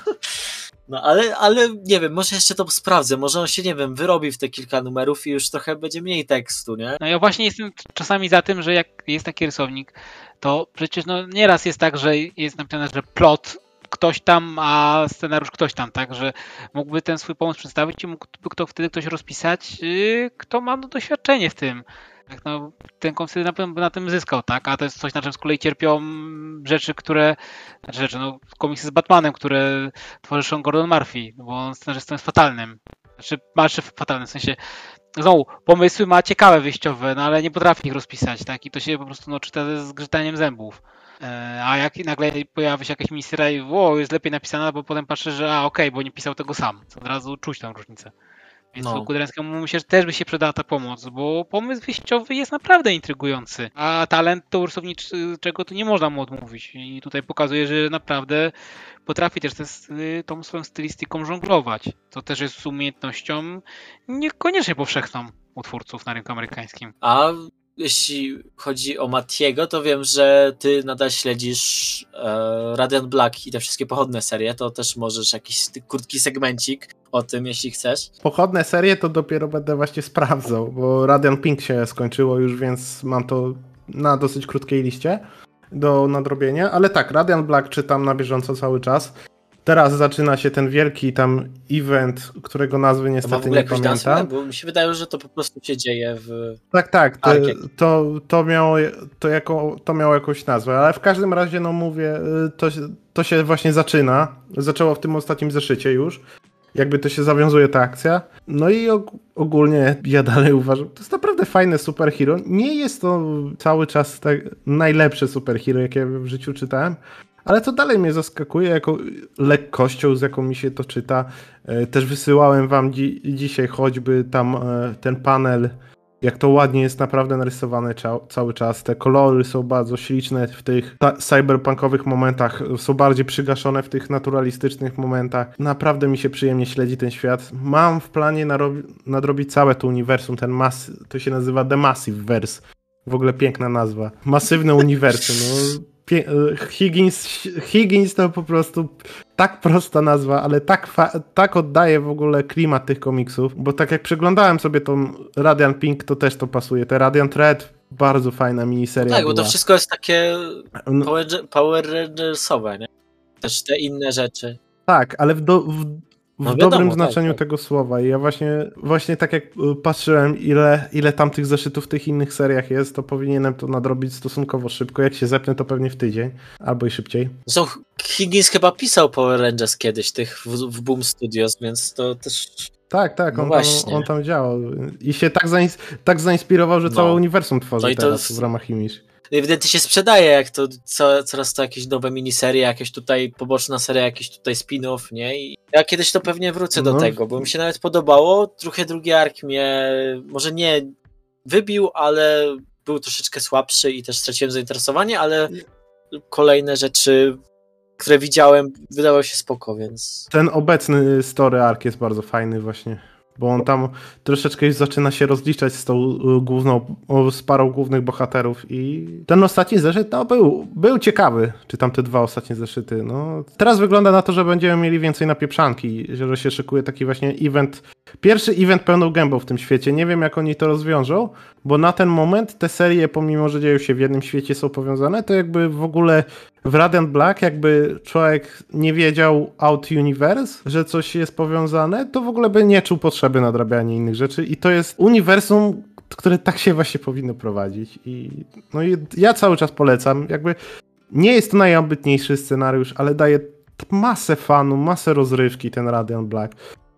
[SPEAKER 1] No ale, ale nie wiem, może jeszcze to sprawdzę, może on się, nie wiem, wyrobi w te kilka numerów i już trochę będzie mniej tekstu, nie?
[SPEAKER 2] No ja właśnie jestem czasami za tym, że jak jest taki rysownik, to przecież no nieraz jest tak, że jest napisane, że plot ktoś tam, a scenariusz ktoś tam, tak, że mógłby ten swój pomysł przedstawić i mógłby kto, wtedy ktoś rozpisać, yy, kto ma no, doświadczenie w tym. Tak, no, ten komiks na pewno by na tym zyskał, tak? A to jest coś, na czym z kolei cierpią rzeczy, które. Znaczy rzeczy, no, komiksy z Batmanem, które tworzy Sean Gordon Murphy, bo on scenarzystą jest fatalnym. Znaczy, znaczy fatalnym, w sensie. Znowu, pomysły ma ciekawe wyjściowe, no ale nie potrafi ich rozpisać, tak? I to się po prostu no, czyta ze zgrzytaniem zębów. E, a jak nagle pojawia się jakaś misja i o, jest lepiej napisana, bo potem patrzę, że a okej, okay, bo nie pisał tego sam. Od razu czuć tę różnicę. Więc no. Kudryńskiemu myślę, że też by się przydała ta pomoc, bo pomysł wyjściowy jest naprawdę intrygujący, a talent to rysowniczego to nie można mu odmówić i tutaj pokazuje, że naprawdę potrafi też tą swoją stylistyką żonglować, co też jest umiejętnością niekoniecznie powszechną u twórców na rynku amerykańskim.
[SPEAKER 1] A jeśli chodzi o Mattiego, to wiem, że ty nadal śledzisz e, Radiant Black i te wszystkie pochodne serie, to też możesz jakiś krótki segmencik o tym, jeśli chcesz.
[SPEAKER 3] Pochodne serie to dopiero będę właśnie sprawdzał, bo Radiant Pink się skończyło już, więc mam to na dosyć krótkiej liście do nadrobienia, ale tak, Radiant Black czytam na bieżąco cały czas. Teraz zaczyna się ten wielki tam event, którego nazwy niestety nie pamiętam. Nazwę?
[SPEAKER 1] Bo mi się wydaje, że to po prostu się dzieje w...
[SPEAKER 3] Tak, tak, to, to, to, miało, to, jako, to miało jakąś nazwę, ale w każdym razie, no mówię, to, to się właśnie zaczyna. Zaczęło w tym ostatnim zeszycie już. Jakby to się zawiązuje ta akcja. No i og- ogólnie ja dalej uważam, to jest naprawdę fajne superhero. Nie jest to cały czas tak najlepsze superhero, jakie w życiu czytałem, ale to dalej mnie zaskakuje jako lekkością, z jaką mi się to czyta. Też wysyłałem wam dzi- dzisiaj choćby tam ten panel, jak to ładnie jest naprawdę narysowane cza- cały czas. Te kolory są bardzo śliczne w tych ta- cyberpunkowych momentach, są bardziej przygaszone w tych naturalistycznych momentach. Naprawdę mi się przyjemnie śledzi ten świat. Mam w planie narobi- nadrobić całe to uniwersum, ten mas- to się nazywa The Massive Verse. W ogóle piękna nazwa. Masywne uniwersum. No. Higgins, Higgins to po prostu tak prosta nazwa, ale tak, fa- tak oddaje w ogóle klimat tych komiksów, bo tak jak przeglądałem sobie tą Radiant Pink, to też to pasuje. Te Radiant Red, bardzo fajna miniseria.
[SPEAKER 1] No tak,
[SPEAKER 3] była.
[SPEAKER 1] bo to wszystko jest takie Power, Power Rangersowe, nie? Też te inne rzeczy.
[SPEAKER 3] Tak, ale w, do, w, w
[SPEAKER 1] no
[SPEAKER 3] dobrym
[SPEAKER 1] wiadomo,
[SPEAKER 3] znaczeniu
[SPEAKER 1] tak, tak.
[SPEAKER 3] tego słowa. I ja właśnie, właśnie tak jak patrzyłem, ile, ile tam tych zeszytów w tych innych seriach jest, to powinienem to nadrobić stosunkowo szybko. Jak się zepnę, to pewnie w tydzień, albo i szybciej.
[SPEAKER 1] Zresztą Higgins chyba pisał Power Rangers kiedyś, tych w, w Boom Studios, więc to też...
[SPEAKER 3] Tak, tak,
[SPEAKER 1] no
[SPEAKER 3] on, tam, on tam działał. I się tak, zains- tak zainspirował, że no. całe uniwersum tworzy no teraz to... w ramach Image.
[SPEAKER 1] Ewidentnie się sprzedaje, jak to co, coraz to jakieś nowe miniserie, jakieś tutaj poboczna seria, jakiś tutaj spin-off, nie? I ja kiedyś to pewnie wrócę no. do tego, bo mi się nawet podobało. Trochę drugi ark mnie może nie wybił, ale był troszeczkę słabszy i też straciłem zainteresowanie, ale kolejne rzeczy, które widziałem, wydawały się spoko, więc...
[SPEAKER 3] Ten obecny story arc jest bardzo fajny właśnie. Bo on tam troszeczkę już zaczyna się rozliczać z tą główną, z parą głównych bohaterów i ten ostatni zeszyt no, był, był ciekawy, czy tam te dwa ostatnie zeszyty. No, teraz wygląda na to, że będziemy mieli więcej napieprzanki, że się szykuje taki właśnie event, pierwszy event pełną gębą w tym świecie. Nie wiem, jak oni to rozwiążą, bo na ten moment te serie, pomimo że dzieją się w jednym świecie, są powiązane, to jakby w ogóle w Radiant Black jakby człowiek nie wiedział out universe, że coś jest powiązane, to w ogóle by nie czuł potrzeby nadrabiania innych rzeczy i to jest uniwersum, które tak się właśnie powinno prowadzić i no i ja cały czas polecam, jakby nie jest to najambitniejszy scenariusz, ale daje masę fanu, masę rozrywki ten Radiant Black.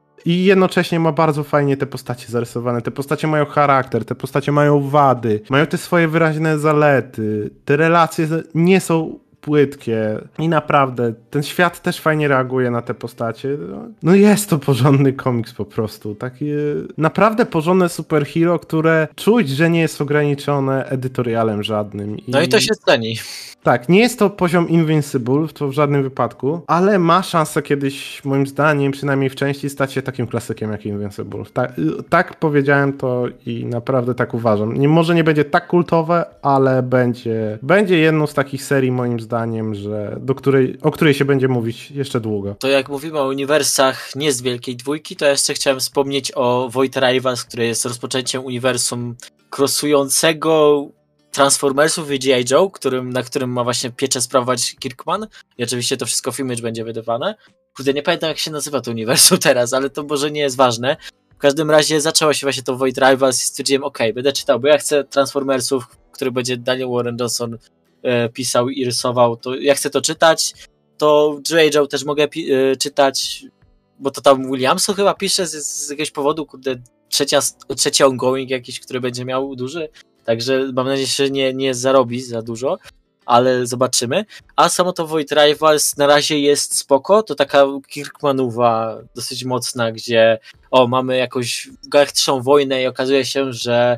[SPEAKER 3] I jednocześnie ma bardzo fajnie te postacie zarysowane. Te postacie mają charakter, te postacie mają wady, mają te swoje wyraźne zalety. Te relacje nie są płytkie i naprawdę ten świat też fajnie reaguje na te postacie. No jest to porządny komiks po prostu. Takie naprawdę porządne superhero, które czuć, że nie jest ograniczone edytorialem żadnym. I...
[SPEAKER 1] No i to się ceni.
[SPEAKER 3] Tak, nie jest to poziom Invincible, to w żadnym wypadku, ale ma szansę kiedyś, moim zdaniem, przynajmniej w części, stać się takim klasykiem jak Invincible. Tak, tak powiedziałem to i naprawdę tak uważam. Nie, może nie będzie tak kultowe, ale będzie, będzie jedną z takich serii, moim zdaniem, zdaniem, że do której, o której się będzie mówić jeszcze długo.
[SPEAKER 1] To jak mówimy o uniwersach nie z Wielkiej Dwójki, to jeszcze chciałem wspomnieć o Void Rivals, które jest rozpoczęciem uniwersum crossującego Transformersów i G I. Joe, którym, na którym ma właśnie pieczę sprawować Kirkman i oczywiście to wszystko w Image będzie wydawane. Kurde, nie pamiętam jak się nazywa to uniwersum teraz, ale to może nie jest ważne. W każdym razie zaczęło się właśnie to Void Rivals i stwierdziłem, okej, okay, będę czytał, bo ja chcę Transformersów, który będzie Daniel Warren Johnson e, pisał i rysował, to ja chcę to czytać, to G I. Joe też mogę pi- e, czytać, bo to tam Williamson chyba pisze z, z jakiegoś powodu, kurde, trzecia, trzeci ongoing jakiś, który będzie miał duży, także mam nadzieję, że nie, nie zarobi za dużo, ale zobaczymy. A samo to Void Rivals na razie jest spoko, to taka Kirkmanowa dosyć mocna, gdzie o, mamy jakąś galaktyczną wojnę i okazuje się, że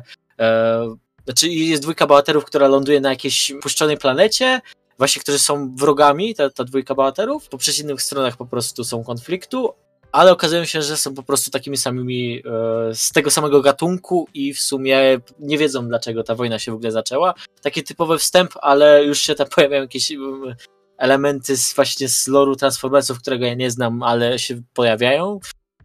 [SPEAKER 1] e, znaczy jest dwójka bohaterów, która ląduje na jakiejś puszczonej planecie, właśnie, którzy są wrogami, ta, ta dwójka bohaterów, po przeciwnych stronach po prostu są konfliktu, ale okazują się, że są po prostu takimi samymi e, z tego samego gatunku i w sumie nie wiedzą, dlaczego ta wojna się w ogóle zaczęła. Taki typowy wstęp, ale już się tam pojawiają jakieś um, elementy z, właśnie z loru Transformersów, którego ja nie znam, ale się pojawiają.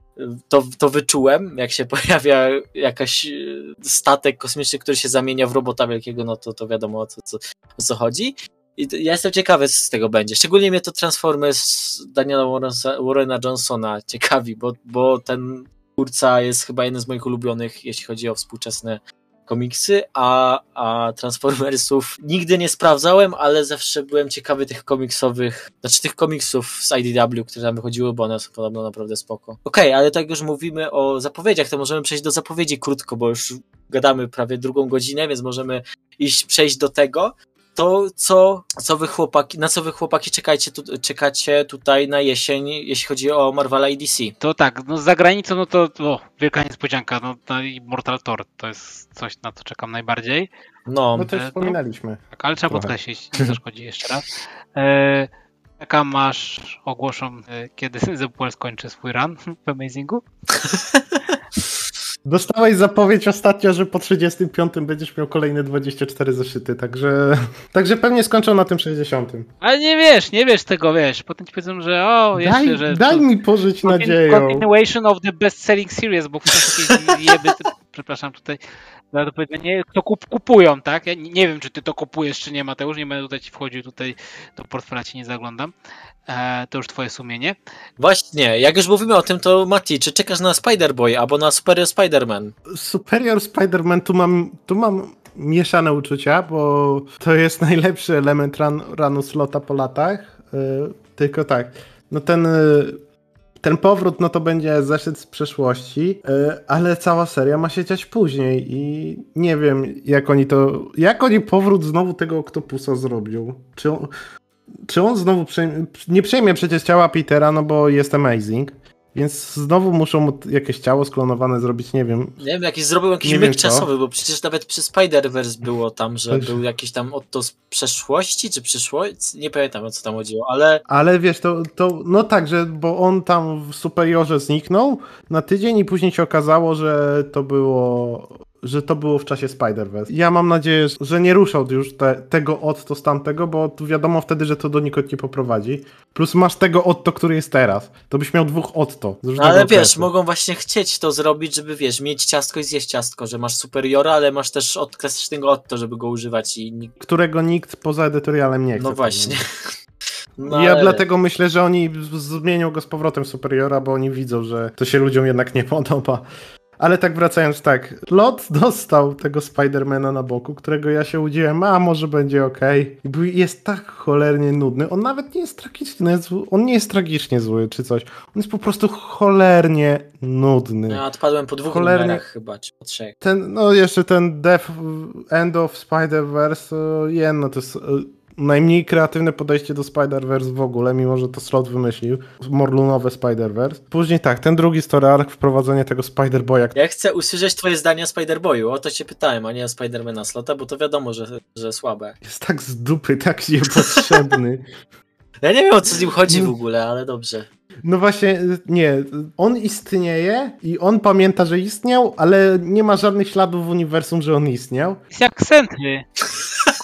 [SPEAKER 1] To, to wyczułem, jak się pojawia jakaś statek kosmiczny, który się zamienia w robota wielkiego, no to, to wiadomo o co, co, o co chodzi. I ja jestem ciekawy, co z tego będzie. Szczególnie mnie to Transformers Daniela Warrena Johnsona ciekawi, bo, bo ten twórca jest chyba jeden z moich ulubionych, jeśli chodzi o współczesne komiksy, a, a Transformersów nigdy nie sprawdzałem, ale zawsze byłem ciekawy tych komiksowych, znaczy tych komiksów z I D W, które tam wychodziły, bo one są podobno naprawdę spoko. Okej, okay, ale tak już mówimy o zapowiedziach, to możemy przejść do zapowiedzi krótko, bo już gadamy prawie drugą godzinę, więc możemy iść, przejść do tego. To, co, co wy chłopaki, na co wy chłopaki czekajcie tu, czekacie tutaj na jesień, jeśli chodzi o Marvela i D C?
[SPEAKER 2] To tak, no za granicą, no to o, wielka niespodzianka, no, no i Mortal Thor to jest coś, na co czekam najbardziej.
[SPEAKER 3] No, no to już wspominaliśmy.
[SPEAKER 2] Tak, ale trzeba podkreślić, nie zaszkodzi jeszcze raz. E, czekam aż ogłoszą, e, kiedy Zepwell skończy swój run w Amazingu.
[SPEAKER 3] Dostałeś zapowiedź ostatnio, że po trzydziestym piątym będziesz miał kolejne dwadzieścia cztery zeszyty, także, także pewnie skończą na tym sześćdziesiątym.
[SPEAKER 2] Ale nie wiesz, nie wiesz tego, wiesz. Potem ci powiedzą, że o, jeszcze,
[SPEAKER 3] daj,
[SPEAKER 2] że...
[SPEAKER 3] Daj to, mi pożyć nadzieją.
[SPEAKER 2] Continuation of the best-selling series, bo ktoś jakieś jeby, przepraszam tutaj, za to powiedzenie, to kup, kupują, tak? Ja nie wiem, czy ty to kupujesz, czy nie, Mateusz, nie będę tutaj ci wchodził, tutaj do portfela ci nie zaglądam. E, to już twoje sumienie.
[SPEAKER 1] Właśnie, jak już mówimy o tym, to Mati, czy czekasz na Spider-Boy albo na Superior Spider-Man?
[SPEAKER 3] Superior Spider-Man, tu mam, tu mam mieszane uczucia, bo to jest najlepszy element run, runu Slota po latach. Yy, tylko tak, no ten, yy, ten powrót, no to będzie zeszyt z przeszłości, yy, ale cała seria ma się dziać później i nie wiem, jak oni to, jak oni powrót znowu tego Octopusa zrobią. Czy on, Czy on znowu przejmie, nie przejmie przecież ciała Petera, no bo jest Amazing, więc znowu muszą mu jakieś ciało sklonowane zrobić, nie wiem.
[SPEAKER 1] Nie wiem, jakiś zrobił jakiś myk czasowy, bo przecież nawet przy Spider-Verse było tam, że Też... był jakiś tam Otto z przeszłości, czy przyszłości, nie pamiętam, o co tam chodziło, ale...
[SPEAKER 3] Ale wiesz, to, to no tak, że bo on tam w Superiorze zniknął na tydzień i później się okazało, że to było... że to było w czasie Spider-Verse. Ja mam nadzieję, że nie ruszał już te, tego Otto z tamtego, bo wiadomo wtedy, że to do nikąd nie poprowadzi. Plus masz tego Otto, który jest teraz. To byś miał dwóch Otto.
[SPEAKER 1] No ale okresu. Wiesz, mogą właśnie chcieć to zrobić, żeby wiesz, mieć ciastko i zjeść ciastko, że masz Superiora, ale masz też od klasycznego Otto, żeby go używać i... Nikt...
[SPEAKER 3] Którego nikt poza edytorialem nie chce.
[SPEAKER 1] No właśnie.
[SPEAKER 3] No, ja ale... dlatego myślę, że oni zmienią go z powrotem Superiora, bo oni widzą, że to się ludziom jednak nie podoba. Ale tak wracając, tak, Lot dostał tego Spidermana na boku, którego ja się udzieliłem, a może będzie okej. Okay. Jest tak cholernie nudny, on nawet nie jest tragiczny, on nie jest tragicznie zły czy coś, on jest po prostu cholernie nudny.
[SPEAKER 1] Ja odpadłem po dwóch cholernie... numerach chyba, czy po trzech.
[SPEAKER 3] Ten, no jeszcze ten Death End of Spider-Verse, jedno to jest... najmniej kreatywne podejście do Spider-Verse w ogóle, mimo że to Slot wymyślił. Morlunowe Spider-Verse. Później tak, ten drugi story arc, wprowadzenie tego Spider-Boya.
[SPEAKER 1] Ja chcę usłyszeć twoje zdanie o Spider-Boyu, o to cię pytałem, a nie o Spider-Mana Slota, bo to wiadomo, że, że słabe.
[SPEAKER 3] Jest tak z dupy, tak niepotrzebny.
[SPEAKER 1] Ja nie wiem, o co z nim chodzi w ogóle, ale dobrze.
[SPEAKER 3] No właśnie, nie. On istnieje i on pamięta, że istniał, ale nie ma żadnych śladów w uniwersum, że on istniał.
[SPEAKER 2] Jest jak Sentry.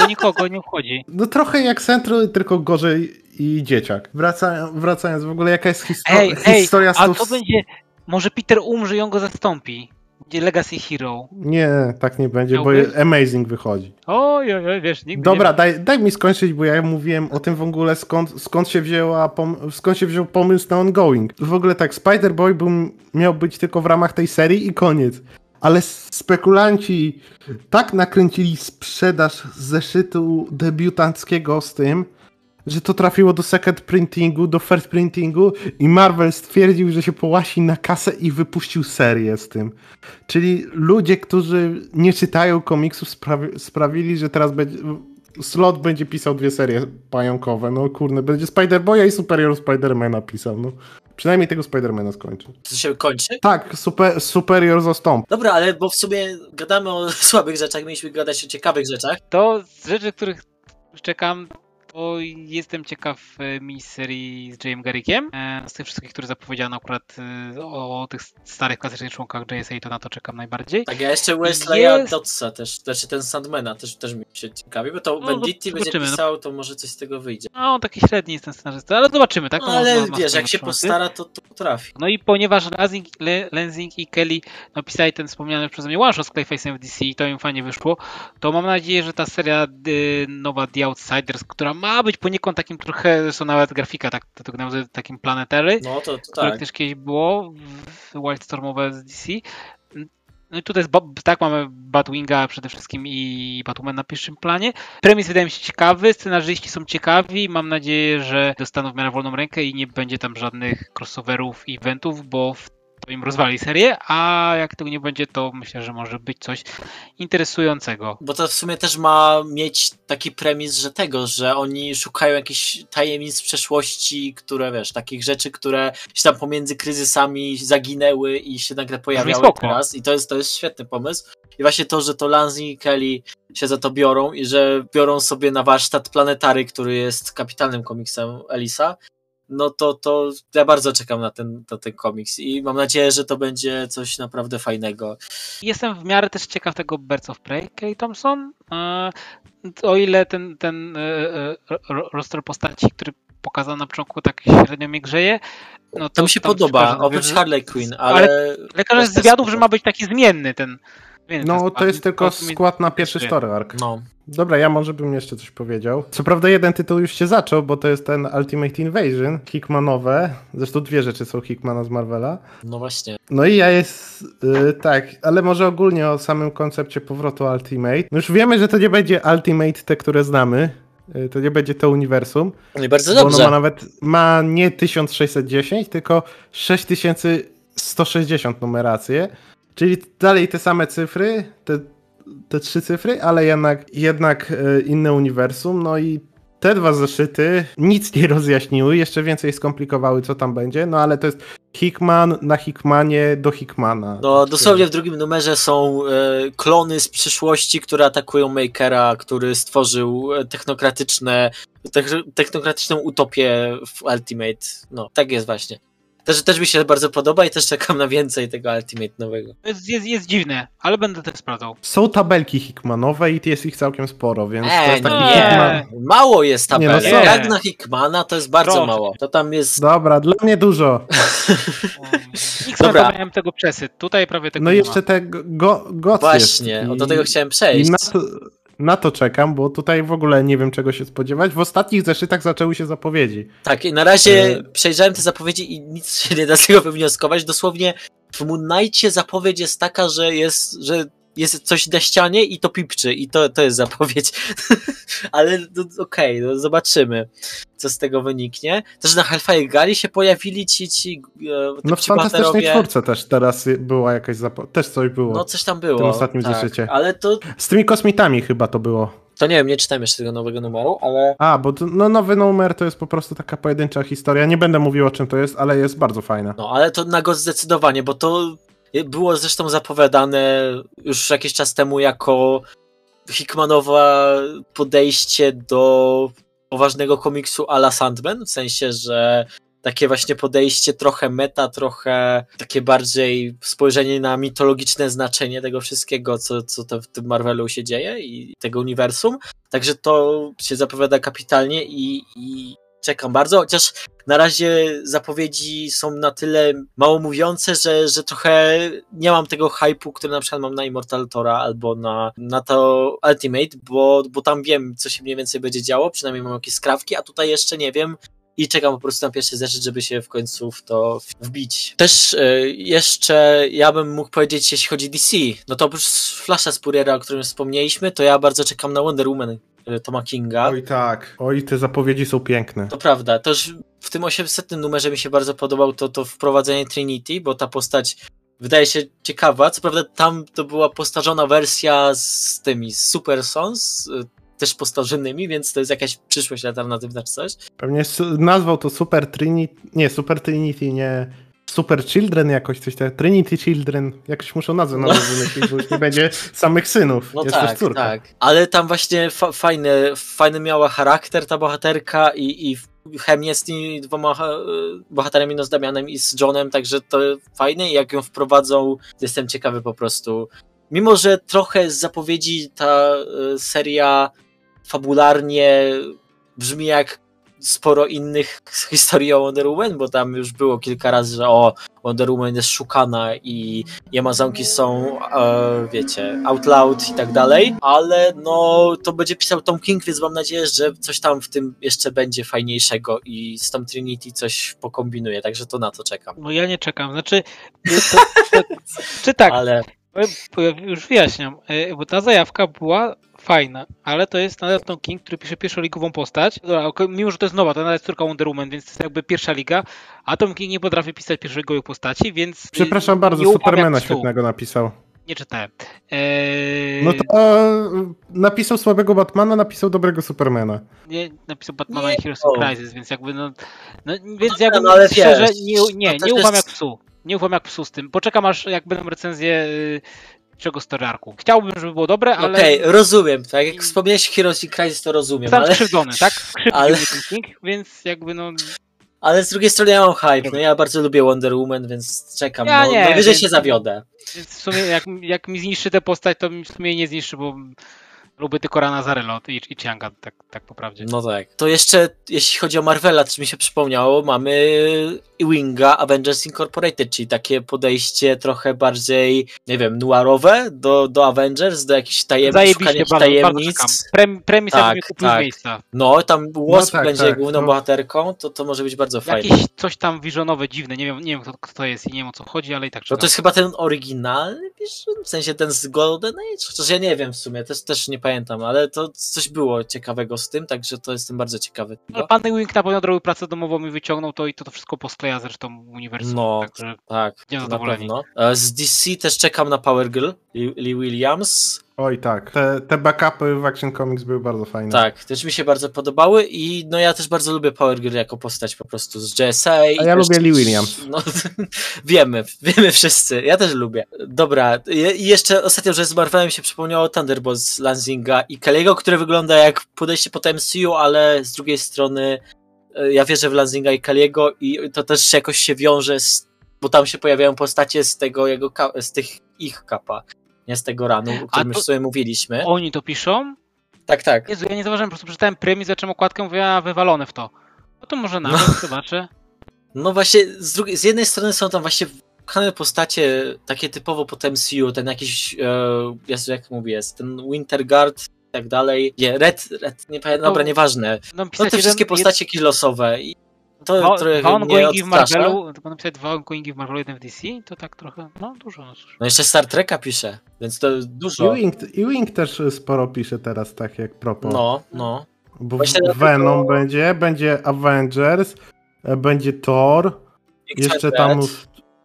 [SPEAKER 2] to nikogo nie wchodzi.
[SPEAKER 3] No trochę jak Centro, tylko gorzej i dzieciak. Wraca, wracając, w ogóle jaka jest histo-
[SPEAKER 2] Ej,
[SPEAKER 3] historia
[SPEAKER 2] ej, a
[SPEAKER 3] stów...
[SPEAKER 2] to będzie... Może Peter umrze i on go zastąpi. Będzie Legacy Hero.
[SPEAKER 3] Nie, tak nie będzie,
[SPEAKER 2] Miałby?
[SPEAKER 3] bo Amazing wychodzi.
[SPEAKER 2] Oj, oj, oj, wiesz, nigdy
[SPEAKER 3] Dobra,
[SPEAKER 2] nie...
[SPEAKER 3] daj, daj mi skończyć, bo ja mówiłem o tym w ogóle, skąd, skąd, się, wzięła pom- skąd się wziął pomysł na ongoing. W ogóle tak, Spider-Boy był, miał być tylko w ramach tej serii i koniec. Ale spekulanci tak nakręcili sprzedaż zeszytu debiutanckiego z tym, że to trafiło do second printingu, do first printingu i Marvel stwierdził, że się połasi na kasę i wypuścił serię z tym. Czyli ludzie, którzy nie czytają komiksów, sprawi- sprawili, że teraz będzie... Slot będzie pisał dwie serie pająkowe. No kurde, będzie Spider-Boya i Superior Spider-Mana pisał, no. Przynajmniej tego Spider-Mana skończy.
[SPEAKER 1] To się kończy?
[SPEAKER 3] Tak, super, Superior zastąpi.
[SPEAKER 1] Dobra, ale bo w sumie gadamy o słabych rzeczach, mieliśmy gadać o ciekawych rzeczach.
[SPEAKER 2] To z rzeczy, których czekam, to jestem ciekaw e, miniserii z Jayem Garrickiem. E, z tych wszystkich, które zapowiedziano akurat e, o, o tych starych, klasycznych członkach J S A, to na to czekam najbardziej.
[SPEAKER 1] Tak, ja jeszcze Wesleya
[SPEAKER 2] Jest-
[SPEAKER 1] Dodsa też, znaczy ten Sandmana też, też mi się ciekawi, bo to
[SPEAKER 2] No,
[SPEAKER 1] Venditti będzie
[SPEAKER 2] zobaczymy, no.
[SPEAKER 1] pisał, to może coś z tego wyjdzie.
[SPEAKER 2] No, on taki średni jest ten scenarzysta, ale zobaczymy, tak?
[SPEAKER 1] No,
[SPEAKER 2] To ma-
[SPEAKER 1] ale
[SPEAKER 2] ma- ma
[SPEAKER 1] wiesz,
[SPEAKER 2] swoje
[SPEAKER 1] jak się
[SPEAKER 2] szanse.
[SPEAKER 1] postara, to, to potrafi.
[SPEAKER 2] No i ponieważ Lansing, Le, Lansing i Kelly napisali ten wspomniany przeze mnie one-shot z Clayface'em w D C i to im fajnie wyszło, to mam nadzieję, że ta seria y, nowa The Outsiders, która ma być poniekąd takim trochę, zresztą nawet grafika tak, to, to nawiązuje do takim Planetary,
[SPEAKER 1] No to, to
[SPEAKER 2] które
[SPEAKER 1] tak.
[SPEAKER 2] też kiedyś było w Wildstormowe z D C. No i tutaj jest, ba- tak, mamy Batwinga przede wszystkim i Batwoman na pierwszym planie. Premis wydaje mi się ciekawy, scenarzyści są ciekawi, mam nadzieję, że dostaną w miarę wolną rękę i nie będzie tam żadnych crossoverów, eventów, bo w- to im rozwali serię, a jak tego nie będzie, to myślę, że może być coś interesującego.
[SPEAKER 1] Bo to w sumie też ma mieć taki premis, że tego, że oni szukają jakichś tajemnic z przeszłości, które wiesz, takich rzeczy, które się tam pomiędzy kryzysami zaginęły i się nagle pojawiały
[SPEAKER 2] spoko.
[SPEAKER 1] teraz. I to jest, to jest świetny pomysł. I właśnie to, że to Lansing i Kelly się za to biorą i że biorą sobie na warsztat Planetary, który jest kapitalnym komiksem Elisa, no to, to ja bardzo czekam na ten, na ten komiks i mam nadzieję, że to będzie coś naprawdę fajnego.
[SPEAKER 2] Jestem w miarę też ciekaw tego Birds of Prey, Kelly Thompson. E, O ile ten, ten e, e, ro- roster postaci, który pokazał na początku, tak średnio mnie grzeje, no to
[SPEAKER 1] To mi się
[SPEAKER 2] tam
[SPEAKER 1] podoba,
[SPEAKER 2] każdy
[SPEAKER 1] oprócz
[SPEAKER 2] wie-
[SPEAKER 1] Harley Quinn,
[SPEAKER 2] ale
[SPEAKER 1] ale...
[SPEAKER 2] lekarz z wywiadów, że ma być taki zmienny ten. zmienny ten
[SPEAKER 3] No, to
[SPEAKER 2] skład.
[SPEAKER 3] jest tylko
[SPEAKER 2] To mi-
[SPEAKER 3] skład na pierwszy story arc.
[SPEAKER 1] No,
[SPEAKER 3] Dobra, ja może bym jeszcze coś powiedział. Co prawda jeden tytuł już się zaczął, bo to jest ten Ultimate Invasion, Hickmanowe. Zresztą dwie rzeczy są Hickmana z Marvela.
[SPEAKER 1] no właśnie.
[SPEAKER 3] No i ja jest, yy, tak, ale może ogólnie o samym koncepcie powrotu Ultimate. No już wiemy, że to nie będzie Ultimate te, które znamy. Yy, to nie będzie to uniwersum.
[SPEAKER 1] No i bardzo
[SPEAKER 3] Bo ono
[SPEAKER 1] dobrze.
[SPEAKER 3] ma nawet, ma nie tysiąc sześćset dziesięć, tylko sześć tysięcy sto sześćdziesiąt numerację. Czyli dalej te same cyfry, te, te trzy cyfry, ale jednak, jednak e, inne uniwersum. No i te dwa zeszyty nic nie rozjaśniły, jeszcze więcej skomplikowały, co tam będzie. No ale to jest Hickman na Hickmanie do Hickmana.
[SPEAKER 1] No dosłownie w drugim numerze są e, klony z przyszłości, które atakują Makera, który stworzył e, technokratyczne, techn- technokratyczną utopię w Ultimate. No, tak jest właśnie. Też, też mi się bardzo podoba i też czekam na więcej tego Ultimate nowego.
[SPEAKER 2] Jest, jest, jest dziwne, ale będę też sprawdzał.
[SPEAKER 3] Są tabelki Hickmanowe i jest ich całkiem sporo, więc to
[SPEAKER 1] Eee,
[SPEAKER 3] jest taki
[SPEAKER 2] nie.
[SPEAKER 3] Hickman...
[SPEAKER 1] Mało jest
[SPEAKER 3] Nie, no
[SPEAKER 1] tabelek.
[SPEAKER 3] są.
[SPEAKER 1] Jak na Hickmana to jest bardzo
[SPEAKER 2] Proszę.
[SPEAKER 1] mało. To tam jest...
[SPEAKER 3] Dobra, dla mnie dużo.
[SPEAKER 2] X-Men
[SPEAKER 1] Dobra.
[SPEAKER 2] to miałem tego przesyt, tutaj prawie tego
[SPEAKER 3] No
[SPEAKER 2] nie
[SPEAKER 3] jeszcze
[SPEAKER 2] ma.
[SPEAKER 3] te go, goc
[SPEAKER 1] Właśnie,
[SPEAKER 3] jest.
[SPEAKER 1] o do tego chciałem
[SPEAKER 3] I
[SPEAKER 1] przejść.
[SPEAKER 3] na to, na to czekam, bo tutaj w ogóle nie wiem czego się spodziewać. W ostatnich zeszytach zaczęły się zapowiedzi.
[SPEAKER 1] Tak, i na razie
[SPEAKER 3] E-
[SPEAKER 1] przejrzałem te zapowiedzi i nic się nie da z tego wywnioskować. Dosłownie w Moon Knightie zapowiedź jest taka, że jest, że jest coś na ścianie i to pipczy i to, to jest zapowiedź. Ale no, okej, okay, no zobaczymy, co z tego wyniknie. Też na Hellfire Galley się pojawili ci, ci, e,
[SPEAKER 3] No w
[SPEAKER 1] ci
[SPEAKER 3] Fantastycznej
[SPEAKER 1] bohaterowie.
[SPEAKER 3] Czwórce też teraz była jakaś zapowiedź. Też coś było.
[SPEAKER 1] No coś tam było.
[SPEAKER 3] w tym ostatnim
[SPEAKER 1] tak,
[SPEAKER 3] zeszycie.
[SPEAKER 1] ale to,
[SPEAKER 3] Z tymi kosmitami chyba to było.
[SPEAKER 1] to nie wiem, nie czytałem jeszcze tego nowego numeru, ale
[SPEAKER 3] A, bo to, no, nowy numer to jest po prostu taka pojedyncza historia. Nie będę mówił o czym to jest, ale jest bardzo fajna.
[SPEAKER 1] no, ale to na go zdecydowanie, bo to było zresztą zapowiadane już jakiś czas temu jako Hickmanowe podejście do poważnego komiksu a la Sandman, w sensie, że takie właśnie podejście trochę meta, trochę takie bardziej spojrzenie na mitologiczne znaczenie tego wszystkiego, co, co to w tym Marvelu się dzieje i tego uniwersum. Także to się zapowiada kapitalnie i, i czekam bardzo, chociaż na razie zapowiedzi są na tyle mało mówiące, że, że trochę nie mam tego hype'u, który na przykład mam na Immortal Tora albo na, na to Ultimate, bo, bo tam wiem, co się mniej więcej będzie działo, przynajmniej mam jakieś skrawki, a tutaj jeszcze nie wiem i czekam po prostu na pierwszy zeszyt, żeby się w końcu w to wbić. Też y, jeszcze ja bym mógł powiedzieć, jeśli chodzi o D C, no to oprócz Flasha Spurriera, o którym wspomnieliśmy, to ja bardzo czekam na Wonder Woman Toma Kinga.
[SPEAKER 3] Oj tak, oj te zapowiedzi są piękne.
[SPEAKER 1] To prawda, też w tym osiemsetnym numerze mi się bardzo podobał to, to wprowadzenie Trinity, bo ta postać wydaje się ciekawa, co prawda tam to była postarzona wersja z tymi z Super Sons, też postarzonymi, więc to jest jakaś przyszłość alternatywna czy coś.
[SPEAKER 3] Pewnie nazwał to Super Trinity, nie Super Trinity, nie Super Children jakoś, coś tak, Trinity Children, jakoś muszą nazwę
[SPEAKER 1] No.
[SPEAKER 3] nawet wymyślić, bo już nie będzie samych synów,
[SPEAKER 1] No
[SPEAKER 3] jest
[SPEAKER 1] tak,
[SPEAKER 3] też córka.
[SPEAKER 1] tak. Ale tam właśnie fa- fajny, fajny miała charakter ta bohaterka i, i chemię z tymi dwoma e, bohaterami, no z Damianem i z Johnem, także to fajne i jak ją wprowadzą, jestem ciekawy po prostu. Mimo, że trochę z zapowiedzi ta e, seria fabularnie brzmi jak sporo innych historii o Wonder Woman, bo tam już było kilka razy, że o, Wonder Woman jest szukana i Amazonki są, e, wiecie, out loud i tak dalej, ale no to będzie pisał Tom King, więc mam nadzieję, że coś tam w tym jeszcze będzie fajniejszego i z Tom Trinity coś pokombinuje, także to na to czekam.
[SPEAKER 2] No ja nie czekam, znaczy, to, to, czy tak,
[SPEAKER 1] Ale
[SPEAKER 2] już wyjaśniam, bo ta zajawka była fajna, ale to jest nadal Tom King, który pisze pierwszoligową postać. Dobra, mimo, że to jest nowa, to nawet jest córka Wonder Woman, więc to jest jakby pierwsza liga, a Tom King nie potrafi pisać pierwszoligowych postaci, więc...
[SPEAKER 3] Przepraszam bardzo,
[SPEAKER 2] nie ufam
[SPEAKER 3] Supermana
[SPEAKER 2] jak psu.
[SPEAKER 3] świetnego napisał.
[SPEAKER 2] Nie czytałem. Eee...
[SPEAKER 3] No to e, napisał słabego Batmana, napisał dobrego Supermana.
[SPEAKER 2] Nie, napisał Batmana
[SPEAKER 1] Nie,
[SPEAKER 2] i Heroes
[SPEAKER 1] o.
[SPEAKER 2] of Crisis, więc jakby no... no więc
[SPEAKER 1] dobra,
[SPEAKER 2] jakby
[SPEAKER 1] no ale
[SPEAKER 2] szczerze,
[SPEAKER 1] wiesz,
[SPEAKER 2] nie, nie,
[SPEAKER 1] to
[SPEAKER 2] nie
[SPEAKER 1] też
[SPEAKER 2] ufam
[SPEAKER 1] jest-
[SPEAKER 2] jak psu. Nie ufam jak psu z tym. Poczekam aż jak będą recenzje y, czego story arku. Chciałbym, żeby było dobre, ale...
[SPEAKER 1] okej, rozumiem, tak jak wspomniałeś Heroes i Crisis, to rozumiem,
[SPEAKER 2] Zostałem
[SPEAKER 1] ale...
[SPEAKER 2] skrzywdzony, tak? Skrzywdził
[SPEAKER 1] ale-
[SPEAKER 2] mnie Tom King, więc jakby no...
[SPEAKER 1] Ale z drugiej strony ja mam hype, no ja bardzo lubię Wonder Woman, więc czekam,
[SPEAKER 2] Ja
[SPEAKER 1] no,
[SPEAKER 2] nie,
[SPEAKER 1] najwyżej
[SPEAKER 2] więc-
[SPEAKER 1] się zawiodę.
[SPEAKER 2] Więc w sumie jak, jak mi zniszczy tę postać, to mi w sumie nie zniszczy, bo lubię tylko Rana Zarello i, i Chianga, tak, tak po prawdzie.
[SPEAKER 1] No tak. To jeszcze, jeśli chodzi o Marvela, też mi się przypomniało, mamy Ewinga Avengers Incorporated, czyli takie podejście trochę bardziej, nie wiem, noirowe do, do Avengers, do jakichś tajemnic, szukania
[SPEAKER 2] Zajebiście, bardzo, bardzo czekam.
[SPEAKER 1] tajemnic.
[SPEAKER 2] Prem, premis
[SPEAKER 1] Tak,
[SPEAKER 2] jakby mi kupił
[SPEAKER 1] tak.
[SPEAKER 2] z miejsca.
[SPEAKER 1] No, tam Wasp
[SPEAKER 3] tak,
[SPEAKER 1] będzie
[SPEAKER 3] tak,
[SPEAKER 1] główną
[SPEAKER 3] no.
[SPEAKER 1] bohaterką, to, to może być bardzo fajne.
[SPEAKER 2] Jakieś coś tam visionowe, dziwne, nie wiem, nie wiem kto, kto to jest i nie wiem o co chodzi, ale i tak
[SPEAKER 1] No
[SPEAKER 2] czekam.
[SPEAKER 1] to jest chyba ten oryginalny Vision, w sensie ten z Golden Age? Chociaż ja nie wiem w sumie, też, też nie pamiętam, ale to coś było ciekawego z tym, także to jestem bardzo ciekawy.
[SPEAKER 2] Ale pan Wing na pewno zrobił pracę domową i wyciągnął to i to, to wszystko poskleja zresztą uniwersum.
[SPEAKER 1] No,
[SPEAKER 2] Także
[SPEAKER 1] tak,
[SPEAKER 2] Będziemy
[SPEAKER 1] to na
[SPEAKER 2] zadowoleni.
[SPEAKER 1] pewno. E, Z D C też czekam na Power Girl, Lee Lee Williams.
[SPEAKER 3] Oj tak, te, te backupy w Action Comics były bardzo fajne.
[SPEAKER 1] Tak, też mi się bardzo podobały i no ja też bardzo lubię Power Girl jako postać po prostu z J S A.
[SPEAKER 3] A ja
[SPEAKER 1] też,
[SPEAKER 3] lubię Lee Williams.
[SPEAKER 1] No, wiemy, wiemy wszyscy, ja też lubię. Dobra, i i jeszcze ostatnio, że z Marvelem się przypomniało Thunderbolts Lanzinga i Kelly'ego, które wygląda jak podejście po M C U, ale z drugiej strony e, ja wierzę w Lanzinga i Kelly'ego i to też jakoś się wiąże z, bo tam się pojawiają postacie z tego jego, ka- z tych ich kapa. Nie z tego ranu, o którym
[SPEAKER 2] to-
[SPEAKER 1] już sobie mówiliśmy.
[SPEAKER 2] oni to piszą?
[SPEAKER 1] Tak, tak.
[SPEAKER 2] Jezu, ja nie zauważyłem, po prostu przeczytałem premis, zacząłem okładkę, mówię, a wywalone w to. No to może nawet, zobaczę.
[SPEAKER 1] No właśnie, z, drugiej, z jednej strony są tam właśnie wpchane postacie takie typowo po M C U, ten jakiś, e, Jezu, jak mówię, jest ten Winterguard i tak dalej. Nie, Red, Red nie pamiętam,
[SPEAKER 2] No,
[SPEAKER 1] dobra, nieważne.
[SPEAKER 2] No,
[SPEAKER 1] No
[SPEAKER 2] pisać
[SPEAKER 1] te wszystkie
[SPEAKER 2] jeden-
[SPEAKER 1] postacie killosowe i to
[SPEAKER 2] Dwa,
[SPEAKER 1] trochę
[SPEAKER 2] dwa
[SPEAKER 1] mnie
[SPEAKER 2] ongoingi w
[SPEAKER 1] odstrasza.
[SPEAKER 2] Marvelu, tylko napisać dwa ongoingi w Marvelu, jeden w D C, to tak trochę, no dużo. No cóż.
[SPEAKER 1] No jeszcze Star Treka pisze, więc to dużo.
[SPEAKER 3] Ewing, Ewing też sporo pisze teraz, tak jak propos.
[SPEAKER 1] No, no.
[SPEAKER 3] Bo
[SPEAKER 1] Właśnie
[SPEAKER 3] Venom
[SPEAKER 1] dlatego-
[SPEAKER 3] będzie, będzie Avengers, e, będzie Thor, jeszcze tam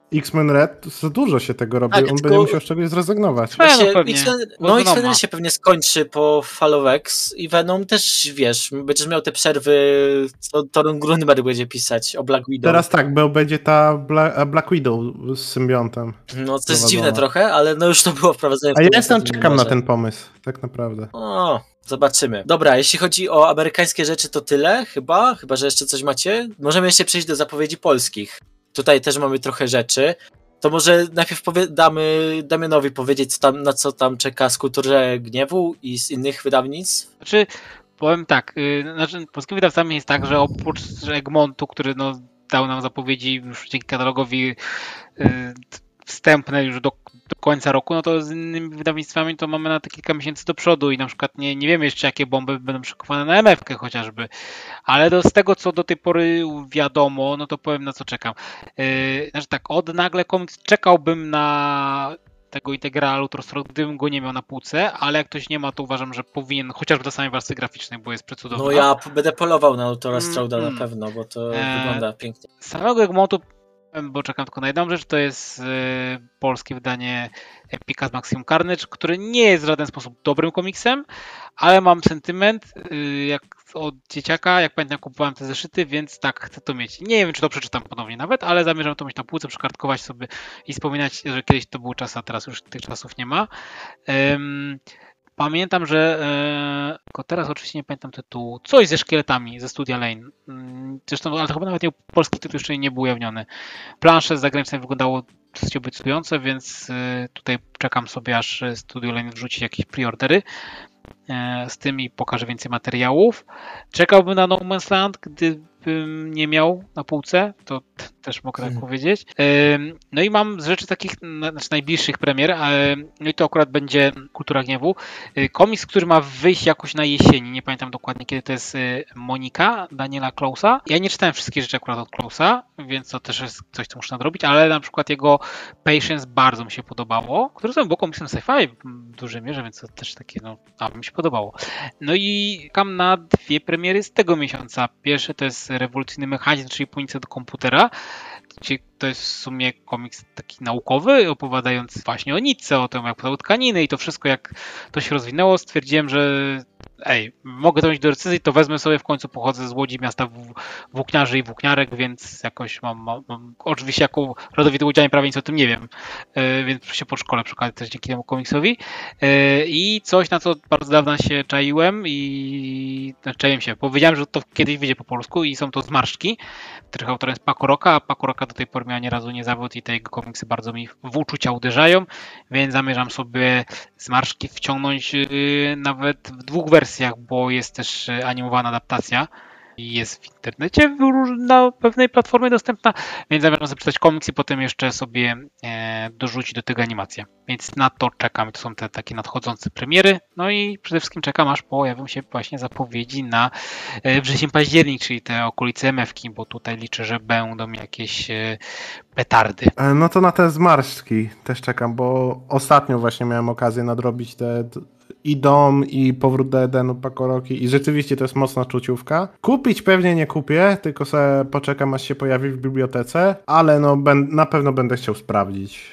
[SPEAKER 3] X-Men Red, to za dużo się tego robi,
[SPEAKER 1] Tak,
[SPEAKER 3] on
[SPEAKER 1] tylko-
[SPEAKER 3] będzie musiał z czegoś zrezygnować.
[SPEAKER 2] Venom
[SPEAKER 1] Właśnie
[SPEAKER 2] pewnie.
[SPEAKER 1] X-Men,
[SPEAKER 2] Bo
[SPEAKER 1] no
[SPEAKER 2] Venoma.
[SPEAKER 1] X-Men się pewnie skończy po Fall of X i Venom też, wiesz, będziesz miał te przerwy, co Torun Grunberg będzie pisać o Black Widow.
[SPEAKER 3] Teraz tak, bo będzie ta Bla Black Widow z symbiontem.
[SPEAKER 1] No to jest
[SPEAKER 3] prowadzona.
[SPEAKER 1] dziwne trochę, ale no już to było wprowadzone w
[SPEAKER 3] A ja
[SPEAKER 1] tym
[SPEAKER 3] jestem
[SPEAKER 1] ostatnim
[SPEAKER 3] czekam na
[SPEAKER 1] numerze.
[SPEAKER 3] ten pomysł, tak naprawdę.
[SPEAKER 1] O, zobaczymy. Dobra, jeśli chodzi o amerykańskie rzeczy, to tyle chyba, chyba że jeszcze coś macie. Możemy jeszcze przejść do zapowiedzi polskich. Tutaj też mamy trochę rzeczy. To może najpierw powie- damy Damianowi powiedzieć, co tam, na co tam czeka z Kulturze Gniewu i z innych wydawnictw.
[SPEAKER 2] Znaczy, powiem tak, yy, znaczy, polskimi wydawcami jest tak, że oprócz Egmontu, który no, dał nam zapowiedzi już dzięki katalogowi yy, wstępne już do, do końca roku, no to z innymi wydawnictwami to mamy na te kilka miesięcy do przodu i na przykład nie, nie wiemy jeszcze, jakie bomby będą szykowane na em ef-kę chociażby, ale do, z tego, co do tej pory wiadomo, no to powiem, na co czekam. Yy, znaczy tak, od Nagle Comics czekałbym na tego integralu Trostro, gdybym go nie miał na półce, ale jak ktoś nie ma, to uważam, że powinien, chociażby do samej wersji graficznej, bo jest przecudowna.
[SPEAKER 1] No ja p- będę polował na autora
[SPEAKER 2] Mm,
[SPEAKER 1] Strauda
[SPEAKER 2] mm.
[SPEAKER 1] na pewno, bo to
[SPEAKER 2] Eee,
[SPEAKER 1] wygląda pięknie.
[SPEAKER 2] Z samego Egmontu, bo czekam tylko na jedną rzecz, to jest e, polskie wydanie Epika z Maximum Carnage, które nie jest w żaden sposób dobrym komiksem, ale mam sentyment e, jak od dzieciaka, jak pamiętam, kupowałem te zeszyty, więc tak, chcę to mieć. Nie wiem, czy to przeczytam ponownie nawet, ale zamierzam to mieć na półce, przekartkować sobie i wspominać, że kiedyś to był czas, a teraz już tych czasów nie ma. Em, Pamiętam, że e, tylko teraz oczywiście nie pamiętam tytułu. Coś ze szkieletami ze Studia Lane. Mm, Zresztą, ale to chyba nawet nie, polski tytuł jeszcze nie był ujawniony. Plansze zagraniczne wyglądało dosyć obiecujące, więc e, tutaj czekam sobie, aż Studio Lane wrzuci jakieś preordery e, z tym i pokaże więcej materiałów. Czekałbym na No Man's Land, gdybym nie miał na półce, to t- też mogę tak
[SPEAKER 1] Mhm.
[SPEAKER 2] powiedzieć. E, No i mam z rzeczy takich na- znaczy najbliższych premier, ale no i to akurat będzie Kultura Gniewu. E, Komiks, który ma wyjść jakoś na jesieni, nie pamiętam dokładnie kiedy, to jest e, Monika Daniela Klausa. Ja nie czytałem wszystkich rzeczy akurat od Klausa, więc to też jest coś, co muszę nadrobić, ale na przykład jego Patience bardzo mi się podobało, który są był komiksem sci-fi w dużej mierze, więc to też takie, no, a mi się podobało. No i czekam na dwie premiery z tego miesiąca. Pierwsze to jest Rewolucyjny Mechanizm, czyli Punice do komputera. Gdzie to jest w sumie komiks taki naukowy, opowiadający właśnie o nitce, o tym, jak powstały tkaniny i to wszystko, jak to się rozwinęło. Stwierdziłem, że ej, mogę to mieć do decyzji, to wezmę sobie, w końcu pochodzę z Łodzi, miasta w- włókniarzy i włókniarek, więc jakoś mam, mam, mam oczywiście jako rodowity łodzianin prawie nic o tym nie wiem, yy, więc się po szkole przy okazji też dzięki temu komiksowi. Yy, I coś, na co bardzo dawno się czaiłem i znaczy, czaiłem się, bo wiedziałem, że to kiedyś wyjdzie po polsku i są to Zmarszczki, których autorem jest Paco Roca, a Paco Roca do tej pory miał ani razu nie zawód i te jego komiksy bardzo mi w uczucia uderzają, więc zamierzam sobie Zmarszczki wciągnąć yy, nawet w dwóch wersjach, bo jest też yy, animowana adaptacja i jest w internecie w róż- na pewnej platformie dostępna, więc zamierzam sobie przeczytać komiks i potem jeszcze sobie e, dorzucić do tego animację. Więc na to czekam. To są te takie nadchodzące premiery. No i przede wszystkim czekam, aż pojawią się właśnie zapowiedzi na e, wrzesień, październik, czyli te okolice em ef-ki, bo tutaj liczę, że będą jakieś e, petardy.
[SPEAKER 3] E, No to na te zmarszczki też czekam, bo ostatnio właśnie miałem okazję nadrobić te d- i Dom, i Powrót do Edenu, Paco Roci i rzeczywiście to jest mocna czuciówka. Kupić pewnie nie kupię, tylko sobie poczekam, aż się pojawi w bibliotece, ale no ben, na pewno będę chciał sprawdzić.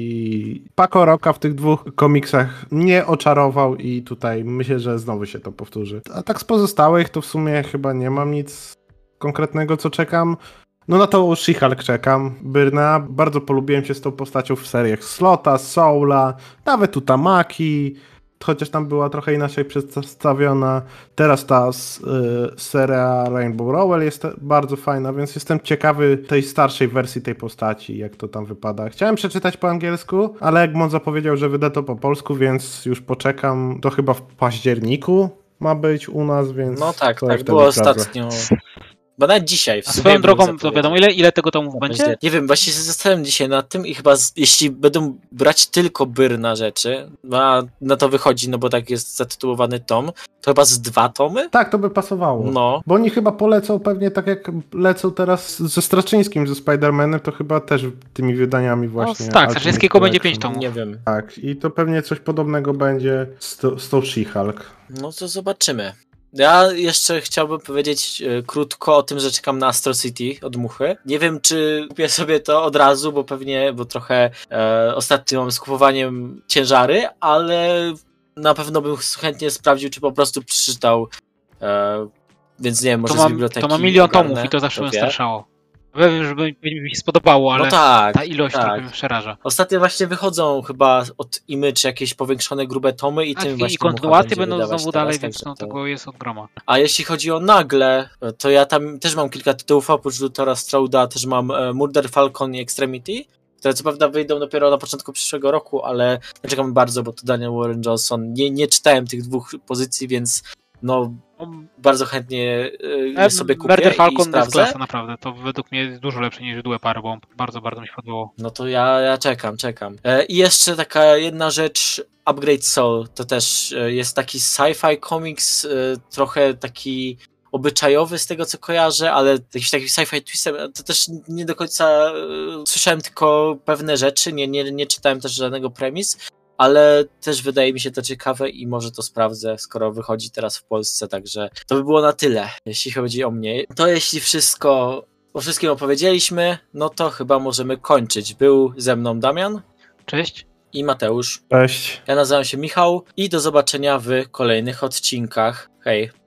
[SPEAKER 3] I Paco Roca w tych dwóch komiksach mnie oczarował i tutaj myślę, że znowu się to powtórzy. A tak z pozostałych to w sumie chyba nie mam nic konkretnego, co czekam. No na to She-Hulk czekam. Byrna. Bardzo polubiłem się z tą postacią w seriach Slota, Soula, nawet Utamaki, chociaż tam była trochę inaczej przedstawiona. Teraz ta s- y, seria Rainbow Rowell jest te- bardzo fajna, więc jestem ciekawy tej starszej wersji tej postaci, jak to tam wypada. Chciałem przeczytać po angielsku, ale Egmont zapowiedział, że wyda to po polsku, więc już poczekam. To chyba w październiku ma być u nas, więc
[SPEAKER 1] No tak,
[SPEAKER 3] to ja
[SPEAKER 1] tak,
[SPEAKER 3] wtedy
[SPEAKER 1] było
[SPEAKER 3] sprawdzę.
[SPEAKER 1] ostatnio. Bo nawet dzisiaj w
[SPEAKER 2] A
[SPEAKER 1] sumie
[SPEAKER 2] swoją
[SPEAKER 1] był
[SPEAKER 2] drogą, to
[SPEAKER 1] zapowiedź.
[SPEAKER 2] wiadomo, ile, ile tego tomów
[SPEAKER 1] Na
[SPEAKER 2] będzie?
[SPEAKER 1] październik. Nie wiem, właśnie się zastanawiam dzisiaj nad tym i chyba z, jeśli będą brać tylko Byrna rzeczy, a na to wychodzi, no bo tak jest zatytułowany tom, to chyba z dwa tomy?
[SPEAKER 3] Tak, to by pasowało.
[SPEAKER 1] No.
[SPEAKER 3] Bo oni chyba polecą pewnie tak jak lecą teraz ze Straczyńskim, ze Spider-Manem, to chyba też tymi wydaniami właśnie.
[SPEAKER 2] tak, Straczyńskiego będzie
[SPEAKER 3] Collection.
[SPEAKER 2] pięć tomów.
[SPEAKER 1] Nie wiem.
[SPEAKER 3] Tak, i to pewnie coś podobnego będzie z, to, z tą She-Hulk.
[SPEAKER 1] No to zobaczymy. Ja jeszcze chciałbym powiedzieć e, krótko o tym, że czekam na Astro City od Muchy. Nie wiem, czy kupię sobie to od razu, bo pewnie, bo trochę e, ostatnio mam z kupowaniem ciężary, ale na pewno bym chętnie sprawdził, czy po prostu przeczytał. E, więc nie wiem, może
[SPEAKER 2] To ma,
[SPEAKER 1] z biblioteki
[SPEAKER 2] to ma milion
[SPEAKER 1] ogarnę,
[SPEAKER 2] tomów i to zawsze
[SPEAKER 1] kto
[SPEAKER 2] mnie
[SPEAKER 1] wie.
[SPEAKER 2] straszało. Wiem, żeby mi się spodobało, ale
[SPEAKER 1] No tak,
[SPEAKER 2] ta ilość
[SPEAKER 1] tak.
[SPEAKER 2] trochę mnie przeraża.
[SPEAKER 1] Ostatnio właśnie wychodzą chyba od Image jakieś powiększone grube tomy i
[SPEAKER 2] Tak,
[SPEAKER 1] tym
[SPEAKER 2] i
[SPEAKER 1] właśnie
[SPEAKER 2] kontynuacje
[SPEAKER 1] Mucha
[SPEAKER 2] będą
[SPEAKER 1] będzie wydawać
[SPEAKER 2] znowu
[SPEAKER 1] teraz,
[SPEAKER 2] dalej,
[SPEAKER 1] także
[SPEAKER 2] więc no,
[SPEAKER 1] to-
[SPEAKER 2] tego jest od groma.
[SPEAKER 1] A jeśli chodzi o nagle, to ja tam też mam kilka tytułów, oprócz Luthora Strauda też mam e, Murder Falcon i Extremity, które co prawda wyjdą dopiero na początku przyszłego roku, ale czekam bardzo, bo to Daniel Warren Johnson. Nie, nie czytałem tych dwóch pozycji, więc no bardzo chętnie e, je sobie kupię
[SPEAKER 2] Murder
[SPEAKER 1] i
[SPEAKER 2] Falcon jest
[SPEAKER 1] sprawdzę.
[SPEAKER 2] klasa, naprawdę. To według mnie jest dużo lepsze niż Due Firebomb. Bardzo, bardzo mi się podobało.
[SPEAKER 1] No to ja, ja czekam, czekam. E, I jeszcze taka jedna rzecz, Upgrade Soul, to też e, jest taki sci-fi comics, e, trochę taki obyczajowy z tego co kojarzę, ale jakiś taki sci-fi twistem, to też nie do końca e, słyszałem tylko pewne rzeczy, nie, nie, nie czytałem też żadnego premis, ale też wydaje mi się to ciekawe i może to sprawdzę, skoro wychodzi teraz w Polsce, także to by było na tyle, jeśli chodzi o mnie. To jeśli wszystko, o wszystkim opowiedzieliśmy, no to chyba możemy kończyć. Był ze mną Damian
[SPEAKER 2] Cześć.
[SPEAKER 1] i Mateusz.
[SPEAKER 3] Cześć.
[SPEAKER 1] Ja nazywam się Michał i do zobaczenia w kolejnych odcinkach. Hej!